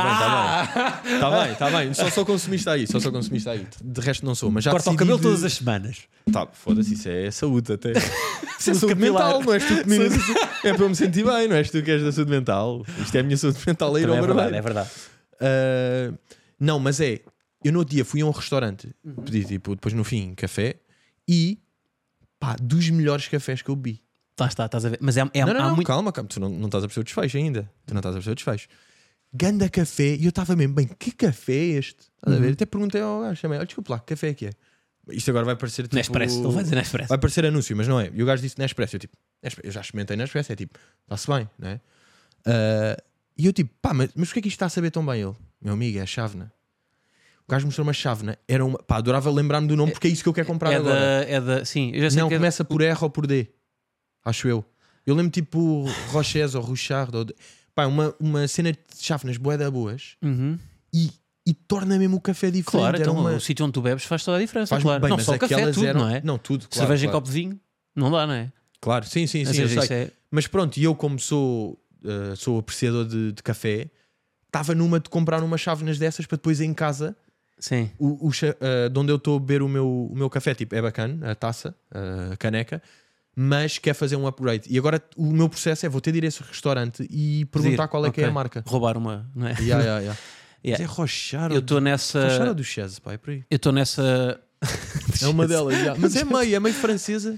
Tá bem. Só sou consumista aí. De resto não sou. Mas já corta o cabelo todas as semanas. Foda-se, isso é saúde até. Isso é saúde mental, não és tu que me... É para eu me sentir bem, não és tu que és da saúde mental. Isto é a minha saúde mental a ir ao barbeiro. É verdade. Não, mas eu no outro dia fui a um restaurante, pedi tipo, depois no fim, café e pá, dos melhores cafés que eu bebi. Estás a ver? Mas não, muito... calma, tu não estás a perceber o desfecho ainda. Ganda café, e eu estava mesmo, bem, que café é este? Estás a ver? Até perguntei ao gajo, chamei, desculpa lá, que café é que é? Isto agora vai parecer tipo... Nespresso, ele vai dizer Nespresso. Vai parecer anúncio, mas não é. E o gajo disse Nespresso, eu já experimentei Nespresso, é tipo, está-se bem, não é? E eu tipo, pá, mas porquê é que isto está a saber tão bem? Ele, meu amigo, é a chávena. O gajo mostrou uma chávena, era uma... Pá, adorava lembrar-me do nome, porque é isso que eu quero comprar agora. Sim, eu já sei. Não, começa por R ou por D. Acho eu. Eu lembro tipo Roches ou Rouchard pá, uma cena de chávenas boeda boas e torna mesmo o café diferente. Claro, então o sítio onde tu bebes faz toda a diferença. Faz claro. Bem, não só o café, tudo, não é? Não, tudo. Claro, cerveja em copo de vinho, não dá, não é? Claro, sim, eu sei. Mas pronto, e eu como sou apreciador de café, estava numa de comprar umas chávenas dessas para depois em casa. Sim. De onde eu estou a beber o meu café, tipo, é bacana, a taça, a caneca, mas quer fazer um upgrade. E agora o meu processo é, vou ter de ir a esse restaurante e perguntar qual é que é a marca. Roubar uma, não é? Yeah. Mas é Rochard. Eu estou nessa... Rochard ou do Chese, pá, é por aí. Eu estou nessa... É uma delas, mas é meio francesa.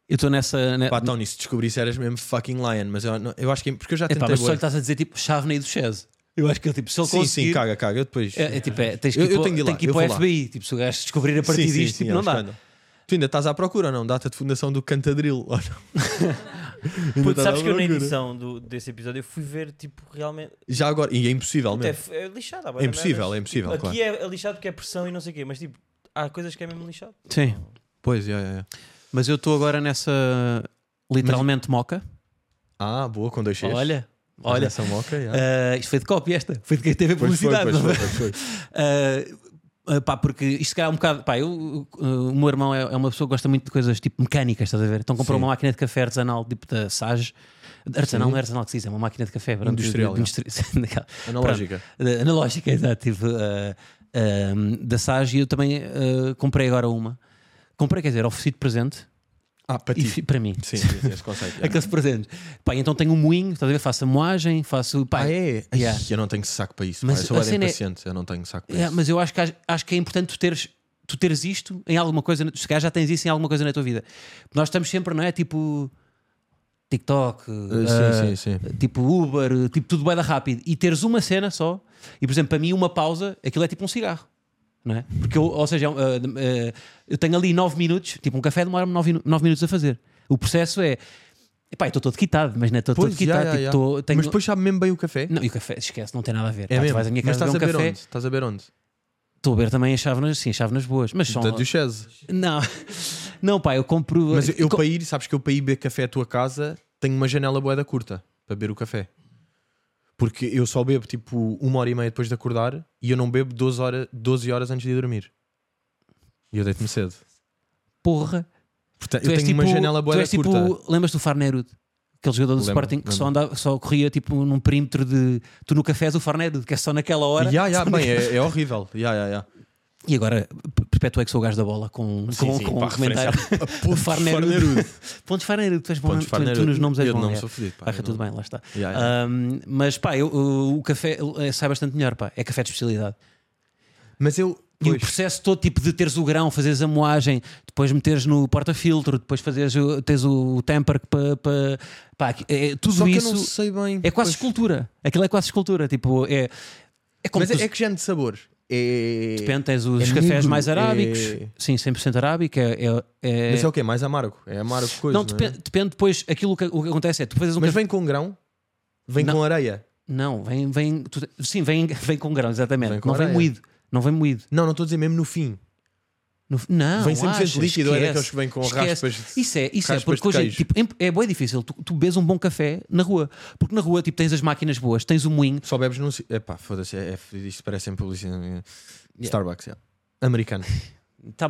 Eu estou nessa. Pá, Tony, se descobrisse eras mesmo fucking lion, mas eu acho que. Porque eu já tentei. Mas só lhe estás a dizer tipo Chávena e do Chese. Eu acho que ele tipo, se ele conseguir. Sim, caga. Eu depois. Tens que ir para o FBI. Tipo, se o gajo descobrir a partir disto, tipo, não dá. Tu ainda estás à procura ou não? Data de fundação do Cantadril ou não? Puto, sabes que eu na edição desse episódio eu fui ver, tipo, realmente. Já agora, e é impossível mesmo. É lixado. É impossível, tipo, claro. Aqui é lixado porque é pressão e não sei o quê, mas tipo, há coisas que é mesmo lixado. Sim. Pois, é. Mas eu estou agora nessa literalmente moca. Ah, boa, com 2 X's. Olha. Essa moca, isto foi de cópia esta. Foi de quem teve a publicidade. Foi. Pá, porque isto se calhar é um bocado. Pá, o meu irmão é uma pessoa que gosta muito de coisas tipo mecânicas, estás a ver? Então comprou uma máquina de café artesanal, tipo da Sage. Artesanal não é artesanal que se diz, é uma máquina de café industrial. Analógica. Analógica, exato. Tipo, da Sage, e eu também comprei agora uma. Comprei, quer dizer, ofereci de presente. Para ti. Para mim. Sim, esse conceito. Aqueles presentes. Pá, então tenho um moinho, estás a ver? Faço a moagem, faço. Pá, é? Eu não tenho saco para isso. Mas eu sou bem impaciente, eu não tenho saco para isso. Mas eu acho que é importante tu teres isto em alguma coisa. Se calhar já tens isso em alguma coisa na tua vida. Nós estamos sempre, não é? Tipo TikTok, sim. tipo Uber, tipo tudo bem da rápido. E teres uma cena só. E por exemplo, para mim, uma pausa, aquilo é tipo um cigarro. Não é? Porque eu tenho ali 9 minutos, tipo um café demora-me 9 minutos a fazer. O processo é. Epá, estou todo quitado, mas não é todo quitado. Mas depois sabe mesmo bem o café? Não, e o café, esquece, não tem nada a ver. É mesmo. Vais à minha casa, mas estás a ver café. onde? Estás a ver onde? Estou a ver também as chávenas, sim, as chávenas boas. Mas são. Do Chese. Não, pá, eu compro. Mas para ir, sabes que eu para ir beber café à tua casa tenho uma janela boeda curta para beber o café. Porque eu só bebo tipo 1h30 depois de acordar e eu não bebo 12 horas antes de dormir. E eu deito-me cedo. Porra. Portanto, eu tenho uma janela boa curta. Tipo, lembras do Farnerud? Aquele jogador do Sporting que só corria tipo num perímetro de. Tu no café és o Farnerud, que é só naquela hora. É horrível. E agora perpetuei que sou o gajo da bola com um comentário. Pontos Farnerud. Pontos Farnerud. Tu nos nomes és bom. Eu não sou fedido. Tudo bem, lá está. Mas pá, o café sai bastante melhor. Pá. É café de especialidade. Mas eu. E o processo todo, tipo de teres o grão, fazeres a moagem, depois meteres no porta-filtro, depois teres o temper para tudo só isso. Que eu não sei bem. É quase escultura. Aquilo é quase escultura. Tipo, mas é que género de sabor? Depende, tens os cafés negro, mais arábicos. Sim, 100% arábico. Mas é o quê? Mais amargo? É amargo coisa? Não, depende depois. Aquilo o que acontece é tu fazes Mas vem com grão? Vem com areia? Não, vem com grão, exatamente. Não vem moído. Não vem moído. Não estou a dizer mesmo no fim. Não, vem 100% líquido, é daqueles que vêm com raspas. Isso é porque hoje tipo, é bem difícil. Tu bebes um bom café na rua, porque na rua tipo, tens as máquinas boas, tens o moinho. Só bebes num. Epá, foda-se, isto parece sempre publicidade. Starbucks, americano. Tá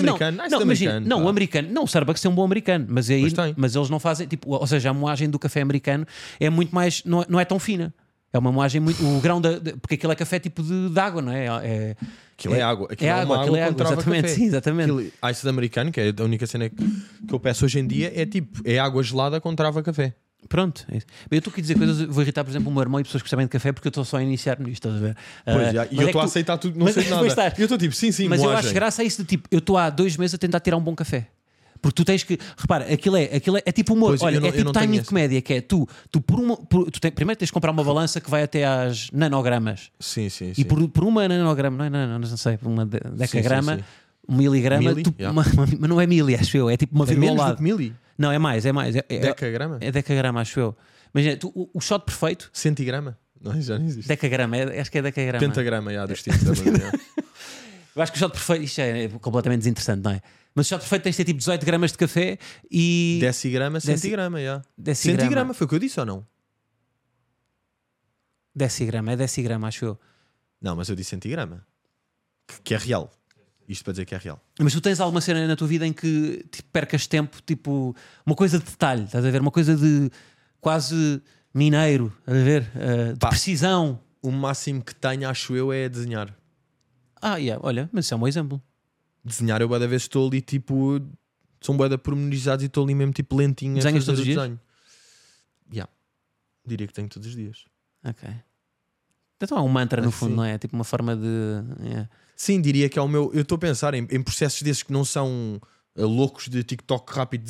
o americano, não, o Starbucks é um bom americano, mas eles não fazem, tipo, ou seja, a moagem do café americano é muito mais, não é tão fina. É uma moagem muito. O grão porque aquilo é café tipo de água, não é? Aquilo é água. Aquilo é água, exatamente. Sim, exatamente. Ice americano, que é a única cena que eu peço hoje em dia, é água gelada com trava café. Pronto. É isso. Eu estou aqui a dizer coisas, vou irritar, por exemplo, o meu irmão e pessoas que percebem de café porque eu estou só a iniciar nisto, estás a ver? E eu estou a aceitar tudo, não sei nada. Eu estou tipo, sim, mas moagem. Eu acho graça a isso de tipo, eu estou há 2 meses a tentar tirar um bom café. Porque tu tens que. Repara, aquilo é tipo humor. Olha, é tipo timing de comédia, que é tu primeiro tens de comprar uma balança que vai até às nanogramas. Sim. E por uma nanograma, não sei, por uma decagrama, um miligrama, mas não é mili, acho eu. É tipo uma vírgula ao lado. Mili? Não, é mais. Decagrama? É decagrama, acho eu. Mas o shot perfeito. Centigrama? Não, já não existe. Decagrama, acho que é decagrama. Pentagrama, já, dos tipos da Eu acho que o shot perfeito, isto é completamente desinteressante, não é? Mas o shot perfeito tens de ter tipo 18 gramas de café e. Decigrama, centigrama, já. Centigrama, foi o que eu disse ou não? Decigrama, é decigrama, acho eu. Não, mas eu disse centigrama. Que é real. Isto para dizer que é real. Mas tu tens alguma cena na tua vida em que tipo, percas tempo, tipo, uma coisa de detalhe, estás a ver? Uma coisa de quase mineiro, estás a ver? De precisão. O máximo que tenho, acho eu, é desenhar. Olha, mas isso é um bom exemplo. Desenhar, eu cada vez estou ali tipo. São bué de pormenorizados e estou ali mesmo tipo lentinho. Desenhas todos os dias? Diria que tenho todos os dias. Ok. Então é um mantra no fundo, não é? Tipo uma forma de. Sim, diria que é o meu. Eu estou a pensar em processos desses que não são loucos de TikTok rápido.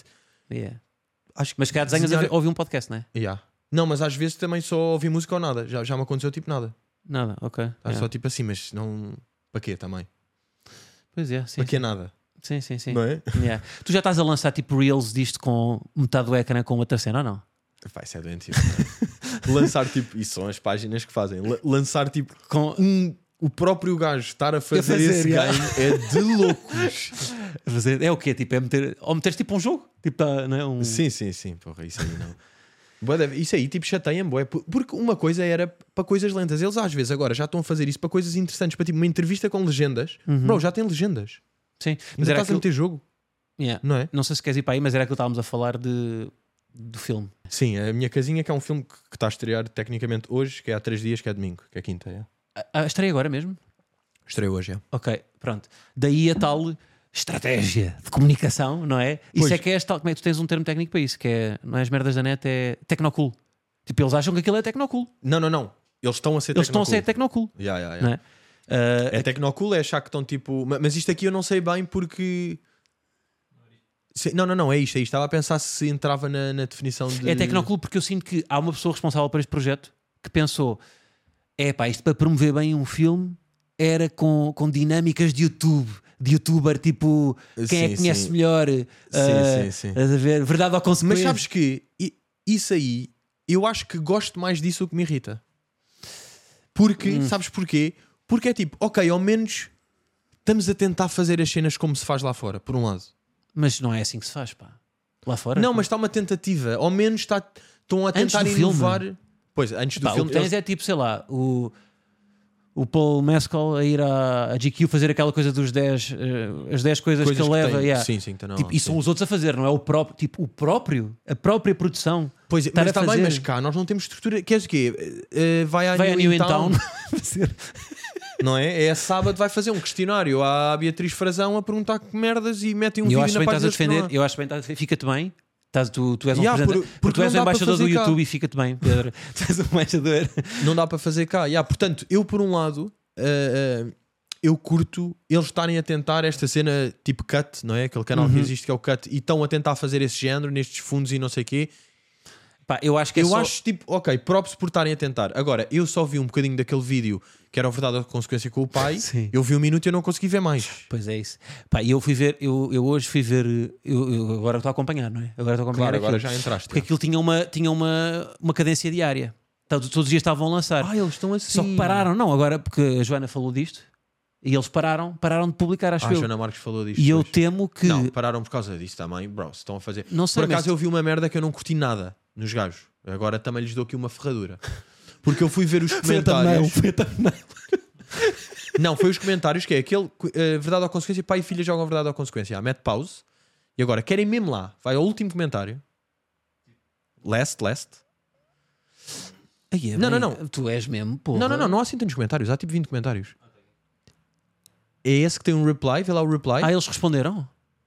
Acho que mas cá desenhas a ouvir um podcast, não é? Não, mas às vezes também só ouvi música ou nada. Já me aconteceu tipo nada. Nada, ok. Só tipo assim, mas não. Para quê também? Pois é, sim. Para quê nada? Sim. Não é? Tu já estás a lançar tipo reels disto com metade do ecrã com outra cena ou não? Isso é doentio. Lançar tipo. Isso são as páginas que fazem. Lançar tipo. Com o próprio gajo estar a fazer esse game é de loucos. É o quê? Tipo, é meter. Ou meteres tipo um jogo? Tipo, não é? Sim. Porra, isso aí não. Isso aí tipo chateia-me, porque uma coisa era para coisas lentas. Eles às vezes agora já estão a fazer isso para coisas interessantes, para tipo uma entrevista com legendas. Bro, já tem legendas. Sim, mas era estás a meter jogo. Não é? Não sei se queres ir para aí, mas era aquilo que estávamos a falar do filme. Sim, a minha casinha, que é um filme que está a estrear tecnicamente hoje, que é há 3 dias, que é domingo, que é quinta. Estreia agora mesmo? Estreia hoje, Ok, pronto. Daí a tal estratégia de comunicação, não é? Pois. Isso é que é tal. Como é que tu tens um termo técnico para isso? Que é, não é as merdas da net, é tecnocool. Tipo, eles acham que aquilo é tecnocool. Não. Eles estão a ser tecnocool. Eles estão a ser tecnocool. Não é? É tecnocool, é achar que estão tipo. Mas isto aqui eu não sei bem porque. Não, é isto. Estava a pensar se entrava na definição de. É tecnocool porque eu sinto que há uma pessoa responsável por este projeto que pensou: isto para promover bem um filme era com dinâmicas de YouTube. De youtuber, tipo, quem é que conhece melhor? Sim. A ver, verdade ou consequência. Mas sabes que isso aí, eu acho que gosto mais disso que me irrita. Porque, sabes porquê? Porque é tipo, ok, ao menos estamos a tentar fazer as cenas como se faz lá fora, por um lado. Mas não é assim que se faz, pá. Lá fora? Não, mas está uma tentativa. Ao menos estão a tentar inovar. Filme. Pois, antes do filme. O que tens é tipo, sei lá, o Paul Mescal a ir à GQ fazer aquela coisa dos 10 as 10 coisas que ele leva. Sim, então tipo, e são os outros a fazer, não é o próprio, tipo, a própria produção. Pois é, mas está bem, mas cá nós não temos estrutura. Queres o quê? Vai à New In Town. Não é? É sábado, vai fazer um questionário à Beatriz Frazão a perguntar que merdas e metem um vídeo na página. Eu acho bem, fica-te bem. Tu és um porque tu és o embaixador do YouTube cá. E fica-te bem, Pedro. Tu és o embaixador. Não dá para fazer cá. Portanto, eu por um lado eu curto eles estarem a tentar esta cena tipo Cut, não é? Aquele canal que existe que é o Cut, e estão a tentar fazer esse género nestes fundos e não sei o quê. Eu acho que acho tipo, ok, props por estarem a tentar. Agora, eu só vi um bocadinho daquele vídeo que era a verdade ou a consequência com o pai. Sim. Eu vi 1 minuto e eu não consegui ver mais. Pois é isso. E eu fui ver, eu hoje fui ver, eu agora estou a acompanhar, não é? Agora já entraste. Porque aquilo tinha uma cadência diária. Todos os dias estavam a lançar. Eles estão assim. Só que pararam, não, agora porque a Joana falou disto e eles pararam de publicar, acho eu. A Joana Marques falou disto. E eu temo que. Não, pararam por causa disso também, bro. Estão a fazer. Não sei, por acaso eu vi uma merda que eu não curti nada nos gajos. Agora também lhes dou aqui uma ferradura. Porque eu fui ver os comentários. Não, foi os comentários que é aquele verdade ou consequência, pai e filha jogam verdade ou consequência. Mete pause. E agora querem mesmo lá. Vai ao último comentário. Last. Não. Tu és mesmo, pô. Não há assim tantos comentários. Há tipo 20 comentários. É esse que tem um reply. Vê lá o reply. Eles responderam?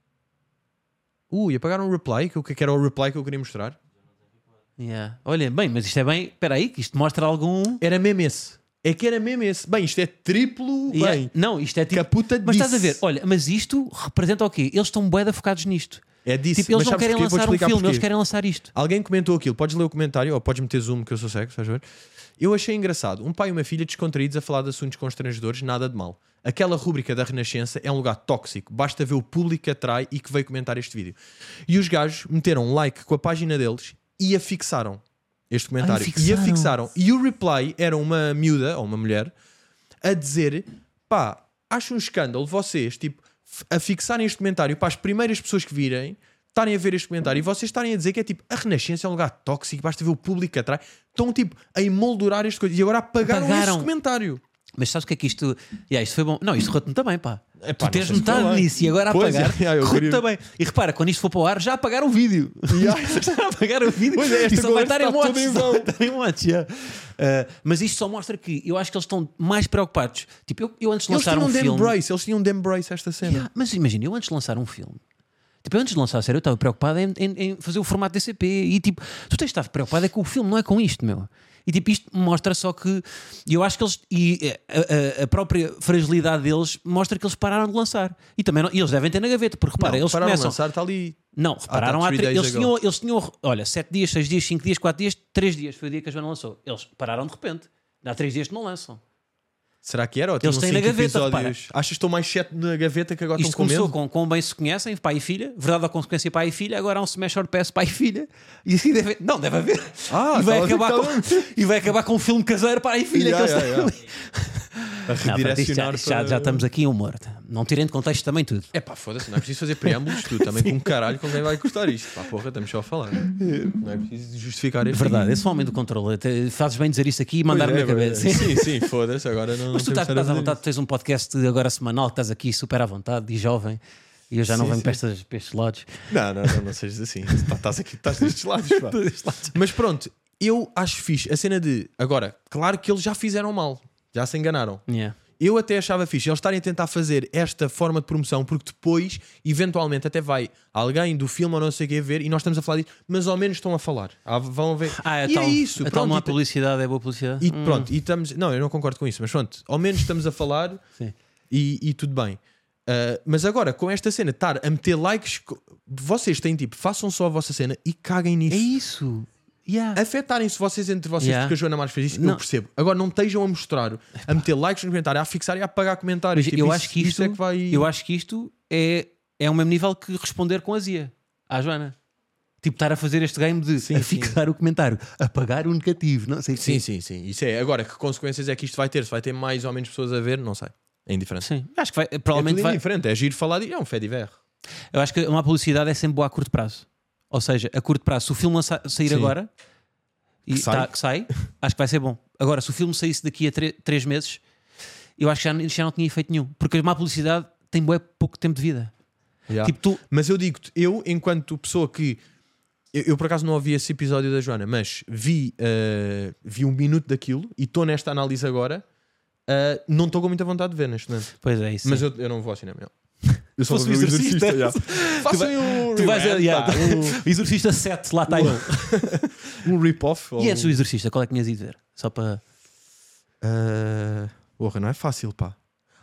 E apagaram o reply. Que era o reply que eu queria mostrar. Olha, bem, mas isto é bem. Espera aí, que isto mostra algum. Era mesmo esse. É que era mesmo esse. Bem, isto é triplo. Bem, não, isto é tipo. Caputa mas estás a ver, olha, mas isto representa o quê? Eles estão bué focados nisto. É disso. Tipo, eles não querem lançar um filme, eles querem lançar isto. Alguém comentou aquilo. Podes ler o comentário ou podes meter zoom, que eu sou cego, estás a ver? Eu achei engraçado. Um pai e uma filha descontraídos a falar de assuntos constrangedores, nada de mal. Aquela rúbrica da Renascença é um lugar tóxico. Basta ver o público que atrai e que veio comentar este vídeo. E os gajos meteram like com a página deles e a fixaram. Este comentário. E a fixaram. E o reply era uma miúda, ou uma mulher, a dizer: acho um escândalo vocês, tipo, a fixarem este comentário para as primeiras pessoas que virem, estarem a ver este comentário e vocês estarem a dizer que é tipo, a Renascença é um lugar tóxico, basta ver o público que atrai. Estão tipo a emoldurar este coisa. E agora apagaram este comentário. Mas sabes o que é que isto... isto foi bom. Não, isto correu-te também, pá. Tu tens metade nisso e agora apagar. Correu-te bem. E repara, quando isto for para o ar, já apagaram o vídeo. Já apagaram o vídeo. E só vai estar em montes. Mas isto só mostra que eu acho que eles estão mais preocupados. Tipo, eu antes de lançar um filme... Eles tinham de embrace esta cena. Mas imagina, eu antes de lançar um filme, tipo, antes de lançar a série, eu estava preocupado em fazer o formato DCP. E tipo, tu tens de estar preocupado é com o filme, não é com isto, meu. E tipo, isto mostra só que. E eu acho que eles. E a própria fragilidade deles mostra que eles pararam de lançar. E também eles devem ter na gaveta, porque repara, eles pararam começam. De lançar, está ali. Não, repararam eles tinham. Olha, 7 dias, 6 dias, 5 dias, 4 dias, 3 dias foi o dia que a Joana lançou. Eles pararam de repente. Há 3 dias que não lançam. Será que era? Ou eles têm na gaveta. Achas que estão mais 7 na gaveta que agora isto estão com medo? Começou com bem se conhecem, pai e filha, verdade ou consequência, pai e filha. Agora há um Smash or Pass, pai e filha. E assim deve haver. E vai acabar com um filme caseiro, pai e filha. A redirecionar já estamos aqui em humor. Não tirem de contexto também tudo. É pá, foda-se, não é preciso fazer preâmbulos, tu também com um caralho com quem vai custar isto. Pá, porra, estamos só a falar. Não é preciso justificar isto. Verdade, esse homem do controle. Fazes bem dizer isto aqui e mandar-me na cabeça. Sim, foda-se, agora não. Mas tu estás à vontade, tu tens um podcast agora semanal, estás aqui super à vontade e jovem. E eu já não venho para estes lados. Não sejas assim. Estás destes lados. Mas pronto, eu acho fixe a cena de. Agora, claro que eles já fizeram mal, já se enganaram. Yeah. Eu até achava fixe eles estarem a tentar fazer esta forma de promoção, porque depois, eventualmente, até vai alguém do filme ou não sei o que ver e nós estamos a falar disso, mas ao menos estão a falar. Vão ver. E é isso. Então não há publicidade, é boa publicidade. E pronto, e estamos. Não, eu não concordo com isso, mas pronto, ao menos estamos a falar e tudo bem. Mas agora, com esta cena, estar a meter likes, vocês têm tipo, façam só a vossa cena e caguem nisso. É isso. Afetarem-se vocês entre vocês, porque a Joana Marques fez isso, eu percebo. Agora não estejam a mostrar, a meter likes no comentário, a fixar e a apagar comentários. Tipo, eu acho que isto é que vai. Eu acho que isto é o mesmo nível que responder com azia à Joana. Tipo, estar a fazer este game de fixar o comentário, apagar o negativo. Não sei. Sim. Isso é. Agora, que consequências é que isto vai ter? Se vai ter mais ou menos pessoas a ver, não sei. É indiferente. Sim, acho que vai. Provavelmente é indiferente. É giro falar e é um fait divers. Eu acho que uma publicidade é sempre boa a curto prazo. Ou seja, a curto prazo, se o filme sair agora e que sai, acho que vai ser bom. Agora, se o filme saísse daqui a 3 meses, eu acho que já não tinha efeito nenhum. Porque uma publicidade tem pouco tempo de vida. Tipo, Mas eu digo-te, eu, enquanto pessoa que. Eu por acaso não ouvi esse episódio da Joana, mas vi 1 minuto daquilo e estou nesta análise agora. Não estou com muita vontade de ver neste momento. Pois é, isso. Mas eu não vou ao cinema. Eu só vou ver o Exorcista. Façam tu vais o Exorcista 7, lá está ele. Um rip-off. E antes do Exorcista, qual é que tinhas ido ver? Só para. Porra, não é fácil, pá.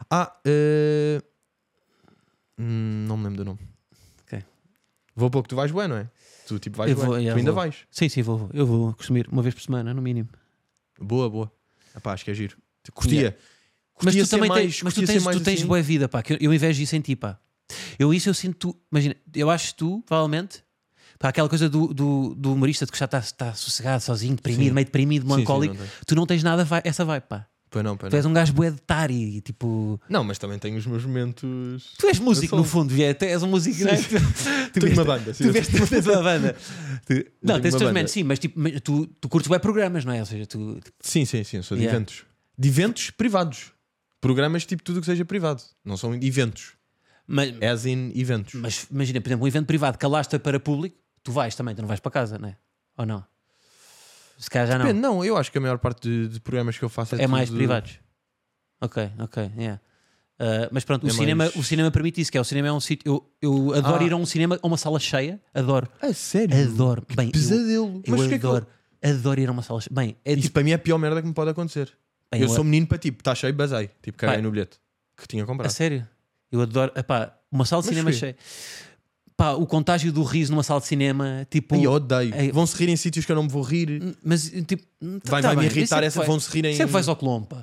Não me lembro do nome. Ok. Vou pouco, tu vais bué, não é? Tu tipo vais bué. Tu ainda vais? Sim, vou. Eu vou consumir uma vez por semana, no mínimo. Boa. Epá, acho que é giro. Curtia. Mas tu também tens boa vida, pá. Que eu invejo isso em ti, pá. Eu sinto. Imagina, eu acho que tu, provavelmente, pá, aquela coisa do humorista de que já está sossegado, sozinho, deprimido, meio deprimido, melancólico. Tu não tens nada essa vibe, pá. Pois não. Tu és um gajo bué de tar e tipo. Não, mas também tenho os meus momentos. Tu és músico, no fundo, és um músico, não é? Tu tens uma banda, sim. Tu tens uma banda. Não, tens os teus momentos, sim, mas tipo, tu curtes bué programas, não é? Ou seja, tu. Sim, eu sou de eventos. De eventos privados. Programas tipo tudo que seja privado. Não são eventos. As in eventos. Mas imagina, por exemplo, um evento privado que alastra para público, tu vais também, tu não vais para casa, não é? Ou não? Se calhar já não. Depende, não, eu acho que a maior parte de programas que eu faço é mais privados. Ok, yeah. Mas pronto, o cinema permite isso, que é o cinema é um sítio. Eu adoro ir a um cinema, a uma sala cheia. Adoro. Sério? Adoro. Bem, pesadelo. Adoro ir a uma sala cheia. Bem, isso tipo, para mim é a pior merda que me pode acontecer. Bem, eu sou menino para tipo, está cheio, basei. Tipo, caguei no bilhete que tinha comprado. A sério? Eu adoro. Epá, uma sala de cinema cheia. Pá, o contágio do riso numa sala de cinema, tipo. Eu odeio. Vão-se rir em sítios que eu não me vou rir. Mas tipo. Vai me irritar essa. Vão-se rir em. Sempre vais ao Colombo, pá.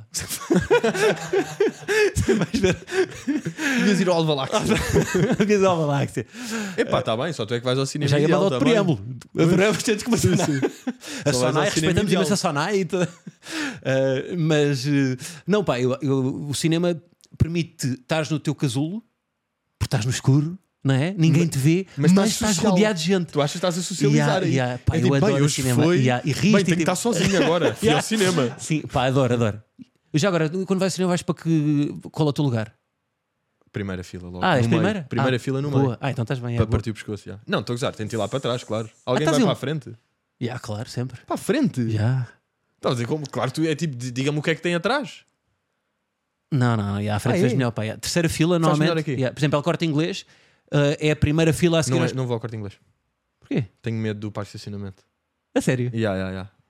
Devias ir ao Alvaláxia. Devias ir ao Alvaláxia. Epá, está bem, só tu é que vais ao cinema. Já ia mandar outro preâmbulo. Adoramos ter de começar. A Sonai, respeitamos imenso a Sonai. Mas não, pá, o cinema permite estares no teu casulo, porque estás no escuro. Não é? Ninguém te vê, mas estás rodeado de gente. Tu achas que estás a socializar aí. Pá, eu adoro o cinema. E riste, tenho que estar sozinho agora. Fui ao cinema. Sim, pá, adoro. Já agora, quando vais ao cinema, vais para que. Qual é o teu lugar? Primeira fila, logo. És primeira? Primeira fila no meio. Então estás bem. Para partir o pescoço, já. Não, estou a gozar, tento ir lá para trás, claro. Alguém vai para a frente? Claro, sempre. Para a frente? Já. Estás a dizer como? Claro, tu é tipo, diga-me o que é que tem atrás. Não, à frente fez melhor, pá. Terceira fila, normalmente. Por exemplo, El Corte Inglês. É a primeira fila a seguir. Não vou ao Corte Inglês. Porquê? Tenho medo do parque de estacionamento. A sério? Yeah.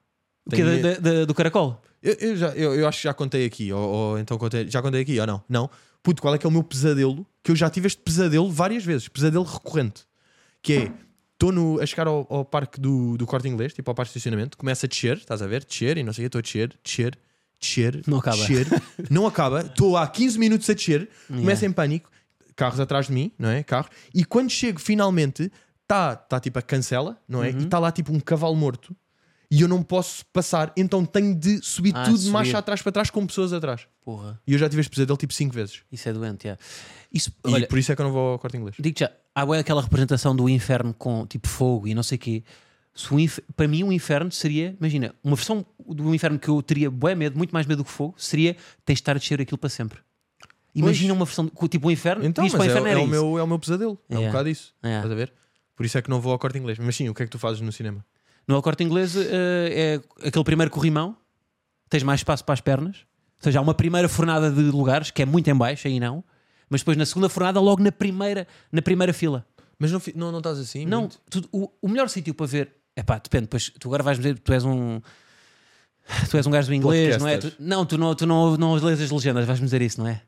O que é do caracol? Eu acho que já contei aqui, ou então já contei aqui, ou não? Não. Puto, qual é que é o meu pesadelo? Que eu já tive este pesadelo várias vezes, pesadelo recorrente. Que é, estou a chegar ao parque do Corte Inglês, tipo ao parque de estacionamento, começa a descer, estás a ver? Descer e não sei o que, estou a descer, não acaba. Não acaba, estou há 15 minutos a descer, começo em pânico, carros atrás de mim, não é? Carro, e quando chego finalmente, está tipo a cancela, não é? E está lá tipo um cavalo morto. E eu não posso passar, então tenho de subir tudo de marcha atrás para trás com pessoas atrás. Porra. E eu já tive este pesadelo tipo 5 vezes. Isso é doente, olha, por isso é que eu não vou ao Corte Inglês. Digo já, há aquela representação do inferno com tipo fogo e não sei o quê. Para mim, um inferno seria, imagina, uma versão do inferno que eu teria bué medo, muito mais medo do que fogo, seria tens de estar a descer aquilo para sempre. Imagina uma versão tipo um inferno. Então, mas para o inferno é o meu pesadelo. É um bocado isso. Estás a ver? Por isso é que não vou ao Corte Inglês. Mas sim, o que é que tu fazes no cinema? No Corte Inglês é aquele primeiro corrimão, tens mais espaço para as pernas, ou seja, há uma primeira fornada de lugares que é muito em baixo, aí não, mas depois na segunda fornada, logo na primeira fila. Mas não estás assim? Não, o melhor sítio para ver, depende, depois tu agora vais dizer, tu és um gajo do inglês, não é? Tu não lês as legendas, vais-me dizer isso, não é?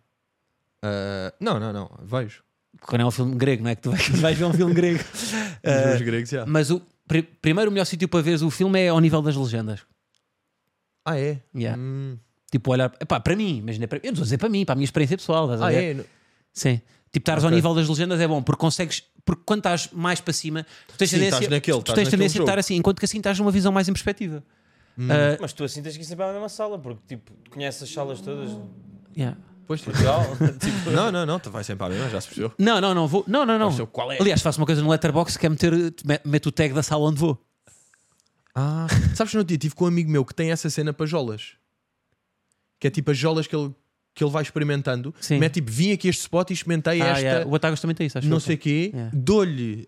Não, vejo. Quando é um filme grego, não é? Que tu vais ver um filme grego. Os gregos, já. Mas primeiro o melhor sítio para ver o filme é ao nível das legendas. É? Yeah. Tipo, olhar para mim, imagina, eu não estou a dizer para mim, para a minha experiência pessoal. Estás a ver? Sim. Tipo, estares ao nível das legendas é bom, porque quando estás mais para cima, tu tens tendência a estar assim, enquanto que assim estás numa visão mais em perspectiva. Mas tu assim tens que ir sempre à mesma sala, porque tipo, conheces as salas todas. Yeah. Pois, Portugal. Tipo... Não, tu vais sempre à mesma, já se percebeu. Não vou. Não. Qual é? Aliás, faço uma coisa no Letterboxd que é meto o tag da sala onde vou. Sabes que no dia tive com um amigo meu que tem essa cena para jolas, que é tipo as jolas que ele vai experimentando. Mete tipo, vim aqui este spot e experimentei esta. Yeah. O Batagas também tem isso, acho. Não sei o quê, dou-lhe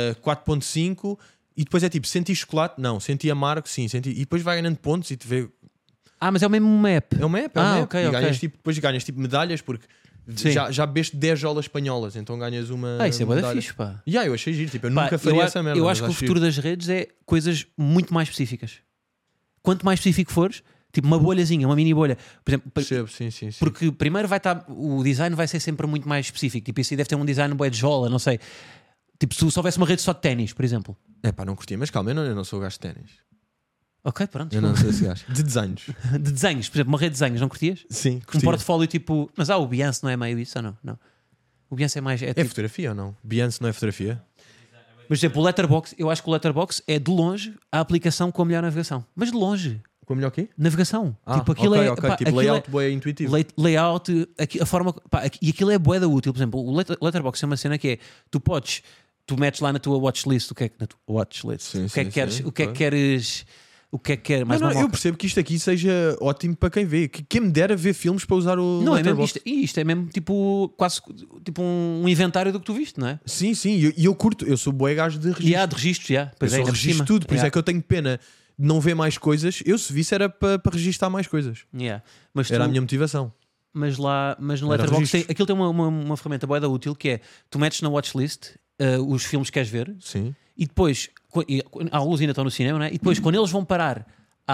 4.5 e depois é tipo, senti chocolate? Não, senti amargo, sim, senti. E depois vai ganhando pontos e te vê. Mas é o mesmo map. É um map. Okay, e ganhas, tipo, depois ganhas tipo medalhas porque já bebeste 10 jolas espanholas, então ganhas uma. Isso é bué da fixe, pá. Eu achei giro, tipo, eu nunca faria essa merda. Eu acho que o futuro das redes é coisas muito mais específicas. Quanto mais específico fores, tipo uma bolhazinha, uma mini bolha, por exemplo, percebo, sim. Porque primeiro o design vai ser sempre muito mais específico. Tipo, isso aí deve ter um design bué de jola, não sei. Tipo, se houvesse uma rede só de ténis, por exemplo. Não curtia, mas calma, eu não sou gajo de ténis. Ok, pronto. Eu não sei se gajo. De desenhos. De desenhos, por exemplo, uma rede de desenhos, não curtias? Sim, curtia. Um portfólio tipo. Mas o Behance não é meio isso ou não? Não. O Behance é mais. É tipo... fotografia ou não? Behance não é fotografia? Mas, por exemplo, o Letterboxd, eu acho que o Letterboxd é de longe a aplicação com a melhor navegação. Mas de longe. Com a melhor quê? Navegação. Tipo, aquilo é. Tipo, aquilo layout bué intuitivo. Layout, a forma. E aquilo é bué da útil. Por exemplo, o Letterboxd é uma cena que é. Tu metes lá na tua watchlist o que é que. Na tua watchlist. O que é que queres. O que é que queres. O que é que quer mais não, eu percebo que isto aqui seja ótimo para quem vê. Quem me dera ver filmes para usar o não, Letterboxd. Isto é mesmo tipo quase tipo um inventário do que tu viste, não é? Sim, e eu curto. Eu sou bué gajo de registro. De registros, Pois eu registro tudo, por isso é que eu tenho pena de não ver mais coisas. Eu se visse era para registar mais coisas. Mas era a minha motivação. Mas no Letterboxd aquilo tem uma ferramenta bué da útil que é, tu metes na watchlist os filmes que queres ver. Sim. E depois, alguns ainda estão no cinema, não é? E depois, quando eles vão parar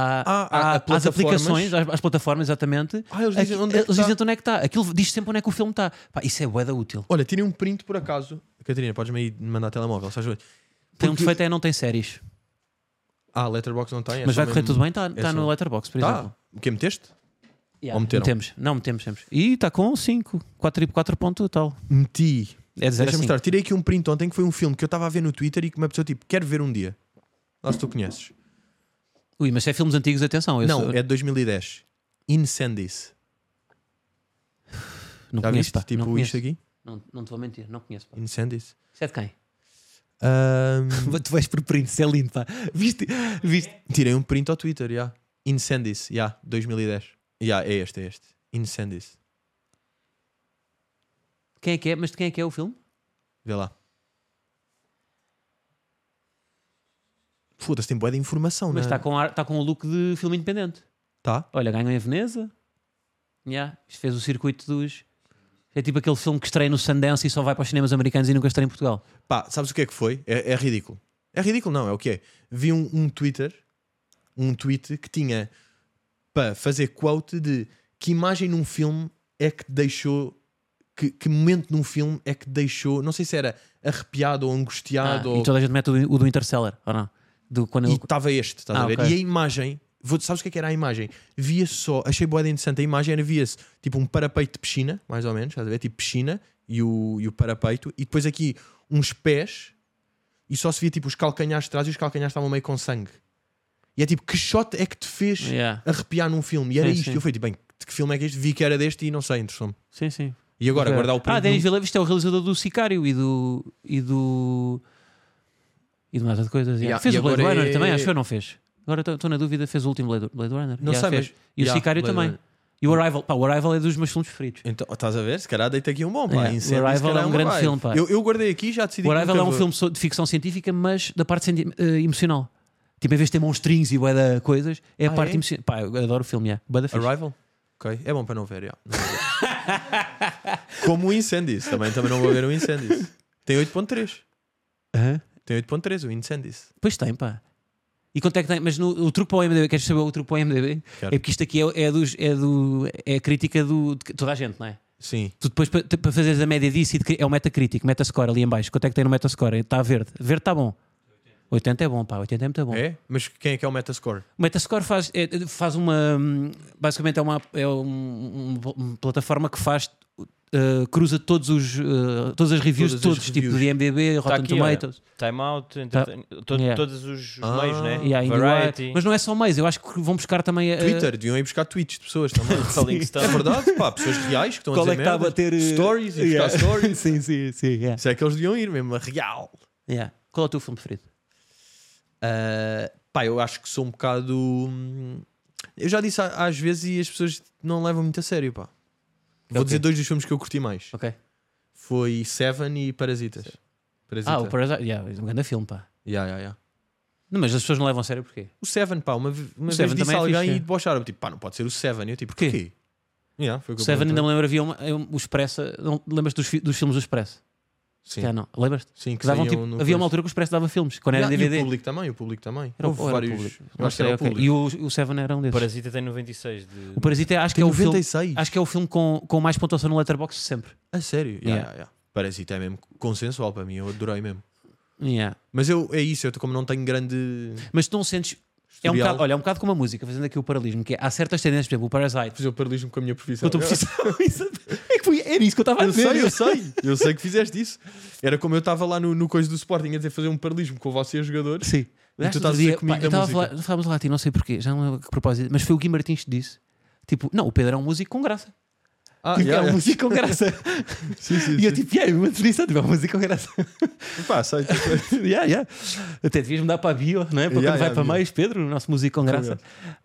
às aplicações, às plataformas, exatamente, eles dizem onde é que está. Aquilo diz sempre onde é que o filme está. Isso é bué da útil. Olha, tirei um print por acaso. Catarina, podes-me aí mandar telemóvel, sabes? Tem um defeito, não tem séries. Letterboxd não tem. Mas vai correr tudo bem, está no Letterboxd, por exemplo. O que meteste? Ou meteram? Metemos. E está com 5, 4 ponto tal. Meti. Deixa-me mostrar. Tirei aqui um print ontem que foi um filme que eu estava a ver no Twitter e que me apeteceu tipo, quero ver um dia. Lá se tu conheces. Mas se é filmes antigos, atenção. Não, é de 2010. Incendies. Não já conheço, viste? Tipo não isto aqui? Não te vou mentir, não conheço. Pá. Incendies. Isso é de quem? Tu vais por print, isso é lindo, pá. Viste? Tirei um print ao Twitter, já. Incendies, 2010. É este. Incendies. Quem é que é? Mas de quem é que é o filme? Vê lá. Foda-se, tem bué de informação, mas não é? Está com o look de filme independente. Tá. Olha, ganhou em Veneza. Isto fez o circuito dos... É tipo aquele filme que estreia no Sundance e só vai para os cinemas americanos e nunca estreia em Portugal. Sabes o que é que foi? É ridículo. É ridículo não, é o que é. Vi um Twitter um tweet que tinha para fazer quote de que imagem num filme é que deixou, que momento num filme é que deixou, não sei se era arrepiado ou angustiado. E toda a gente mete o do Interstellar, ou não? E estava este, estás a ver? Okay. E a imagem, sabes o que era a imagem? Via-se só, achei bué de interessante, a imagem era, via-se tipo um parapeito de piscina, mais ou menos, estás a ver? Tipo piscina e o parapeito, e depois aqui uns pés, e só se via tipo os calcanhares de trás, e os calcanhares estavam meio com sangue. E é tipo, que shot é que te fez arrepiar num filme? E era isto. Eu fui tipo, bem, de que filme é que este? Vi que era deste e não sei, interessou-me. Sim. E agora, guardar o print. Denis Villeneuve é o realizador do Sicário e do mais outras coisas. Fez o Blade Runner também, acho que não fez. Agora estou na dúvida, fez o último Blade Runner. Não sei, fez. E o Sicário também. E o Arrival, o Arrival é dos meus filmes preferidos. Então, estás a ver? Se calhar deita aqui um bom, pá. O Arrival é um grande filme, pá. Eu guardei aqui e já decidi. O Arrival é um filme de ficção científica, mas da parte emocional. Tipo, em vez de ter monstrinhos e bué de coisas, é a parte emocional. Pá, eu adoro o filme, bué da fixe. Arrival? Ok, é bom para não ver, Como o Incendies, também não vou ver o Incendies. Tem 8.3. Tem 8.3 o Incendies. Pois tem, pá. E quanto é que tem? Mas o truque para o IMDb, queres saber o truque para o IMDb? Quero. É porque isto aqui é a crítica de toda a gente, não é? Sim. Tu depois para fazeres a média disso é o Metacritic, Metascore ali em baixo. Quanto é que tem no Metascore? Está verde. Verde está bom. 80 é bom, pá. 80 é muito bom. É? Mas quem é que é o Metascore? O Metascore faz uma... Basicamente é uma plataforma que faz... cruza todas as reviews de todos, tipo de IMDb, Rotten Tomatoes, Time Out, todos os meios, né? Variety. Mas não é só meios, eu acho que vão buscar também Twitter, deviam ir buscar tweets de pessoas também. É verdade, pá, pessoas reais que estão a dizer merda, a bater stories e buscar stories. Sim. Isso é que eles deviam ir mesmo, a real. Qual é o teu filme preferido? Pá, eu acho que sou um bocado... Eu já disse às vezes e as pessoas não levam muito a sério, pá. Vou dizer 2 dos filmes que eu curti mais. Foi Seven e Parasitas. O Parasite, é um grande filme, pá. Não, mas as pessoas não levam a sério porquê? O Seven, pá, uma vez disse alguém e debocharam, tipo, pá, não pode ser o Seven. Eu tipo, porquê? Foi o Seven ainda me lembro, havia o Expresso, lembras dos filmes do Expresso? Sim. Já não, lembras-te? Sim, que davam, tipo, havia uma altura que o Expresso dava filmes, quando era DVD. E o público também. Houve vários. E o Seven era um desses. O Parasita tem 96. O Parasita acho que é o filme. Acho que é o filme com mais pontuação no Letterboxd sempre. A sério? Parasita é mesmo consensual para mim, eu adorei mesmo. Yeah. Mas eu como não tenho grande. Mas tu não sentes. É um bocado como a música, fazendo aqui o paralelismo, que é, há certas tendências, por exemplo, o Parasite. Fazer o paralelismo com a minha profissão. Com a tua profissão. Era isso que eu estava a dizer. Eu sei que fizeste isso. Era como eu estava lá no coisa do Sporting a dizer fazer um paralelismo com vocês, jogadores. Sim. E tu estás a dizer comigo da música. Falávamos lá, não sei porquê, já não lembro que propósito, mas foi o Gui Martins que disse: tipo, não, o Pedro é um músico com graça. É um músico com graça. Sim. E eu tipo, uma definição, tipo, é um músico com graça. Pá, sei. Até devias mudar para a bio, não é? Para quando vai para mais, Pedro, o nosso músico com graça.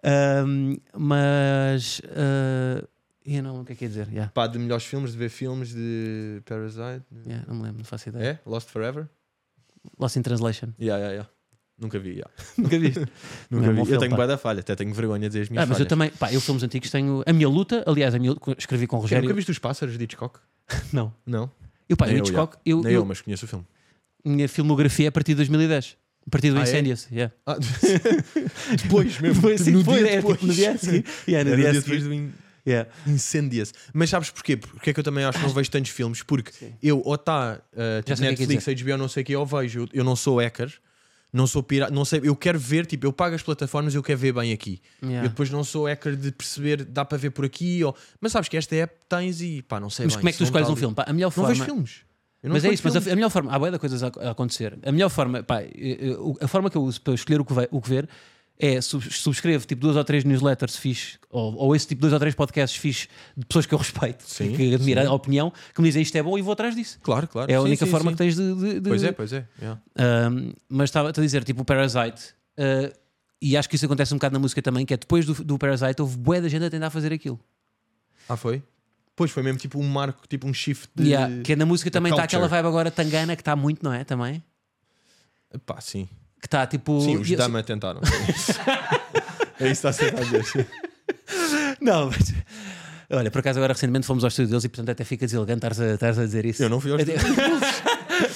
Mas eu não, o que é que ia dizer? Pá, de melhores filmes, de ver filmes de Parasite. Não me lembro, não faço ideia. É? Lost Forever? Lost in Translation. Nunca vi, Nunca viste? Nunca vi. Eu tenho bué da falha, até tenho vergonha de dizer as minhas falhas. Mas eu também, eu filmes antigos tenho A Minha Luta, aliás, escrevi com o Rogério. Nunca viste Os Pássaros de Hitchcock? Não. Nem Hitchcock, eu, mas conheço o filme. Minha filmografia é a partir de 2010. A partir do Incendias. Depois mesmo. No dia a seguir. No dia depois do Incendias. Mas sabes porquê? Porque é que eu também acho que não vejo tantos filmes? Porque eu ou está Netflix, HBO, não sei o que, eu vejo. Eu não sou hacker. Não sou pirata, não sei, eu quero ver, tipo, eu pago as plataformas e eu quero ver bem aqui. Eu depois não sou hacker de perceber, dá para ver por aqui, mas sabes que esta app tens e pá, não sei mas bem. Mas como é que tu escolhes um filme? Pá, a melhor forma... Não vejo filmes. Mas é isso, mas a melhor forma, há bué de coisas a acontecer. A melhor forma, pá, a forma que eu uso para escolher o que ver é subscrevo tipo 2 ou 3 newsletters fixe, ou esse tipo 2 ou 3 podcasts fixe de pessoas que eu respeito, que admiro a opinião, que me dizem isto é bom e vou atrás disso. Claro. É a única forma que tens de... Pois é. Mas estava a dizer, tipo o Parasite, e acho que isso acontece um bocado na música também, que é depois do Parasite houve bué da gente a tentar fazer aquilo. Foi? Pois foi mesmo tipo um marco, tipo um shift que é na música também está aquela vibe agora tangana que está muito, não é? Também? Pá, sim. Que está tipo... Sim, os Dama tentaram. É isso que está a ser a dizer. Não, mas... Olha, por acaso agora recentemente fomos ao estúdio deles e portanto até fica deselegante estares a dizer isso. Eu não fui ao estúdio deles.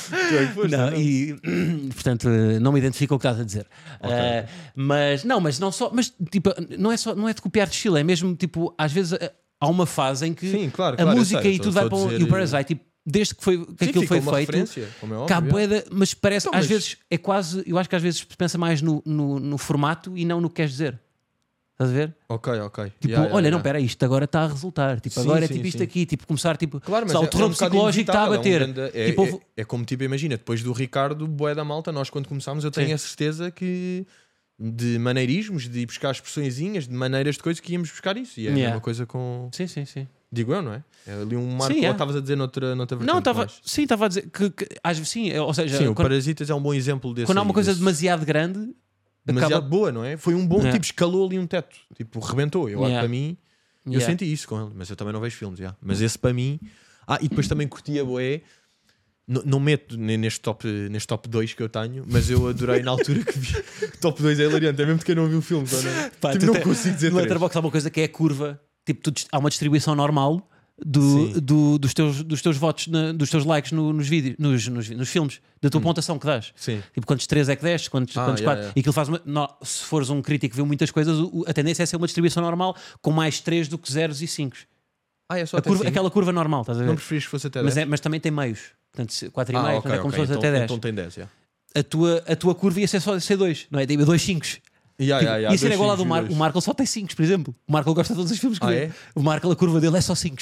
Não, e portanto não me identifico com o que estás a dizer. Okay. Mas não só, mas tipo, não é de copiar de estilo, é mesmo tipo, às vezes há uma fase em que sim, claro, a música e tudo vai para e o Parasite, tipo, desde que aquilo foi feito, boeda, mas parece então, às vezes é quase, eu acho que às vezes se pensa mais no formato e não no que queres dizer. Estás a ver? Ok. Tipo, olha, não, espera, isto agora está a resultar. Tipo, agora é tipo isto aqui, tipo, começar, tipo, claro, mas o terror psicológico está a bater. É como, tipo, imagina, depois do Ricardo, bué da malta, nós quando começámos, eu tenho a certeza que de maneirismos, de ir buscar expressõeas, de maneiras de coisas que íamos buscar isso. E é a mesma coisa com... Sim. Digo eu, não é? É ali um marco, ou estavas a dizer noutra vertente? Não, estava a dizer que às vezes sim, ou seja... Sim, o Parasitas é um bom exemplo desse. Quando há uma coisa demasiado grande... Demasiado boa, não é? Foi um bom, tipo, escalou ali um teto, tipo, rebentou. Eu acho para mim, eu senti isso com ele, mas eu também não vejo filmes, mas esse para mim. E depois também curtia boé. Não meto neste top 2 que eu tenho, mas eu adorei na altura que vi. Top 2 é hilariante, é mesmo de quem não viu o filme, não é? Tipo, não consigo dizer. No Letterboxd há uma coisa que é a curva, tipo, há uma distribuição normal dos teus votos, dos teus likes nos vídeos, nos filmes, da tua pontuação que dás. Sim. Tipo, quantos 3 é que deste, quantos 4. E aquilo faz se fores um crítico que vê muitas coisas, a tendência é ser uma distribuição normal com mais 3 do que 0 e 5. É só aquela curva normal, estás a ver? Não preferias que fosse até 10? Mas também tem meios. Portanto, 4,5, é como se fosse até 10. Então tem 10, a tua curva ia ser só ser 2, não é? Tipo, 2 5. Isso era igual ao do Marco. O Marco só tem 5, por exemplo. O Marco gosta de todos os filmes que vê. O Marco, a curva dele é só 5.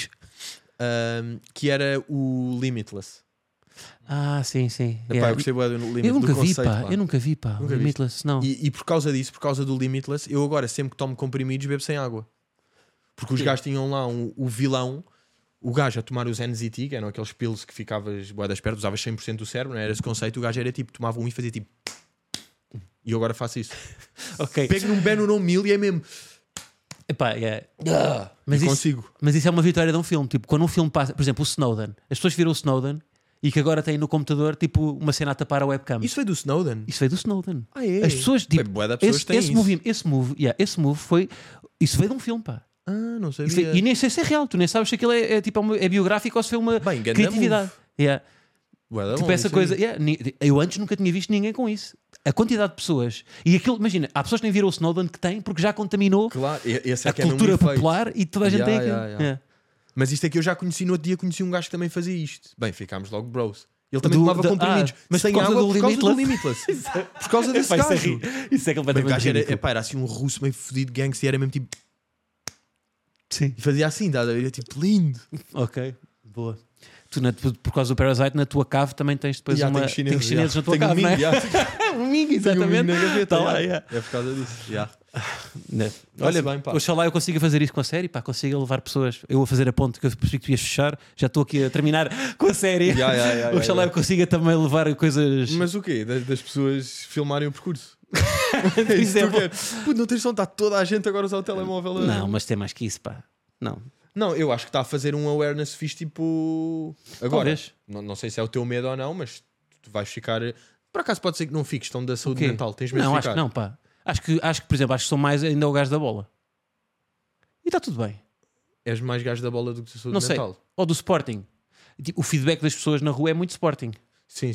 Que era o Limitless. Sim. Eu gostei do Limitless. Eu nunca vi, pá. Limitless, não. E por causa disso, por causa do Limitless, eu agora sempre que tomo comprimidos bebo sem água. Porque os gajos tinham lá o vilão, o gajo a tomar os NZT, que eram aqueles pills que ficavas bué das pernas, usavas 100% do cérebro, não era esse conceito. O gajo era tipo, tomava um e fazia tipo. E eu agora faço isso. Pego num Benuron 1000 e é mesmo. Epá, mas consigo. Mas isso é uma vitória de um filme. Tipo, quando um filme passa, por exemplo, o Snowden, as pessoas viram o Snowden e que agora têm no computador tipo uma cena a tapar a webcam. Isso veio do Snowden? Isso veio do Snowden. É? As pessoas, tipo, esse move foi. Isso veio de um filme, pá. Não sabia. E nem sei se é real, tu nem sabes se aquilo é biográfico ou se foi uma criatividade. Tipo essa coisa. Eu antes nunca tinha visto ninguém com isso. A quantidade de pessoas. E aquilo, imagina, há pessoas que nem viram o Snowden que têm porque já contaminou a cultura popular e toda a gente tem aquilo. Mas isto aqui eu já conheci no outro dia, conheci um gajo que também fazia isto. Bem, ficámos logo bros. Ele também tomava comprimidos. Mas sem água por causa do Limitless. Por causa desse gajo. Isso é completamente ridículo. Era assim um russo meio fodido de gangster, era mesmo tipo. Sim. E fazia assim, era tipo lindo. Ok, boa. Tu, por causa do Parasite, na tua cave também tens depois tem chineses na tua cave, não é? Um Ming, exatamente. Tá lá, é por causa disso. Olha, bem, oxalá eu consiga fazer isso com a série, pá, consiga levar pessoas. Eu vou fazer a ponte que eu percebi que tu ias fechar. Já estou aqui a terminar com a série. Oxalá eu consiga também levar coisas. Mas o quê? Das pessoas filmarem o percurso? É isso não tens som, está toda a gente agora a usar o telemóvel. Não, mas tem mais que isso, pá. Não, eu acho que está a fazer um awareness fixe, tipo. Agora, não sei se é o teu medo ou não, mas tu vais ficar. Por acaso pode ser que não fiques tão da saúde mental. Tens medo de ficar? Acho que não, pá. Acho que, por exemplo, acho que sou mais ainda o gajo da bola. E está tudo bem. És mais gajo da bola do que da saúde mental? Sei. Ou do Sporting. Tipo, o feedback das pessoas na rua é muito Sporting. Sim.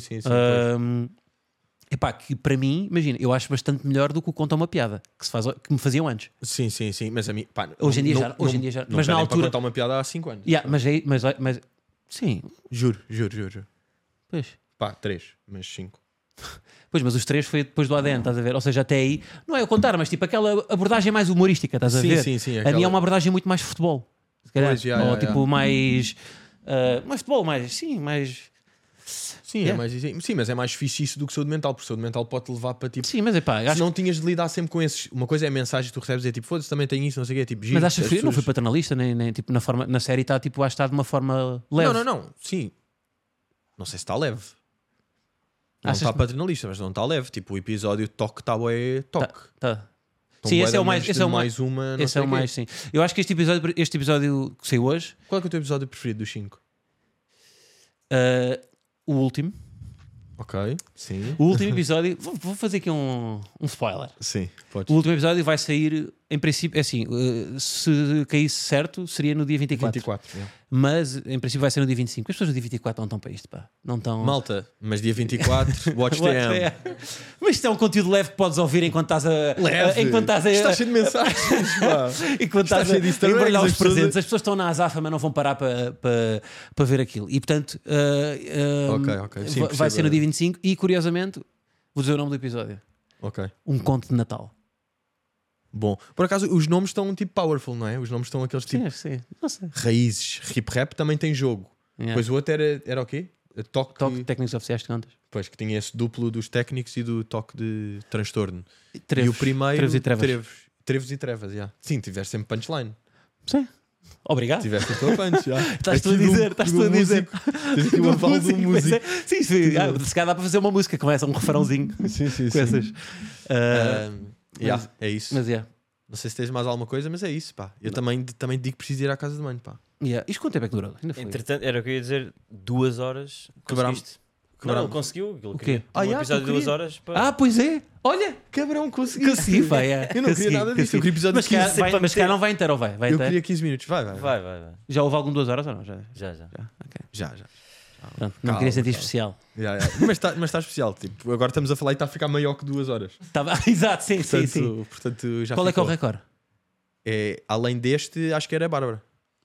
Epá, que para mim, imagina, eu acho bastante melhor do que o Conta uma Piada que me faziam antes. Sim, mas a mim, pá, hoje em dia já. Mas na altura contar uma piada há 5 anos. Mas sim. Juro. Pois. Pá, 3, mas 5. Pois, mas os 3 foi depois do ADN, estás a ver? Ou seja, até aí, não é eu contar, mas tipo aquela abordagem mais humorística, estás a ver? Sim. A minha é uma abordagem muito mais futebol. Se calhar. Ou tipo mais. Mais futebol, mais. Sim, sim, mas é mais fixe isso do que saúde mental, porque saúde mental pode-te levar para tipo. Sim, mas é pá, se não tinhas de lidar sempre com esses. Uma coisa é a mensagem que tu recebes, é tipo, foda-se, também tenho isso, não sei o quê. Tipo, mas achas que não foi paternalista, nem tipo na série está tipo, acho que está de uma forma leve. Não, sim. Não sei se está leve. Não está paternalista, mas não está leve. Tipo, o episódio toque está toque. Tá. Sim, esse é o mais. Esse é o mais uma. Esse é o mais, sim. Eu acho que este episódio que saiu hoje. Qual é que é o teu episódio preferido dos 5? O último. Ok, sim. O último episódio. Vou fazer aqui um spoiler. Sim, podes. O último episódio vai sair em princípio, é assim, se caísse certo, seria no dia 24. Mas em princípio vai ser no dia 25. As pessoas no dia 24 não estão para isto, pá. Não estão... Malta, mas dia 24, Watch TM. Mas isto é um conteúdo leve que podes ouvir enquanto estás a... Enquanto estás a... Está cheio de mensagens, pá. Enquanto estás a embaralhar os presentes. As pessoas estão na azáfama, não vão parar para ver aquilo. E portanto, Sim, vai ser no dia 25 e curiosamente, vou dizer o nome do episódio. Um conto de Natal. Bom, por acaso os nomes estão tipo powerful, não é? Os nomes estão aqueles tipo raízes. Hip Rap também tem jogo. Pois o outro era o quê? Toque técnicos oficiais de cantas. Pois, que tinha esse duplo dos técnicos e do toque de transtorno. Trevos, e o primeiro Trevos e Trevas. Trevos e Trevas, já. Sim, tiveste sempre punchline. Sim. Obrigado. Tiveste a tua punch, já. Estás tu a dizer. Tens aqui uma fala do músico. Sim. Se calhar dá para fazer uma música, começa um refrãozinho. Sim. Com essas. É isso. Mas não sei se tens mais alguma coisa, mas é isso, pá. Eu também digo que preciso ir à casa de banho, pá. Isto quanto tempo é que durou? Entretanto, era o que eu ia dizer, 2 horas. Conseguiste? Não, conseguiu. O quê? Um episódio de 2 horas. Pois é. Olha, cabrão, consegui. Vai, eu não queria nada disso. Eu queria episódio de 15. Mas cá não vai inteiro ou vai? Eu queria 15 minutos. Vai. Já houve algum 2 horas ou não? Já. Já. Pronto, não queria sentir especial. Mas está especial. Tipo, agora estamos a falar e está a ficar maior que 2 horas. Exato, sim. Portanto, já qual é que é o recorde? Além deste, acho que era a Bárbara.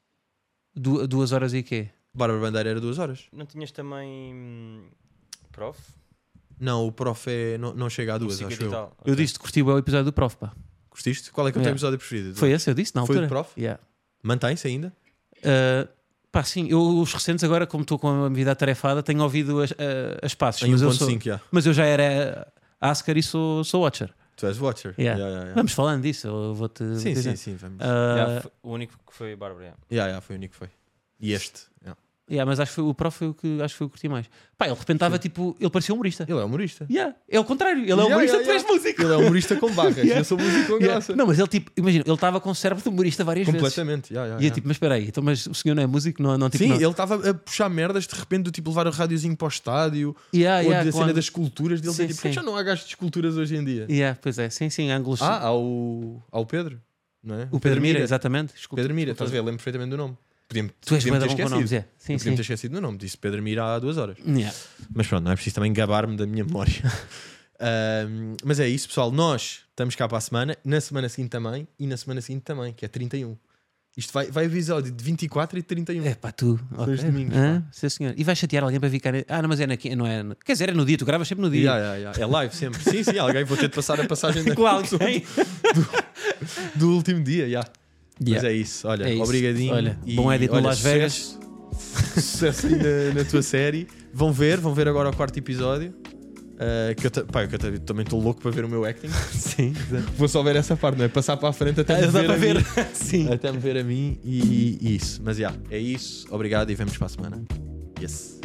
2 horas e quê? Bárbara Bandeira era 2 horas. Não tinhas também Prof? Não, o Prof não chega a 2, acho eu. Eu disse que curti o episódio do Prof, pá. Curtiste? Qual é que é o teu episódio preferido? Foi esse, eu disse, na altura. Foi o Prof? Mantém-se ainda? Pá, sim, os recentes agora, como estou com a vida atarefada, tenho ouvido as passos. Em 1.5, mas eu já era Asker e sou Watcher. Tu és Watcher. Vamos falando disso, eu vou-te dizer. Sim, vamos. O único que foi Bárbara. Foi o único que foi. E este. Mas acho que foi o Prof foi o que eu curti mais. Pá, ele de repente estava tipo, ele parecia humorista. Ele é humorista. É o contrário, ele é humorista, tu és músico. Ele é humorista com barras. Eu sou músico com graça. Não, mas ele tipo, imagina, ele estava com o cérebro de humorista várias completamente. vezes. E é tipo, mas espera aí, então, mas o senhor não é músico? Não, tipo, sim, não. Ele estava a puxar merdas de repente do tipo levar o rádiozinho para o estádio ou da cena das esculturas dele. Tipo, porque já não há gasto de esculturas hoje em dia. Pois é, sim, ângulos. Ao Pedro, não é? O Pedro Mira, exatamente. Pedro Mira, estás a ver? Lembro perfeitamente do nome. Tu és bem bom com nomes, Podia ter esquecido do nome. Disse Pedro Mira há 2 horas. Mas pronto, não é preciso também gabar-me da minha memória. Mas é isso, pessoal. Nós estamos cá para a semana, na semana seguinte também e na semana seguinte também, que é 31. Isto vai episódio de 24 e 31. É pá, tu. Dois domingos. Sim, senhor. E vais chatear alguém para ficar. Não, mas não é. Quer dizer, é no dia, tu gravas sempre no dia. É live sempre. Sim, alguém vou ter de passar a passagem com alguém do último dia. Mas é isso, olha, obrigadinho. Olha, bom edit no Las Vegas. Sucesso aí na tua série. Vão ver agora o 4º episódio. Que eu também estou louco para ver o meu acting. Sim, vou só ver essa parte, não é? Passar para a frente até me ver a mim. Sim. Até me ver a mim e isso. Mas é isso. Obrigado e vemos para a semana. Yes.